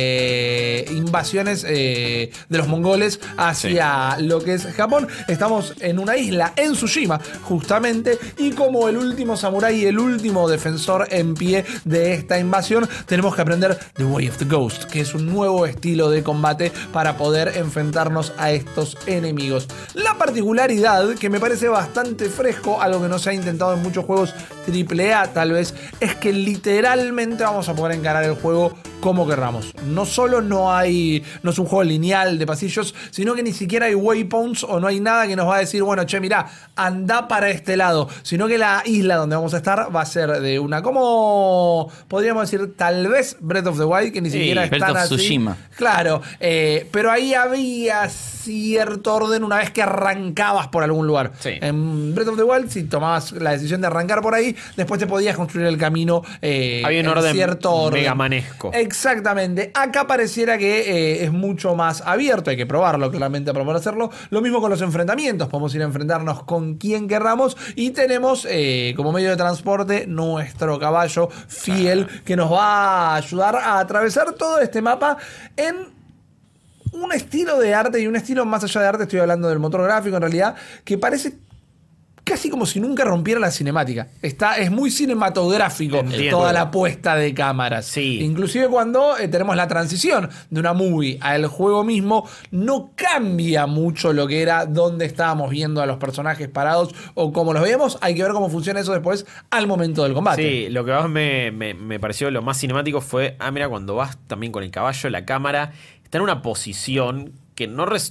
invasiones de los mongoles hacia lo que es Japón. Estamos en una isla, en Tsushima, justamente, y como el último samurái y el último defensor en pie de esta invasión, tenemos que aprender The Way of the Ghost, que es un nuevo estilo de combate para poder enfrentarnos a estos enemigos. La particularidad, que me parece bastante fresco, algo que no se ha intentado en muchos juegos AAA tal vez, es que literalmente vamos a poder encarar el juego como querramos. No solo no es un juego lineal de pasillos, sino que ni siquiera hay waypoints o no hay nada que nos va a decir, bueno, che, mirá, anda para este lado, sino que la isla donde vamos a estar va a ser de una, como podríamos decir, tal vez Breath of the Wild, que ni siquiera es Breath tan of así. Tsushima. Claro, pero ahí había cierto orden una vez que arrancabas por algún lugar. Sí. En Breath of the Wild, si tomabas la decisión de arrancar por ahí, después te podías construir el camino había un en orden cierto orden. megamanesco. Exactamente. Acá pareciera que es mucho más abierto. Hay que probarlo claramente para poder hacerlo. Lo mismo con los enfrentamientos. Podemos ir a enfrentarnos con quien querramos. Y tenemos como medio de transporte nuestro caballo fiel que nos va a ayudar a atravesar todo este mapa en un estilo de arte y un estilo más allá de arte. Estoy hablando del motor gráfico en realidad, que parece casi como si nunca rompiera la cinemática. Es muy cinematográfico. Entiendo. Toda la puesta de cámaras. Sí. Inclusive cuando tenemos la transición de una movie al juego mismo, no cambia mucho lo que era donde estábamos viendo a los personajes parados o cómo los veíamos. Hay que ver cómo funciona eso después al momento del combate. Sí, lo que más me pareció lo más cinemático fue, mira, cuando vas también con el caballo, la cámara está en una posición que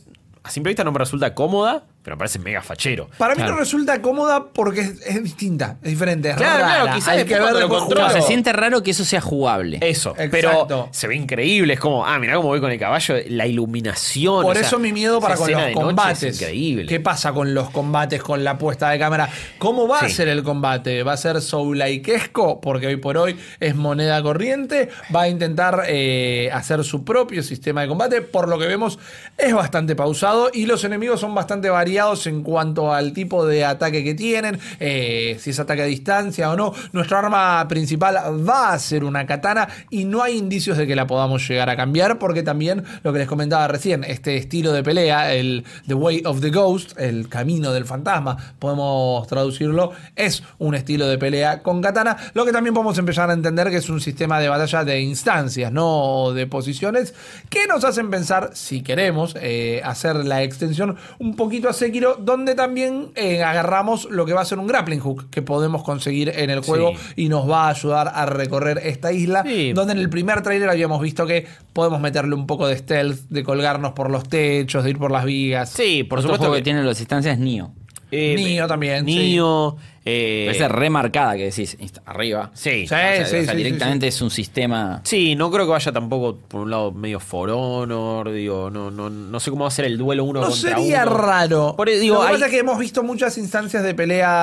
a simple vista no me resulta cómoda, pero me parece mega fachero. Para mí no resulta cómoda porque es distinta, es diferente, es Claro, rara. claro, quizás hay después que ver cuando lo después controlo- No, jugarlo. se siente raro que eso sea jugable. Eso, Exacto. pero se ve increíble, es como, mirá cómo voy con el caballo, la iluminación. Por o sea, eso mi miedo para esa con escena los de noche combates. es increíble. ¿Qué pasa con los combates, con la puesta de cámara? ¿Cómo va a Sí. ser el combate? ¿Va a ser soulikeesco? Porque hoy por hoy es moneda corriente. Va a intentar hacer su propio sistema de combate. Por lo que vemos es bastante pausado y los enemigos son bastante variados en cuanto al tipo de ataque que tienen, si es ataque a distancia o no. Nuestra arma principal va a ser una katana y no hay indicios de que la podamos llegar a cambiar, porque también lo que les comentaba recién, este estilo de pelea, el The Way of the Ghost, el camino del fantasma, podemos traducirlo, es un estilo de pelea con katana, lo que también podemos empezar a entender que es un sistema de batalla de instancias, no de posiciones, que nos hacen pensar, si queremos hacer la extensión un poquito a Sekiro, donde también agarramos lo que va a ser un grappling hook que podemos conseguir en el juego y nos va a ayudar a recorrer esta isla, donde en el primer trailer habíamos visto que podemos meterle un poco de stealth, de colgarnos por los techos, de ir por las vigas. Sí, por Otro supuesto juego que tiene las instancias es Nioh. Nioh también, Nioh. Esa remarcada que decís arriba. Sí. Sí, O sea, sí, sí, directamente es un sistema. Sí, no creo que vaya tampoco por un lado medio For Honor, digo, no sé cómo va a ser el duelo uno No contra sería uno. raro. Por eso, digo, lo que hay- pasa es que hemos visto muchas instancias de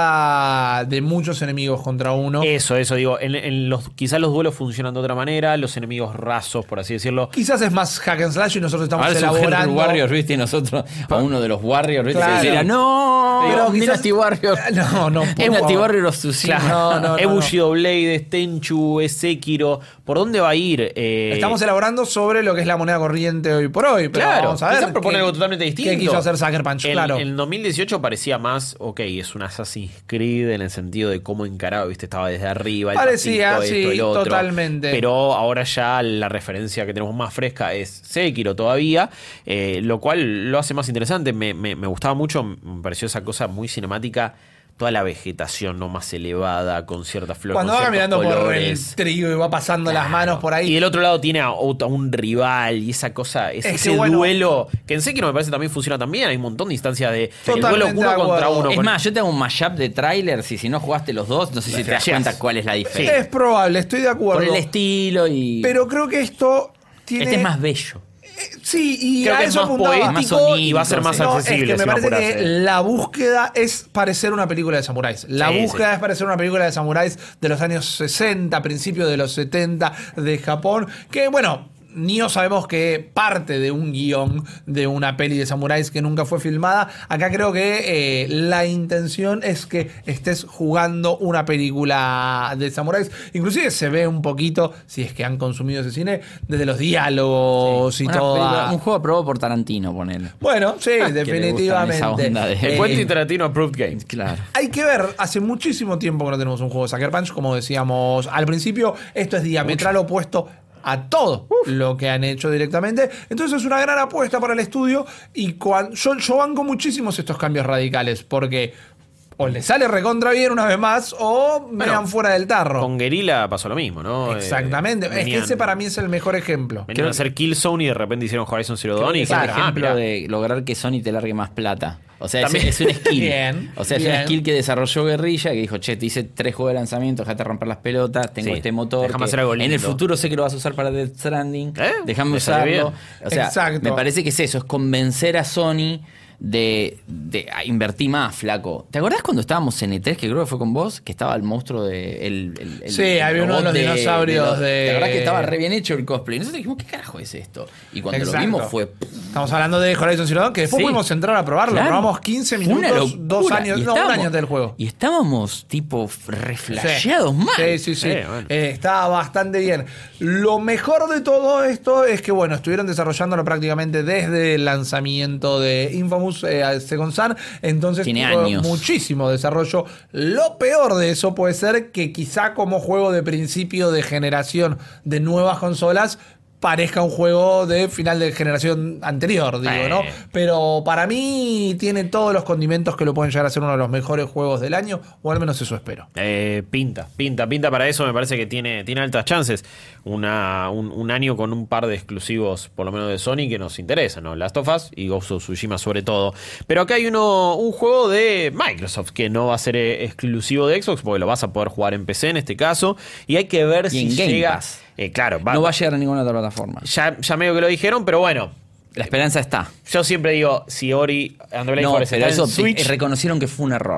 pelea de muchos enemigos contra uno. Eso, digo, quizás los duelos funcionan de otra manera, los enemigos rasos, por así decirlo. Quizás es más hack and slash y nosotros estamos Ahora es un elaborando. Henry Warriors, ¿viste? Y nosotros, a uno de los Warriors, ¿viste? Claro. Que decía, no, Pero quizás- Dynasty Warriors. No, por Dynasty favor. Warriors of Tsushima. No, es no. Bushido Blade, es Tenchu, es Sekiro. ¿Por dónde va a ir? Estamos elaborando sobre lo que es la moneda corriente hoy por hoy. Pero Claro, vamos a ver. quizás propone qué- algo totalmente distinto. ¿Qué quiso hacer Sucker Punch? Claro. En 2018 parecía más, es un Assassin's Creed en el sentido de cómo encaraba, viste, estaba desde arriba. El Parecía, pasito, sí, esto, el otro. totalmente. Pero ahora ya la referencia que tenemos más fresca es Sekiro todavía, lo cual lo hace más interesante. Me gustaba mucho, me pareció esa cosa muy cinemática. Toda la vegetación no más elevada, con ciertas flores. Cuando con va ciertos caminando por el colores. trigo y va pasando las manos por ahí. Y del otro lado tiene a un rival y esa cosa, que ese bueno. duelo, que en Sekiro me parece también funciona también. Hay un montón de instancias de el Totalmente duelo uno de contra acuerdo. uno. Es con- más, yo te hago un mashup de trailers y si no jugaste los dos, no sé si te das flasheás. cuenta cuál es la diferencia. Es probable, estoy de acuerdo. Por el estilo y. Pero creo que esto tiene. Este es más bello. Sí, y Creo a que es eso más apuntaba. poético Más sonido, y va a ser más sí. No, accesible. es que si me va parece por que ahí. la búsqueda es parecer una película de samuráis. La Sí, búsqueda sí. es parecer una película de samuráis de los años 60, principios de los 70 de Japón. Que bueno, Nioh sabemos que parte de un guión de una peli de samuráis que nunca fue filmada. Acá creo que la intención es que estés jugando una película de samuráis. Inclusive se ve un poquito, si es que han consumido ese cine, desde los diálogos y Una todo. película- un juego aprobado por Tarantino, ponele. Bueno, sí, Que le gustan esa definitivamente. onda de- El Quentin Tarantino Approved Game. Claro. Hay que ver, hace muchísimo tiempo que no tenemos un juego de Sucker Punch, como decíamos al principio, esto es diametral opuesto a todo lo que han hecho directamente. Entonces es una gran apuesta para el estudio y yo banco muchísimos estos cambios radicales, porque o le sale recontra bien una vez más, o me dan fuera del tarro. Con Guerrilla pasó lo mismo, ¿no? Exactamente. Es que ese para mí es el mejor ejemplo. Venían a hacer Killzone y de repente hicieron Horizon Zero Dawn y Es el dijeron, ejemplo mirá. de lograr que Sony te largue más plata. O sea, También. es un skill. Bien, o sea, es bien. un skill que desarrolló Guerrilla, que dijo, che, te hice 3 juegos de lanzamiento, dejate romper las pelotas, tengo Sí, este motor. déjame que hacer algo en el lindo. futuro sé que lo vas a usar para Death Stranding. Déjame Le sale usarlo. bien. O sea, Exacto. me parece que es eso, es convencer a Sony de a invertir más, flaco. ¿Te acordás cuando estábamos en E3, que creo que fue con vos, que estaba el monstruo de... Sí, había uno de los dinosaurios de... ¿Te acordás que estaba re bien hecho el cosplay? Y nosotros dijimos, ¿qué carajo es esto? Y cuando Exacto. lo vimos fue... Estamos hablando de Horizon Zero Dawn, que después Sí. pudimos entrar a probarlo. Claro. Probamos 15 Fue una minutos, locura. 2 años, Y no, un estábamos- año del juego. Y estábamos tipo reflasheados mal. Sí, sí, sí. bueno. Estaba bastante bien. Lo mejor de todo esto es que, bueno, estuvieron desarrollándolo prácticamente desde el lanzamiento de Infamous Second Son. Entonces Tiene tuvo años. muchísimo desarrollo. Lo peor de eso puede ser que quizá como juego de principio de generación de nuevas consolas parezca un juego de final de generación anterior, digo, ¿no? Pero para mí tiene todos los condimentos que lo pueden llegar a ser uno de los mejores juegos del año, o al menos eso espero. Pinta para eso, me parece que tiene altas chances. Un año con un par de exclusivos, por lo menos de Sony, que nos interesan, ¿no? Last of Us y Ghost of Tsushima sobre todo. Pero acá hay un juego de Microsoft que no va a ser exclusivo de Xbox, porque lo vas a poder jugar en PC en este caso, y hay que ver Y si en Game llega... Pass. Claro, No va a llegar a ninguna otra plataforma. ya medio que lo dijeron, pero bueno, La esperanza está. yo siempre digo, si Ori and the Blind No, Forest pero está eso en Switch, reconocieron que fue un error.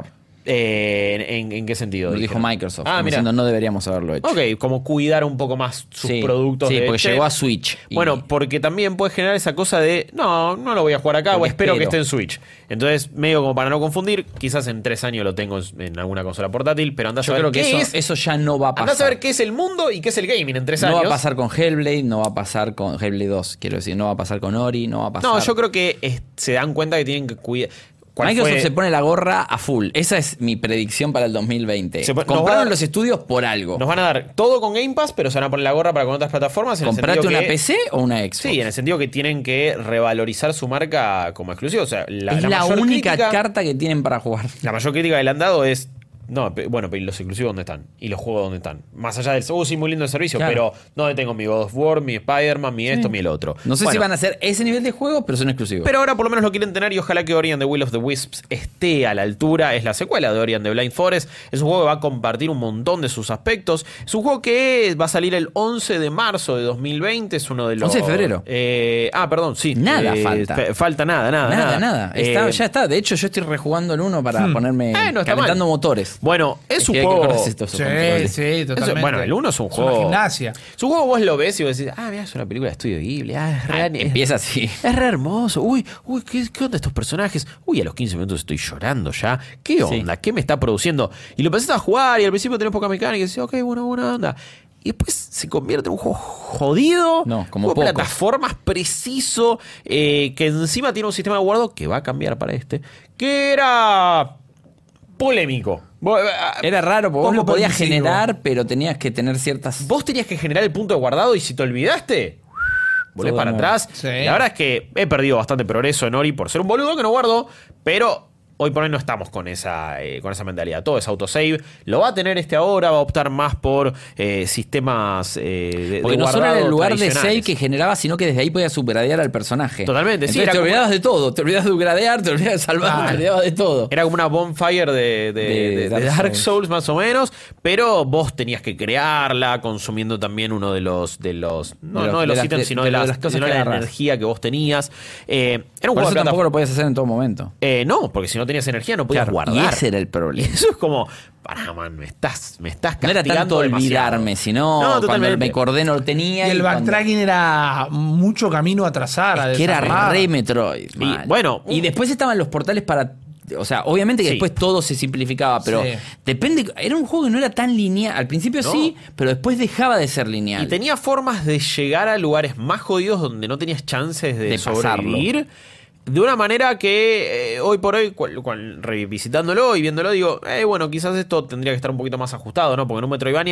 ¿en qué sentido? Lo dijo Dijeron? Microsoft. Ah, como mira. diciendo, no deberíamos haberlo hecho. Ok, como cuidar un poco más sus Sí, productos. sí, de porque che, llegó a Switch. y- Bueno, porque también puede generar esa cosa de no lo voy a jugar acá Porque o espero que espero. esté en Switch. Entonces, medio como para no confundir, quizás en 3 años lo tengo en alguna consola portátil, pero andás yo a ver creo que qué eso, es. eso ya no va a pasar. Andás a ver qué es el mundo y qué es el gaming en 3 No años. va a pasar con Hellblade, no va a pasar con Hellblade 2, quiero decir, no va a pasar con Ori, no va a pasar. No, yo creo que se dan cuenta que tienen que cuidar. ¿Cuál Microsoft fue? se pone la gorra a full. Esa es mi predicción para el 2020. Nos va a Compraron dar- los estudios por algo. Nos van a dar todo con Game Pass, pero se van a poner la gorra para con otras plataformas. En el ¿Comprate sentido una que- PC o una Xbox? Sí, en el sentido que tienen que revalorizar su marca como exclusivo. O sea, es la mayor única crítica- carta que tienen para jugar. La mayor crítica que le han dado es. No, bueno, pero ¿y los exclusivos dónde están? ¿Y los juegos dónde están? Más allá del. Sí, muy lindo el servicio, Claro. pero ¿dónde tengo mi God of War, mi Spider-Man, mi esto, mi el otro? No sé si Bueno, van a hacer ese nivel de juego, pero son exclusivos. pero ahora por lo menos lo quieren tener y ojalá que Ori and the Will of the Wisps esté a la altura. Es la secuela de Ori and the Blind Forest. Es un juego que va a compartir un montón de sus aspectos. Es un juego que va a salir el 11 de marzo de 2020. Es uno de los... 11 de febrero. Perdón, sí. Nada falta. Falta nada. Nada. Ya está. De hecho, yo estoy rejugando el 1 para ponerme no está calentando mal. motores. Bueno, es un que hay que juego... correr estos Sí, controles. sí, totalmente. Bueno, el 1 es un una juego... gimnasia. Es un juego vos lo ves y vos decís, mira, es una película de Estudio Ghibli. Es re, Empieza así. es re hermoso. Uy, ¿qué onda estos personajes? Uy, a los 15 minutos estoy llorando ya. ¿Qué onda? ¿Qué me está produciendo? Y lo empezás a jugar y al principio tenés poca mecánica y decís, ok, buena onda. Y después se convierte en un juego jodido. No, como un juego de pocos. plataformas preciso. Que encima tiene un sistema de guardado que va a cambiar para este. Que era polémico. Era raro, porque vos Poco lo podías permisivo. generar, pero tenías que tener ciertas... Vos tenías que generar el punto de guardado y si te olvidaste, volvés Todo para nuevo. atrás. Sí. La verdad es que he perdido bastante progreso en Ori por ser un boludo que no guardo, pero hoy por hoy no estamos con esa mentalidad. Todo es autosave. Lo va a tener ahora, va a optar más por sistemas de Porque no solo guardado era el lugar de save tradicionales. que generaba, sino que desde ahí podías subgradear al personaje. Totalmente, sí, Entonces era te como- olvidabas de todo. Te olvidabas de upgradear, te olvidabas de salvar, te olvidabas de todo. Era como una bonfire de De Dark Dark Souls más o menos, pero vos tenías que crearla consumiendo también uno de los de ítems, las- sino de de las cosas sino que la agarrás. energía que vos tenías. Era un Por juego eso de tampoco plataforma. lo podías hacer en todo momento. No, porque si no tenías energía no podías Claro, guardar. y ese era el problema. Eso es como, pará, man, me estás No castigando era tanto demasiado. olvidarme, sino No, cuando totalmente. me acordé no lo tenía. Y el cuando- backtracking era mucho camino a trazar. a que era desarmar. re Metroid. Y, mal. bueno, y después estaban los portales para... O sea, obviamente que Sí. después todo se simplificaba, pero Sí. depende... Era un juego que no era tan lineal. Al principio No. sí, pero después dejaba de ser lineal. Y tenía formas de llegar a lugares más jodidos donde no tenías chances de sobrevivir. De una manera que hoy por hoy, revisitándolo y viéndolo, digo, bueno, quizás esto tendría que estar un poquito más ajustado, ¿no? Porque en un Metroidvania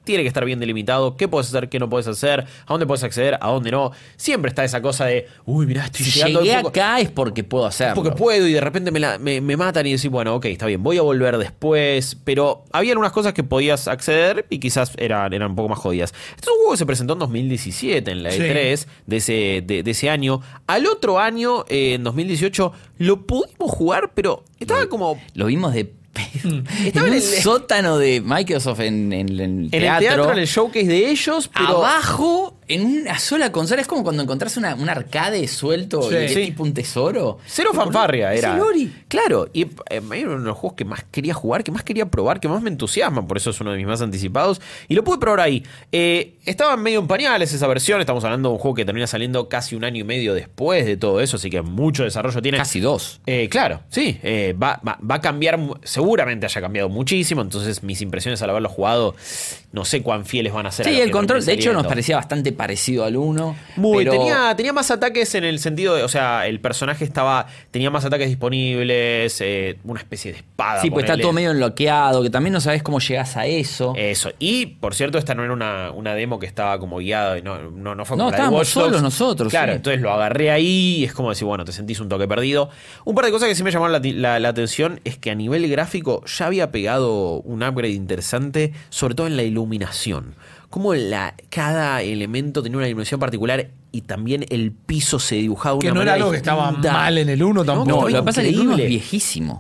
tiene que estar bien delimitado, qué puedes hacer, qué no puedes hacer, a dónde puedes acceder, a dónde no. Siempre está esa cosa de, uy, mirá, estoy llegando llegué acá es porque puedo hacerlo. porque puedo y de repente me matan y decís, bueno, ok, está bien, voy a volver después. Pero había algunas cosas que podías acceder y quizás eran un poco más jodidas. Este es un juego que se presentó en 2017 en la E3 de ese año. Al otro año, en 2018, lo pudimos jugar, pero estaba como... Lo vimos de... Estaba en un sótano de Microsoft en el teatro. En el showcase de ellos, pero... Abajo, en una sola consola. Es como cuando encontrás un arcade suelto y es tipo un tesoro. Cero fanfarria era. Es el Ori. Claro, y era uno de los juegos que más quería jugar, que más quería probar, que más me entusiasma. Por eso es uno de mis más anticipados. Y lo pude probar ahí. Estaba medio en pañales esa versión. Estamos hablando de un juego que termina saliendo casi un año y medio después de todo eso. Así que mucho desarrollo tiene. Casi 2. Claro, sí. Va a cambiar... Seguramente haya cambiado muchísimo, entonces mis impresiones al haberlo jugado, no sé cuán fieles van a ser. Sí, el control, de hecho, nos parecía bastante parecido al 1. Pero... tenía más ataques en el sentido de, o sea, el personaje tenía más ataques disponibles, una especie de espada. Sí, pues está todo medio enloqueado, que también no sabes cómo llegás a eso. Eso. Y, por cierto, esta no era una demo que estaba como guiada, no fue como no, la de estábamos Watch Dogs. solos nosotros. Claro, sí. entonces lo agarré ahí y es como decir, bueno, te sentís un toque perdido. Un par de cosas que sí me llamaron la atención es que a nivel gráfico ya había pegado un upgrade interesante, sobre todo en la iluminación. Como cada elemento tenía una iluminación particular y también el piso se dibujaba de que una no manera era algo que estaba mal en el 1 tampoco. No, lo que pasa es que el 1 es increíble. viejísimo.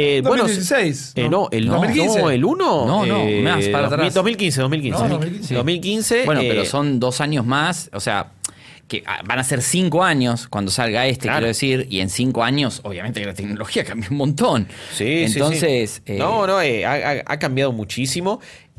2016. No, el 2015. No, el 1. No, más para atrás. 2015. No, 2015. 2015. Bueno, pero son 2 años más, o sea... que van a ser 5 años cuando salga Claro. quiero decir, y en 5 años, obviamente que la tecnología cambió un montón. Sí, entonces, sí. Ha cambiado muchísimo.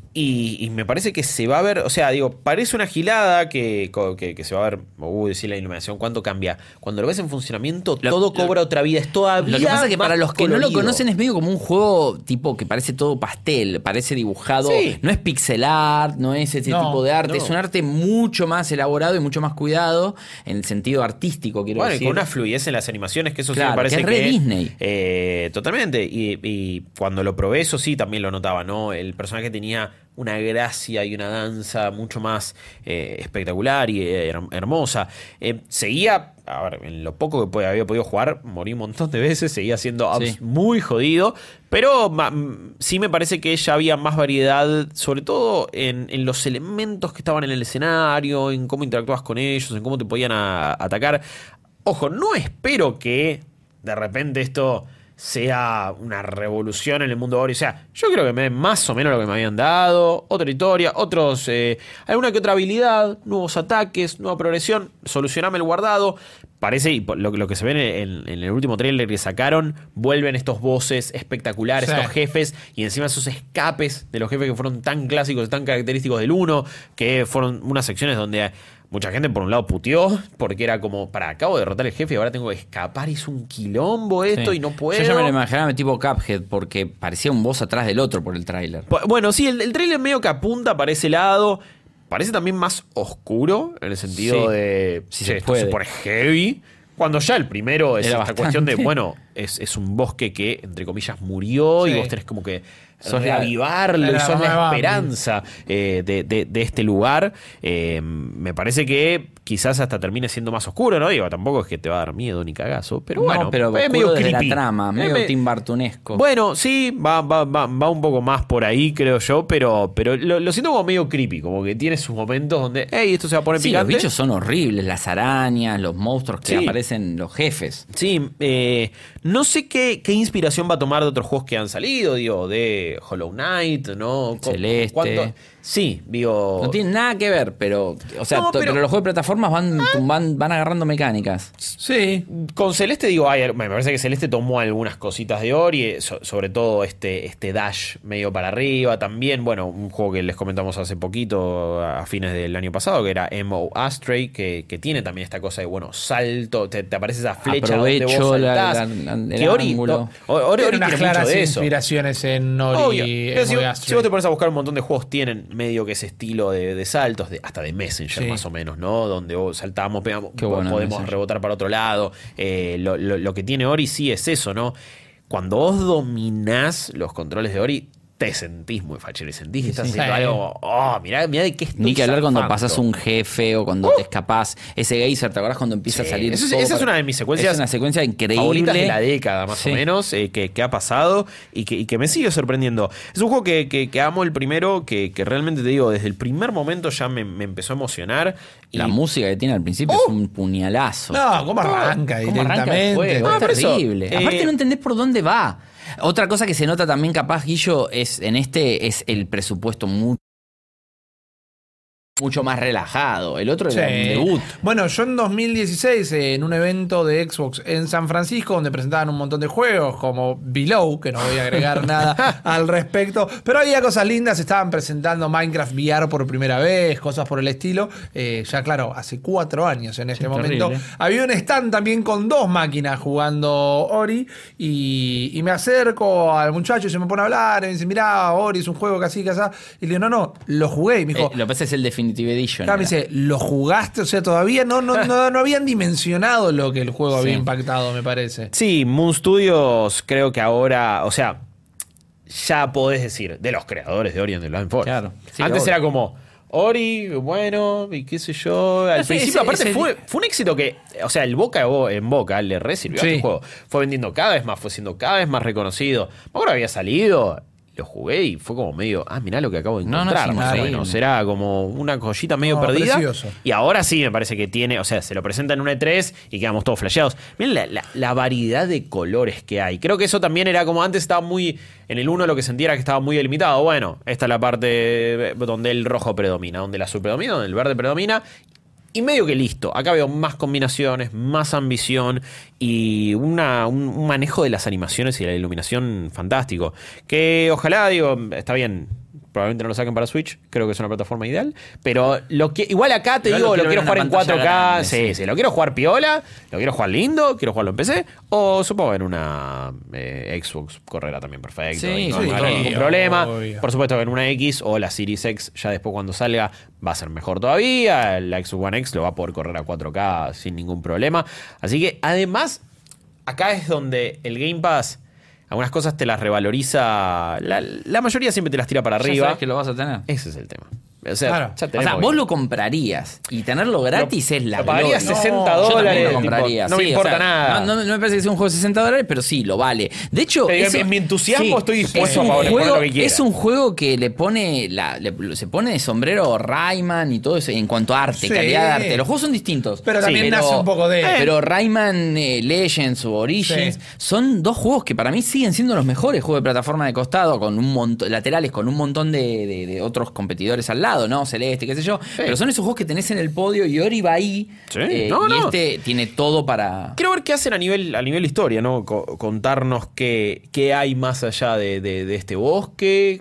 Y me parece que se va a ver, o sea, digo, parece una gilada que se va a ver, decir la iluminación, ¿cuánto cambia? Cuando lo ves en funcionamiento, todo cobra otra vida, es todavía lo que pasa es que más para los que no lo colorido. conocen es medio como un juego tipo que parece todo pastel, parece dibujado, Sí. no es pixel art, no es ese tipo de arte, no. es un arte mucho más elaborado y mucho más cuidado en el sentido artístico, quiero Bueno, y decir. con una fluidez en las animaciones, que eso Claro, sí me parece que es re Disney. Totalmente. Y cuando lo probé, eso sí también lo notaba, ¿no? El personaje tenía una gracia y una danza mucho más espectacular y hermosa. Seguía, a ver, en lo poco que había podido jugar, morí un montón de veces, seguía siendo muy jodido, pero sí me parece que ya había más variedad, sobre todo en los elementos que estaban en el escenario, en cómo interactuabas con ellos, en cómo te podían atacar. Ojo, no espero que de repente esto sea una revolución en el mundo de Ori. O sea, yo creo que me den más o menos lo que me habían dado, otra historia, alguna que otra habilidad, nuevos ataques, nueva progresión, solucioname el guardado. Parece, y lo que se ve en el último trailer que sacaron, vuelven estos bosses espectaculares, estos jefes, y encima esos escapes de los jefes que fueron tan clásicos, tan característicos del 1, que fueron unas secciones donde mucha gente por un lado puteó, porque era como, acabo de derrotar al jefe y ahora tengo que escapar, y es un quilombo esto y no puedo. Yo ya me lo imaginaba tipo Cuphead, porque parecía un boss atrás del otro por el tráiler. Bueno, sí, el tráiler medio que apunta para ese lado. Parece también más oscuro, en el sentido de... si che, se esto puede. se pone heavy. Cuando ya el primero es Era esta bastante. cuestión de, bueno, es un bosque que, entre comillas, murió y vos tenés como que reavivarlo y sos la esperanza de este lugar. Me parece que quizás hasta termine siendo más oscuro, ¿no? Digo, tampoco es que te va a dar miedo ni cagazo, pero bueno, pero es medio desde creepy. la trama, medio Tim Burtonesco. Bueno, sí, va un poco más por ahí, creo yo, pero lo siento como medio creepy, como que tiene sus momentos donde, hey, esto se va a poner sí, picante. los bichos son horribles, las arañas, los monstruos que aparecen, los jefes. Sí, no sé qué inspiración va a tomar de otros juegos que han salido, digo, de Hollow Knight, ¿no? Celeste. Sí, digo... No tiene nada que ver, pero... O sea, No, pero los juegos de plataformas van agarrando mecánicas. Sí. Con Celeste, digo, me parece que Celeste tomó algunas cositas de Ori, sobre todo este dash medio para arriba también. Bueno, un juego que les comentamos hace poquito, a fines del año pasado, que era Emo Astray, que tiene también esta cosa de, bueno, salto, te aparece esa flecha donde vos saltás. el que Ori, ángulo. Ori Tiene unas tiene mucho claras de eso. inspiraciones en Ori. Obvio. Emo Si y vos Astray. te pones a buscar un montón de juegos, tienen medio que ese estilo de saltos, hasta de Messenger más o menos, ¿no? Donde vos saltamos, pegamos, bueno, podemos Messenger. rebotar para otro lado. Lo que tiene Ori sí es eso, ¿no? Cuando vos dominás los controles de Ori, te sentís muy fachero y sentís que estás haciendo algo. Oh, mirá de qué estoy Ni que hablar cuando zafando. pasas un jefe o cuando te escapás. Ese geyser, ¿te acordás cuando empieza a salir? Esa es una de mis secuencias. Es una secuencia increíble. Favoritas de la década, más o menos, que ha pasado y que me sigue sorprendiendo. Es un juego que amo el primero, que realmente te digo, desde el primer momento ya me empezó a emocionar. La música que tiene al principio es un puñalazo. No, ¿cómo arranca ¿Cómo arranca el directamente? juego? Ah, Es por eso, terrible. Aparte no entendés por dónde va. Otra cosa que se nota también capaz, Guillo, es el presupuesto mucho más relajado. El otro era un debut. Bueno, yo en 2016, en un evento de Xbox en San Francisco, donde presentaban un montón de juegos, como Below, que no voy a agregar nada al respecto, pero había cosas lindas, estaban presentando Minecraft VR por primera vez, cosas por el estilo. Ya claro, hace 4 años en este momento. terrible. Había un stand también con 2 máquinas jugando Ori, y me acerco al muchacho y se me pone a hablar, y me dice, mirá, Ori es un juego que así, que así. Y le digo, no, lo jugué. Y me dijo, Lo que pasa es el Definitive Edition. claro, me dice, ¿lo jugaste? O sea, todavía no habían dimensionado lo que el juego había impactado, me parece. Sí, Moon Studios creo que ahora, o sea, ya podés decir, de los creadores de Ori and the Blind Forest. Claro. Sí, Antes obvio. era como, Ori, bueno, y qué sé yo. Al principio, aparte, fue un éxito que, o sea, el boca en boca le re sirvió a este juego. Fue vendiendo cada vez más, fue siendo cada vez más reconocido. Me acuerdo que había salido, lo jugué y fue como medio, mirá lo que acabo de encontrar, sí, más o increíble. menos. Era como una joyita medio perdida. Precioso. Y ahora sí me parece que tiene, o sea, se lo presenta en un E3 y quedamos todos flasheados. Miren la variedad de colores que hay. Creo que eso también era como antes estaba muy, en el 1 lo que sentía era que estaba muy delimitado. Bueno, esta es la parte donde el rojo predomina, donde el azul predomina, donde el verde predomina. Y medio que listo. Acá veo más combinaciones, más ambición y un manejo de las animaciones y de la iluminación fantástico. Que ojalá, digo, está bien. Probablemente no lo saquen para Switch, creo que es una plataforma ideal. Pero igual acá te digo, lo quiero jugar en 4K. Grande, sí, lo quiero jugar piola, lo quiero jugar lindo, quiero jugarlo en PC. O supongo en una Xbox correrá también perfecto. Sí, y no sí, habrá obvio, ningún problema. obvio. Por supuesto que en una X o la Series X, ya después cuando salga, va a ser mejor todavía. La Xbox One X lo va a poder correr a 4K sin ningún problema. Así que además, acá es donde el Game Pass, algunas cosas te las revaloriza. La mayoría siempre te las tira para Ya arriba. sabes que lo vas a tener. Ese es el tema. O sea, Claro. ya O tenemos sea, vos lo comprarías y tenerlo gratis es la lo pagaría gloria. $60 Yo también tipo, lo compraría. no me sí, importa o sea, nada. No me parece que sea un juego de $60, pero sí, lo vale. De hecho, Te digo, en mi entusiasmo estoy dispuesto a poner lo que quiera. Es un juego que le pone se pone de sombrero Rayman y todo eso en cuanto a arte, Sí. calidad de arte. Los juegos son distintos. Pero también nace un poco de... Pero Rayman Legends o Origins Sí. son 2 juegos que para mí siguen siendo los mejores juegos de plataforma de costado, con un montón laterales, con un montón de otros competidores al lado, ¿no? Celeste, qué sé yo. Pero son esos juegos que tenés en el podio y Ori va ahí. Sí. Y este tiene todo para. Quiero ver qué hacen a nivel historia, ¿no? Contarnos qué hay más allá de este bosque.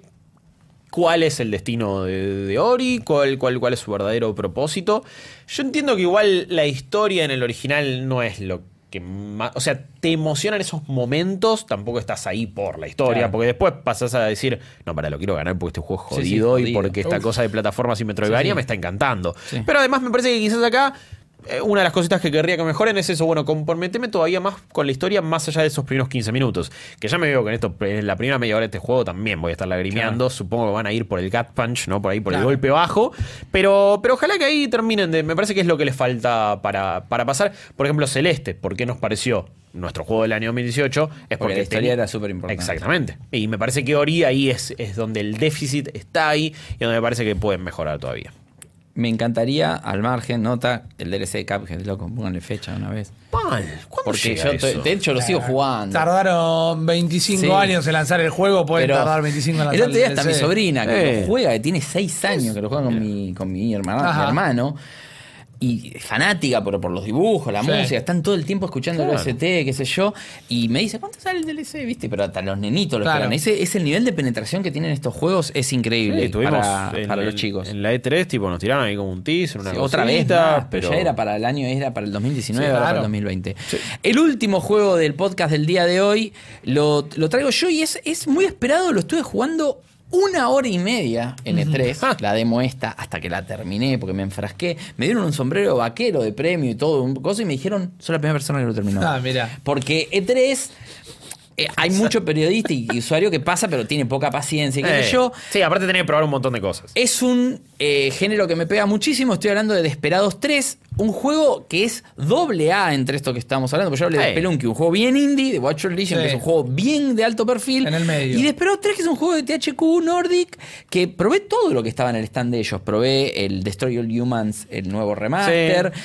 ¿Cuál es el destino de Ori? ¿Cuál es su verdadero propósito? Yo entiendo que igual la historia en el original no es lo que más... O sea, te emocionan esos momentos, tampoco estás ahí por la historia, Claro. porque después pasás a decir, no, lo quiero ganar porque este juego es Sí, sí, jodido y jodido. porque esta cosa de plataformas y Metroidvania Sí. me está encantando. Sí. Pero además me parece que quizás acá... Una de las cositas que querría que mejoren es eso, bueno, comprometeme todavía más con la historia más allá de esos primeros 15 minutos. Que ya me veo que en la primera media hora de este juego también voy a estar lagrimeando. Claro. Supongo que van a ir por el gut punch, ¿no? Por ahí, por el Claro. golpe bajo. Pero ojalá que ahí terminen me parece que es lo que les falta para pasar. Por ejemplo, Celeste, ¿por qué nos pareció nuestro juego del año 2018? Es Porque la historia era súper importante. Exactamente. Y me parece que Ori ahí es donde el déficit está ahí y donde me parece que pueden mejorar todavía. Me encantaría, al margen, nota, el DLC de Cuphead, loco, pónganle fecha una vez. ¿Cuándo Porque llega yo, eso? de hecho, lo sigo jugando. Tardaron 25 Sí. años en lanzar el juego, pueden Pero tardar 25 en lanzar el otro día está mi DLC. sobrina que lo juega, que tiene 6 años, que lo juega con mi Ajá. hermano. Y fanática por los dibujos, la Sí. música, están todo el tiempo escuchando Claro. el OST, qué sé yo, y me dice, ¿cuánto sale el DLC? ¿Viste? Pero hasta los nenitos lo Claro. juegan. Es el nivel de penetración que tienen estos juegos, es increíble Sí, tuvimos para los chicos. En la E3, tipo, nos tiraron ahí como un teaser, una Sí, cosita, otra vez más, pero ya era para el año, era para el 2019, Sí, ahora para claro. el 2020. El último juego del podcast del día de hoy lo traigo yo y es muy esperado, lo estuve jugando 1 hora y media en E3, la demo esta, hasta que la terminé porque me enfrasqué. Me dieron un sombrero vaquero de premio y todo, un cosa, y me dijeron, soy la primera persona que lo terminó. Ah, mira. Porque E3 hay mucho periodista y usuario que pasa, pero tiene poca paciencia. ¿Qué sé yo? Sí, aparte tenés que probar un montón de cosas. Es un género que me pega muchísimo. Estoy hablando de Desperados 3, un juego que es AA entre esto que estamos hablando. Porque yo hablé de Spelunky, un juego bien indie, de Watcher Legion, que es un juego bien de alto perfil. En el medio. Y Desperados 3, que es un juego de THQ Nordic, que probé todo lo que estaba en el stand de ellos. Probé el Destroy All Humans, el nuevo remaster.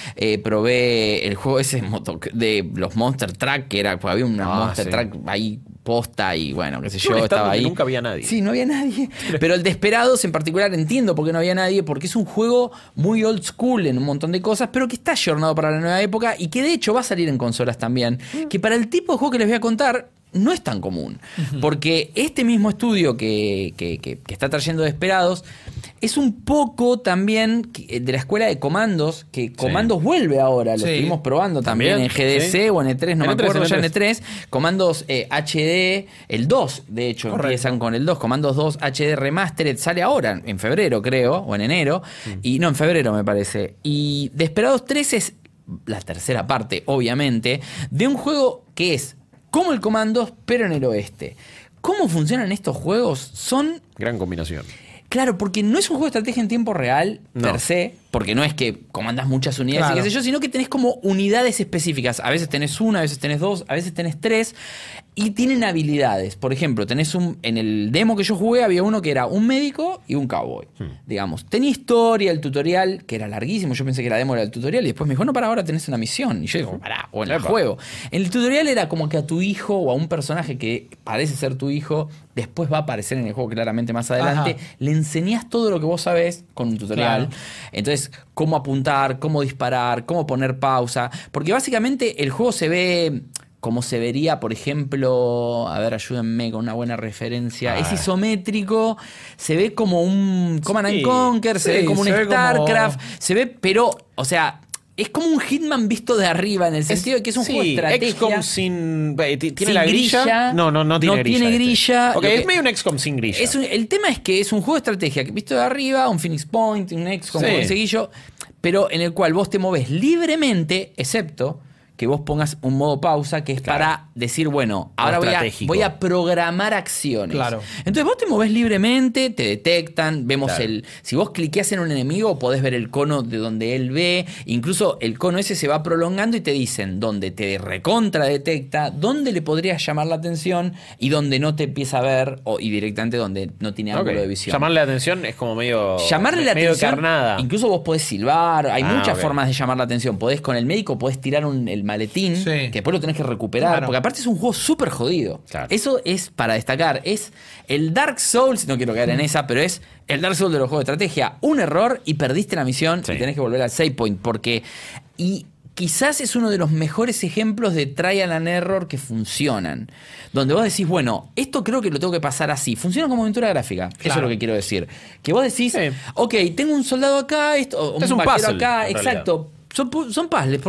Probé el juego ese de los Monster Truck, que era, pues había una Monster Truck ahí posta y bueno, qué sé yo, estaba ahí. Nunca había nadie. Sí, no había nadie. Pero el Desperados en particular entiendo por qué no había nadie, porque es un juego muy old school en un montón de cosas, pero que está ayornado para la nueva época y que de hecho va a salir en consolas también. Que para el tipo de juego que les voy a contar no es tan común. Porque este mismo estudio que está trayendo Desperados es un poco también de la escuela de Comandos, que Comandos vuelve ahora, lo estuvimos probando también en GDC o en E3, no me acuerdo, ya en E3. Comandos HD, el 2, de hecho, empiezan con el 2, Comandos 2 HD Remastered, sale ahora, en febrero creo, o en enero, y no, en febrero me parece. Y Desperados 3 es la tercera parte, obviamente, de un juego que es como el Comandos, pero en el oeste. ¿Cómo funcionan estos juegos? Son... Gran combinación. Claro, porque no es un juego de estrategia en tiempo real, per se, porque no es que comandas muchas unidades y qué sé yo, sino que tenés como unidades específicas. A veces tenés una, a veces tenés dos, a veces tenés tres, y tienen habilidades. Por ejemplo, tenés en el demo que yo jugué había uno que era un médico y un cowboy, digamos. Tenía historia, el tutorial, que era larguísimo, yo pensé que la demo era el tutorial, y después me dijo, no, para ahora tenés una misión. Y yo digo, pará, o en el juego. En el tutorial era como que a tu hijo o a un personaje que parece ser tu hijo, después va a aparecer en el juego claramente más adelante, le enseñás todo lo que vos sabés con un tutorial. Entonces, cómo apuntar, cómo disparar, cómo poner pausa. Porque básicamente el juego se ve como se vería, por ejemplo, a ver, ayúdenme con una buena referencia. Es isométrico, se ve como un Command and Conquer, se ve como un StarCraft, se ve, pero, o sea... Es como un Hitman visto de arriba, en el sentido de que es un juego de estrategia. XCOM sin... ¿Tiene sin la grilla? No tiene grilla. No tiene grilla. Ok, es medio un XCOM sin grilla. El tema es que es un juego de estrategia visto de arriba, un Phoenix Point, un XCOM, un seguillo, pero en el cual vos te movés libremente, excepto que vos pongas un modo pausa, que es para decir, bueno, ahora voy a programar acciones. Entonces vos te movés libremente, te detectan, vemos si vos cliqueás en un enemigo, podés ver el cono de donde él ve, incluso el cono ese se va prolongando y te dicen dónde te recontra detecta, dónde le podrías llamar la atención y dónde no te empieza a ver, y directamente donde no tiene ángulo de visión. Llamarle la atención es como medio... Llamarle la atención, carnada. Incluso vos podés silbar, hay muchas formas de llamar la atención. Podés con el médico, podés tirar el maletín, que después lo tenés que recuperar, porque aparte es un juego súper jodido. Eso es para destacar. Es el Dark Souls, no quiero caer en esa, pero es el Dark Souls de los juegos de estrategia. Un error y perdiste la misión y tenés que volver al save point, porque... Y quizás es uno de los mejores ejemplos de trial and error que funcionan. Donde vos decís, bueno, esto creo que lo tengo que pasar así. Funciona como aventura gráfica. Eso es lo que quiero decir. Que vos decís, ok, tengo un soldado acá, un vaquero acá. Exacto. Son puzzles,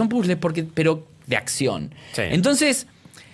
pero de acción. Entonces,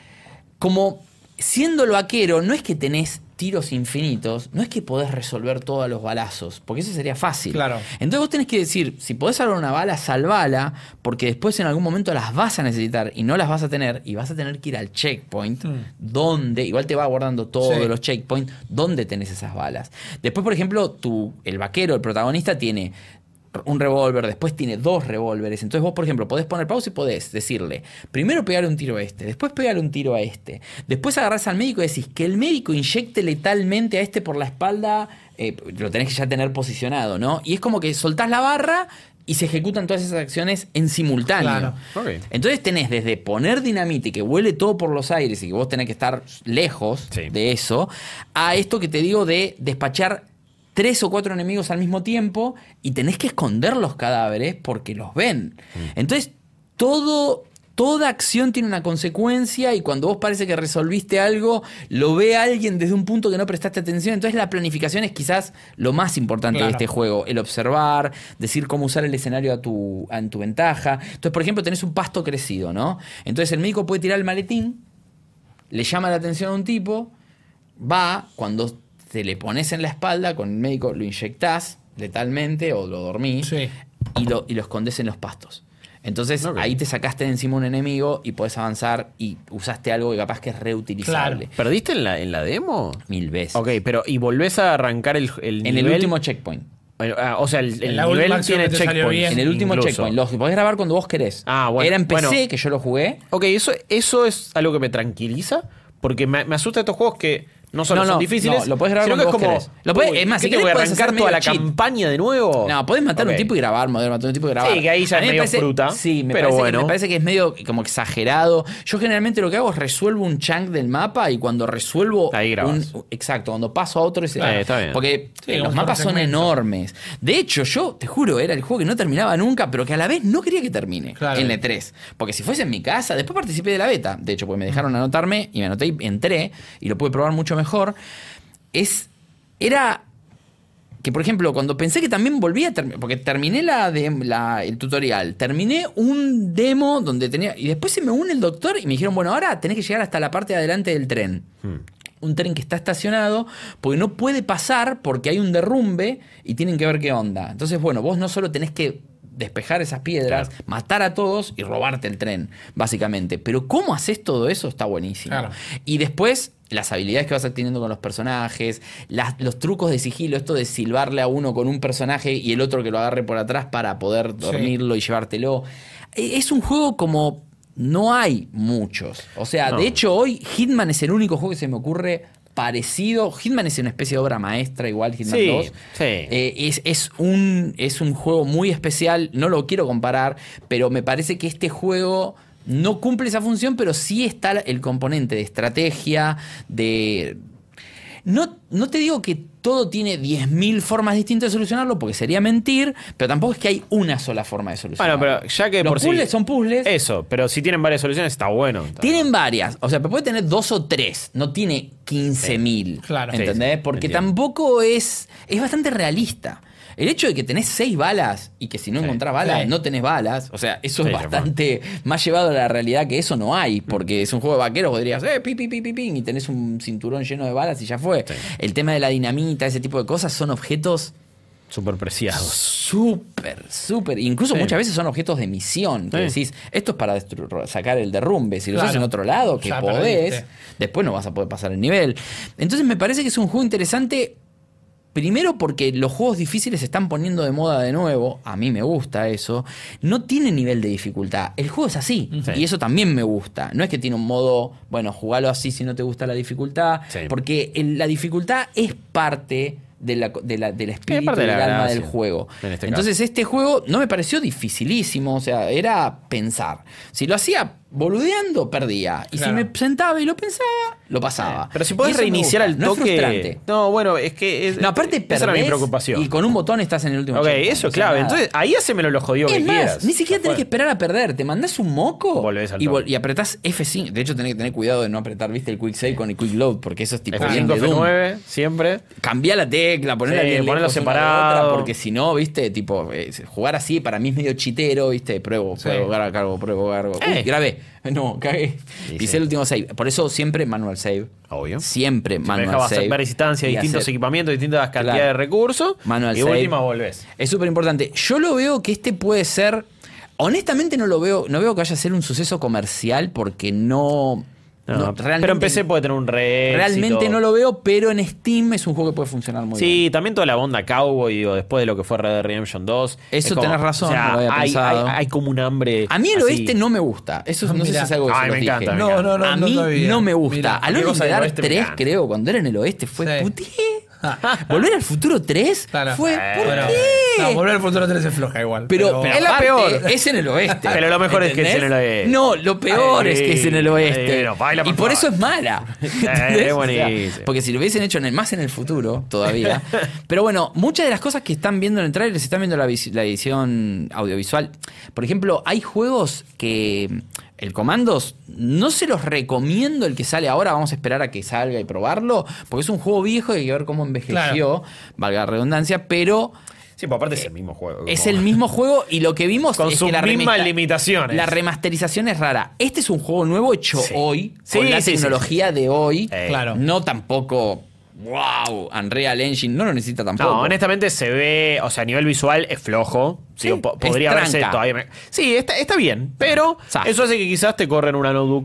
como siendo el vaquero, no es que tenés tiros infinitos, no es que podés resolver todos los balazos, porque eso sería fácil. Entonces vos tenés que decir, si podés salvar una bala, salvala, porque después en algún momento las vas a necesitar y no las vas a tener, y vas a tener que ir al checkpoint, donde, igual te va guardando todos los checkpoints, donde tenés esas balas. Después, por ejemplo, el vaquero, el protagonista, tiene un revólver, después tiene 2 revólveres. Entonces vos, por ejemplo, podés poner pausa y podés decirle, primero pegarle un tiro a este, después pegarle un tiro a este, después agarrás al médico y decís que el médico inyecte letalmente a este por la espalda, lo tenés que ya tener posicionado, ¿no? Y es como que soltás la barra y se ejecutan todas esas acciones en simultáneo. Entonces tenés desde poner dinamita y que vuele todo por los aires y que vos tenés que estar lejos de eso, a esto que te digo de despachar 3 o 4 enemigos al mismo tiempo y tenés que esconder los cadáveres porque los ven. Entonces, toda acción tiene una consecuencia y cuando vos parece que resolviste algo, lo ve alguien desde un punto que no prestaste atención. Entonces, la planificación es quizás lo más importante de este juego. El observar, decir cómo usar el escenario en tu ventaja. Entonces, por ejemplo, tenés un pasto crecido, ¿no? Entonces, el médico puede tirar el maletín, le llama la atención a un tipo, va, cuando te le pones en la espalda, con el médico lo inyectás letalmente o lo dormís y lo escondés en los pastos. Entonces ahí te sacaste de encima un enemigo y podés avanzar y usaste algo que capaz que es reutilizable. Claro. ¿Perdiste en la demo? 1000 veces. Ok, pero ¿y volvés a arrancar el En nivel? el último checkpoint. O sea, el En la última nivel acción tiene que te salió checkpoints. bien. En el último incluso. checkpoint. Lo podés grabar cuando vos querés. Ah, bueno. Era en PC, Bueno. que yo lo jugué. Ok, eso es algo que me tranquiliza, porque me asusta estos juegos que no solo son difíciles, lo podés grabar sino que cuando es como, vos querés. Lo podés- es más, ¿qué si te voy querés a podés arrancar hacer toda medio la cheat. campaña de nuevo? No, podés matar Ok. un tipo y grabar, matar un tipo y grabar. Sí, que ahí ya A es mí me medio parece- fruta, Sí, pero bueno. me parece que es medio como exagerado. Yo generalmente lo que hago es resuelvo un chunk del mapa y cuando resuelvo Ahí grabas. exacto, cuando paso a otro está bien. porque Sí, los como mapas por son segmento. enormes. De hecho, yo te juro, era el juego que no terminaba nunca, pero que a la vez no quería que termine Claro. en E3. Porque si fuese en mi casa, después participé de la beta. De hecho, porque me dejaron anotarme y me anoté y entré y lo pude probar mucho mejor. Era que, por ejemplo, cuando pensé que también volvía a terminar, porque terminé el tutorial, terminé un demo donde tenía, y después se me une el doctor y me dijeron, bueno, ahora tenés que llegar hasta la parte de adelante del tren. Un tren que está estacionado, porque no puede pasar porque hay un derrumbe y tienen que ver qué onda. Entonces, bueno, vos no solo tenés que despejar esas piedras, Claro. matar a todos y robarte el tren, básicamente. Pero cómo haces todo eso está buenísimo. Claro. Y después, las habilidades que vas adquiriendo con los personajes, los trucos de sigilo, esto de silbarle a uno con un personaje y el otro que lo agarre por atrás para poder dormirlo y llevártelo. Es un juego como no hay muchos. O sea, No. de hecho, hoy Hitman es el único juego que se me ocurre parecido. Hitman es una especie de obra maestra, igual Hitman Sí, 2. sí. Es un juego muy especial, no lo quiero comparar, pero me parece que este juego no cumple esa función, pero sí está el componente de estrategia, de... No te digo que todo tiene 10.000 formas distintas de solucionarlo, porque sería mentir, pero tampoco es que hay una sola forma de solucionarlo. Bueno, pero ya que los por sí- puzzles son puzzles. Eso, pero si tienen varias soluciones está bueno. Tienen varias, o sea, pero puede tener 2 o 3, no tiene 15.000. Claro. ¿Entendés? Sí, sí, Porque entiendo. tampoco es bastante realista. El hecho de que tenés 6 balas y que si no Sí. encontrás balas Sí. no tenés balas, o sea, eso Sí, es ya bastante más llevado a la realidad que eso no hay, porque es un juego de vaqueros, podrías, pi, pi, pi, pi, pi, y tenés un cinturón lleno de balas y ya fue. Sí. El tema de la dinamita, ese tipo de cosas, son objetos Súper preciados. súper. Incluso Sí. muchas veces son objetos de misión. Que Sí. decís, esto es para sacar el derrumbe. Si lo Claro. haces en otro lado, que Ya podés, perdiste. después no vas a poder pasar el nivel. Entonces me parece que es un juego interesante. Primero porque los juegos difíciles se están poniendo de moda de nuevo. A mí me gusta eso. No tiene nivel de dificultad. El juego es así. Sí. Y eso también me gusta. No es que tiene un modo, bueno, jugalo así si no te gusta la dificultad. Sí. Porque la dificultad es parte del espíritu, parte de la del alma gracia, del juego. en este Entonces este juego no me pareció dificilísimo. O sea, era pensar. Si lo hacía boludeando, perdía. Y Claro. si me sentaba y lo pensaba, lo pasaba. Pero si Y podés eso me reiniciar gusta. al No es toque. frustrante. No, bueno, es que. No, aparte esa era mi perdés preocupación. y con un botón estás en el último Ok, checkpoint. eso O es sea, clave. nada. Entonces, ahí hacémelo lo jodido Es que más, quieras. ni siquiera tenés que Bueno. esperar a perder. Te mandás un moco Volvés al y, toque. y apretás F5. De hecho, tenés que tener cuidado de no apretar, viste, el quick save con el quick load, porque eso es tipo bien F5, de Doom. F9, siempre. Cambiá la tecla, ponerla Sí, bien ponerlo lejos una de separado. otra, porque si no, viste, tipo, jugar así para mí es medio chitero, viste, pruebo, cargo. Uy, grabé. No, cagué. Sí, Pisé sí. el último save. Por eso siempre manual save. Obvio. Siempre Me manual dejaba save. ver instancias, Y distintos hacer- equipamientos, distintas cantidades Claro. de recursos. Manual y save. última volvés. Es súper importante. Yo lo veo que este puede ser. Honestamente no veo que vaya a ser un suceso comercial porque no. No, realmente, pero en PC puede tener un re realmente éxito. no lo veo, pero en Steam es un juego que puede funcionar muy bien. Sí, también toda la onda cowboy, digo, después de lo que fue Red Dead Redemption 2. Eso es tenés razón, o sea, no lo había hay, pensado. hay como un hambre. A mí el así. oeste no me gusta. Eso no sé si Mirá. es algo que Ay, se los me dije. encanta, me No, encanta. no, no. A mí sabía. no me gusta. Mirá, Al qué cosa del Dar oeste me 3, encanta. creo, cuando era en el oeste, fue Sí. puté. Volver al futuro 3 Claro. fue ¿por Bueno, qué? no, Volver al Futuro 3 es floja igual. Pero Es la aparte, peor. Es en el oeste. Pero lo mejor es que es en el oeste. No, lo peor Ay, es que es en el oeste. bueno, baila, por y por favor. eso es mala. ¿Entendés? Es O sea, buenísimo. porque si lo hubiesen hecho más en el futuro todavía. Pero bueno, muchas de las cosas que están viendo en el trailer se están viendo en la edición audiovisual. Por ejemplo, hay juegos que el Commandos no se los recomiendo el que sale ahora. Vamos a esperar a que salga y probarlo. Porque es un juego viejo y hay que ver cómo envejeció, valga la redundancia, pero Sí, pues aparte es el mismo juego. es como- el mismo juego y lo que vimos Con es sus que la mismas limitaciones. La remasterización es rara. Este es un juego nuevo hecho Sí. hoy, Sí, con la sí, tecnología de hoy. Claro. No tampoco wow, Unreal Engine no lo necesita tampoco. No, honestamente se ve, o sea, a nivel visual es flojo. Sí, Digo, podría es verse tranca. todavía. Sí, está bien, pero Sa. eso hace que quizás te corren una notebook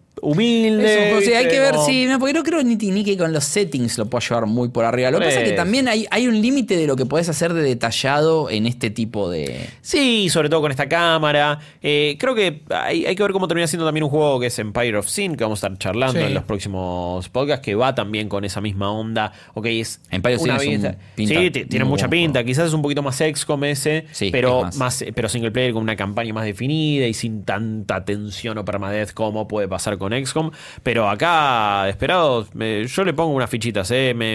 humilde. Eso, o sea, hay que ver como- si. No, porque no creo ni que con los settings lo pueda llevar muy por arriba. Lo que pasa es que también hay un límite de lo que podés hacer de detallado en este tipo de. Sí, sobre todo con esta cámara. Creo que hay que ver cómo termina siendo también un juego que es Empire of Sin, que vamos a estar charlando Sí. en los próximos podcasts, que va también con esa misma onda. Ok, es Empire of Sin una es un vista- pinta Sí, tiene muy mucha buen pinta. juego. Quizás es un poquito más XCOM ese, Sí, pero es más. pero single player con una campaña más definida y sin tanta tensión o permadeath como puede pasar con XCOM. Pero acá, Desperados, yo le pongo unas fichitas.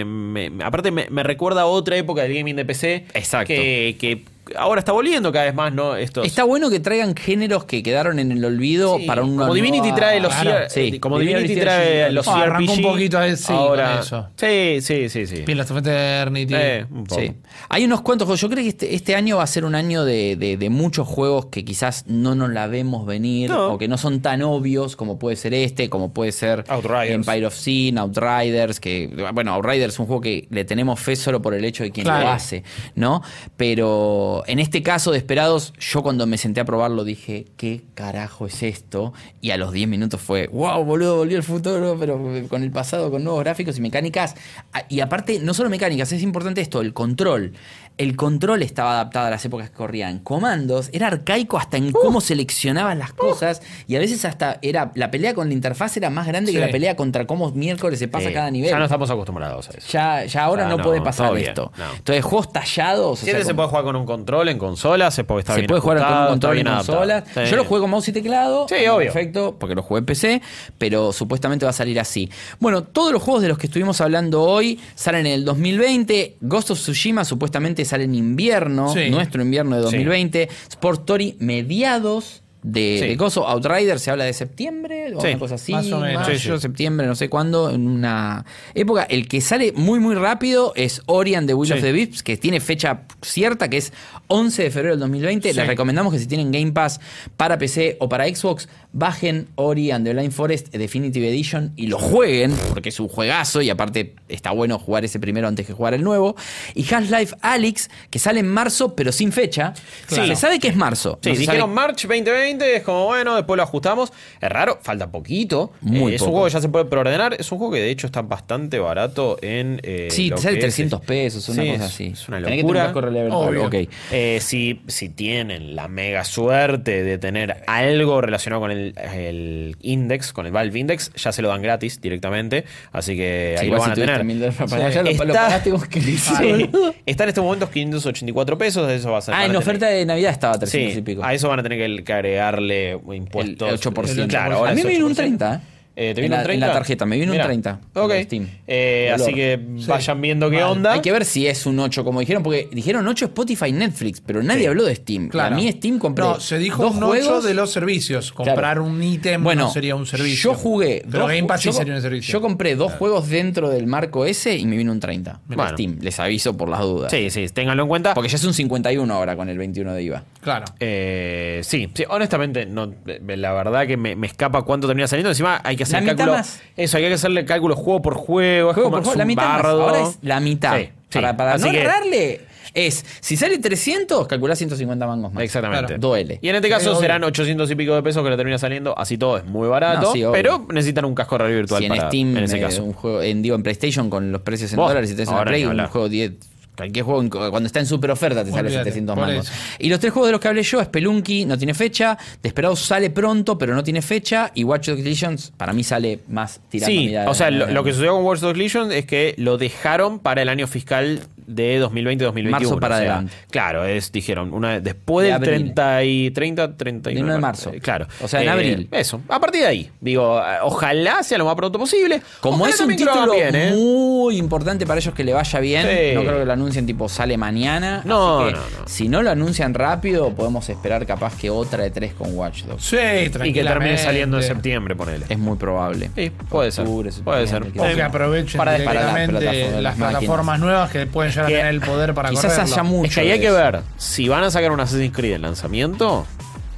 Aparte me recuerda a otra época del gaming de PC. Exacto. Que ahora está volviendo cada vez más, ¿no? Estos... Está bueno que traigan géneros que quedaron en el olvido Sí, para una como Divinity nueva- trae los Claro, CR como Divinity trae los Ah, CRPG. arrancó un poquito sí, ahora, con eso. Sí. Pillars of Eternity. Un poco. Sí. Hay unos cuantos juegos. Yo creo que este año va a ser un año de muchos juegos que quizás no nos la vemos venir No. o que no son tan obvios como puede ser como puede ser Outriders. Empire of Sin, Outriders, que bueno, Outriders es un juego que le tenemos fe solo por el hecho de quien Claro. lo hace, ¿no? Pero en este caso, Desperados, yo cuando me senté a probarlo dije, ¿qué carajo es esto? Y a los 10 minutos fue, wow, boludo, volvió el futuro, pero con el pasado, con nuevos gráficos y mecánicas. Y aparte, no solo mecánicas, es importante esto, el control. El control estaba adaptado a las épocas que corrían. Comandos, era arcaico hasta en cómo seleccionabas las cosas y a veces hasta la pelea con la interfaz era más grande Sí. que la pelea contra cómo miércoles se pasa cada nivel. Ya no estamos acostumbrados a eso. Ya ahora no puede pasar todo bien, esto. no. Entonces, juegos tallados. o sea, Se puede jugar con un control en consola, se puede estar se bien puede jugar con un ajustado, control en está bien consola. adaptado. Sí. Yo lo juego con mouse y teclado. Sí, obvio. Perfecto, porque lo jugué en PC, pero supuestamente va a salir así. Bueno, todos los juegos de los que estuvimos hablando hoy salen en el 2020. Ghost of Tsushima supuestamente sale en invierno, Sí. nuestro invierno de 2020. Sport Story mediados de Gozo. Outriders se habla de septiembre o Sí, una cosa así, más o menos. mayo, septiembre, no sé cuándo, en una época. El que sale muy rápido es Ori and the Will Sí. of the Wisps, que tiene fecha cierta, que es 11 de febrero del 2020. Sí. Les recomendamos que si tienen Game Pass para PC o para Xbox, bajen Ori and the Blind Forest Definitive Edition y lo jueguen, porque es un juegazo y aparte está bueno jugar ese primero antes que jugar el nuevo. Y Half-Life Alyx, que sale en marzo, pero sin fecha. Claro. Se sabe que es marzo. Sí, No se dijeron sabe- March 2020, es como bueno, después lo ajustamos. Es raro, falta poquito. Muy es un poco. juego que ya se puede preordenar. Es un juego que de hecho está bastante barato en. Sí, lo te sale que es- 300 pesos, una Sí, cosa así. Es una Tenés que tener locura. un casco reliable. Obvio. Ok. Si tienen la mega suerte de tener algo relacionado con el Index, con el Valve Index, ya se lo dan gratis directamente. Así que ahí Igual lo van si a tuviste tener. 1000 dólares para allá, lo Está- pagaste vos que Sí. Está en estos momentos 584 pesos. Eso va a ser. Ah, van en a oferta tener- de Navidad estaba 300 Sí, y pico. a eso van a tener que agregarle impuestos. El 8%. Claro, a ahora mí es me vino un 8%. 30, ¿eh? ¿Te En vino la- un 30? en la tarjeta, me vino un Mirá. 30 Ok. en Steam. Así Dolor. que vayan viendo qué Mal. onda. Hay que ver si es un 8, como dijeron, porque dijeron 8 Spotify y Netflix, pero nadie habló de Steam. Claro. A mí Steam compré No, se dijo dos un 8 juegos. de los servicios. Comprar Claro. un ítem Bueno, no sería un servicio. Yo jugué. Pero Game Pass sí yo- sería un servicio. Yo compré dos juegos dentro del marco ese y me vino un 30. Bueno. Steam, les aviso por las dudas. Sí, ténganlo en cuenta. Porque ya es un 51 ahora con el 21 de IVA. Claro. Sí, honestamente, no, la verdad que me escapa cuánto termina saliendo. Encima hay que hacer La mitad cálculo. más. Eso, hay que hacerle cálculo juego por juego. Es Juego como por juego, es la un mitad más. bardo. Ahora es la mitad. Sí, sí. Para Así no que- errarle, es si sale 300, calculá 150 mangos más. Exactamente. Claro. Duele. Y en este caso obvio. serán 800 y pico de pesos que le termina saliendo. Así todo es muy barato. No, sí, obvio. pero necesitan un casco de realidad virtual Si en para, Steam, en ese caso. un juego, en PlayStation con los precios en Vos, dólares y te en la ahora Play, ni un hablar. juego 10. Cualquier juego cuando está en super oferta te sale Olvídate, 700 por mangos. eso. Y los tres juegos de los que hablé yo, Spelunky no tiene fecha, Desperados sale pronto pero no tiene fecha y Watch Dogs Legion para mí sale más tirando a Sí, mirada- o sea, lo que sucedió con Watch Dogs Legion es que lo dejaron para el año fiscal de 2020-2021. Marzo para o sea, adelante. Claro, dijeron, después De del abril. 31 De 1 de marzo. Claro. O sea, en abril. Eso, a partir de ahí. Digo, ojalá sea lo más pronto posible. Como Ojalá es un también que lo hagan título bien, ¿eh? muy importante para ellos que le vaya bien, Sí. no creo que lo anuncien tipo sale mañana. No, así que, no, no. si no lo anuncian rápido, podemos esperar capaz que otra de 3 con Watch Dogs. Sí, tranquilamente. Y que termine saliendo en septiembre, ponele. Es muy probable. Sí, puede ser. Octubre, Puede ser. septiembre, O que aprovechen Para directamente las las máquinas. plataformas nuevas que pueden llegar a Que tener el poder para Quizás correrlo. haya mucho. Es que ahí hay de que eso. ver si van a sacar un Assassin's Creed en lanzamiento.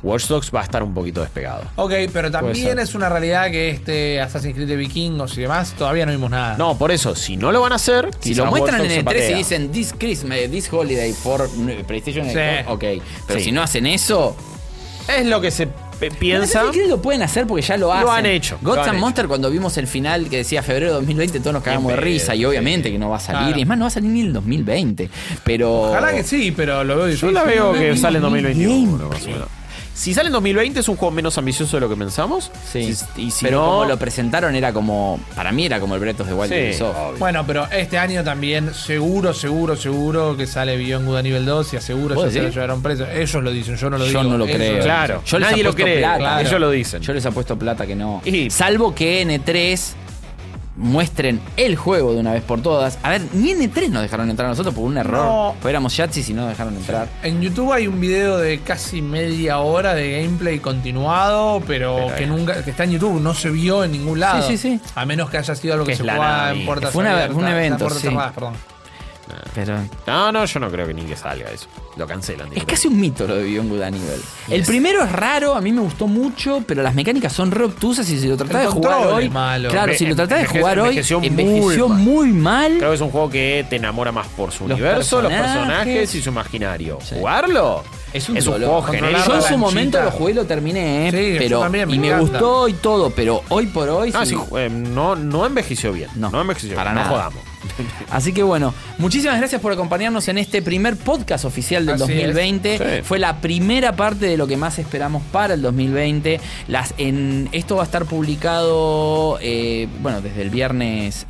Watch Dogs va a estar un poquito despegado. Ok, pero también ser. es una realidad que Assassin's Creed de vikingos y demás, todavía no vimos nada. No, por eso, si no lo van a hacer, Si quizás lo muestran Watch en Dogs el se 3 y patea. dicen this Christmas, this holiday for PlayStation, Sí. ok. Pero Sí. si no hacen eso, Es lo que se piensa. Assassin's Creed lo pueden hacer porque ya lo hacen. han hecho, lo Gods han and hecho. Monster, cuando vimos el final que decía febrero de 2020, todos nos cagamos de Bien, risa. Y obviamente que no va a salir. Claro. Y es más, no va a salir ni en el 2020. Pero. Ojalá que sí, pero lo veo Yo difícil. la veo que sale en 2021, 2020. más o menos. Si sale en 2020 es un juego menos ambicioso de lo que pensamos. Sí. Y si pero no, como lo presentaron, era como. Para mí era como el Breath of the Wild Sí, de Ubisoft. obvio. Bueno, pero este año también seguro que sale Beyond Good a nivel 2 y aseguro ¿Vos ya se lo decís? llevaron preso. Ellos lo dicen, yo no lo digo. Yo no lo Ellos creo. dicen. Claro. Yo les Nadie lo apuesto cree. plata. Claro. Ellos lo dicen. Yo les apuesto plata que no. Y- Salvo que en E3 muestren el juego de una vez por todas. A ver, ni en E3 nos dejaron entrar a nosotros por un error. No. Pues éramos Yatsis y no dejaron entrar. En YouTube hay un video de casi media hora de gameplay continuado, pero que nunca, que está en YouTube, no se vio en ningún lado. Sí, sí, sí. A menos que haya sido algo Que que es se la juega Navi. en puertas Fue abiertas, un evento, puertas sí. cerradas, perdón. Pero No, yo no creo que ni que salga eso. Lo cancelan. es digo. casi un mito lo de Beyond Good a nivel. El primero es raro, a mí me gustó mucho, pero las mecánicas son re obtusas y si lo tratás El de jugar control hoy. es malo. Claro, si lo tratás de Enveje- jugar hoy, envejeció muy mal. Creo que es un juego que te enamora más por su Los universo, los personajes. personajes y su imaginario. Sí. ¿Jugarlo? Es un juego dolor. genérico. Yo en su la momento lanchita. lo jugué y lo terminé, Sí, yo pero también, me y me encanta. gustó y todo, pero hoy por hoy Ah, sí. sí, no envejeció bien. No, No envejeció para bien. nada. No jodamos. Así que bueno, muchísimas gracias por acompañarnos en este primer podcast oficial del Así 2020. es. Sí. Fue la primera parte de lo que más esperamos para el 2020. Esto va a estar publicado, desde el viernes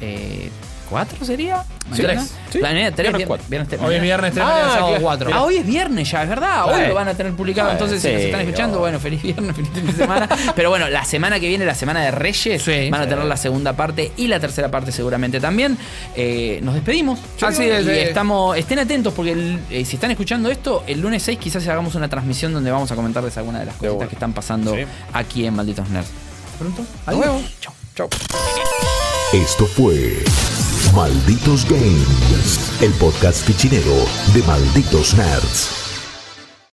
4 sería. Sí, ¿Mañana? tres. Sí, Viernes viernes 4. viernes 3. Hoy es viernes 3, mañana es sábado claro. 4. Ah, hoy es viernes ya, es verdad. Hoy Bueno. lo van a tener publicado. Entonces, si Sí, nos están escuchando, bueno, feliz viernes, feliz fin de semana. Pero bueno, la semana que viene, la semana de Reyes, Sí. van a tener la segunda parte y la tercera parte seguramente también. Nos despedimos. Así Y es, estén atentos porque si están escuchando esto, el lunes 6 quizás hagamos una transmisión donde vamos a comentarles algunas de las cositas bueno. que están pasando Sí. aquí en Malditos Nerds. Pronto. Nos vemos. Chau. Chau. Esto fue Malditos Games, el podcast fichinero de Malditos Nerds.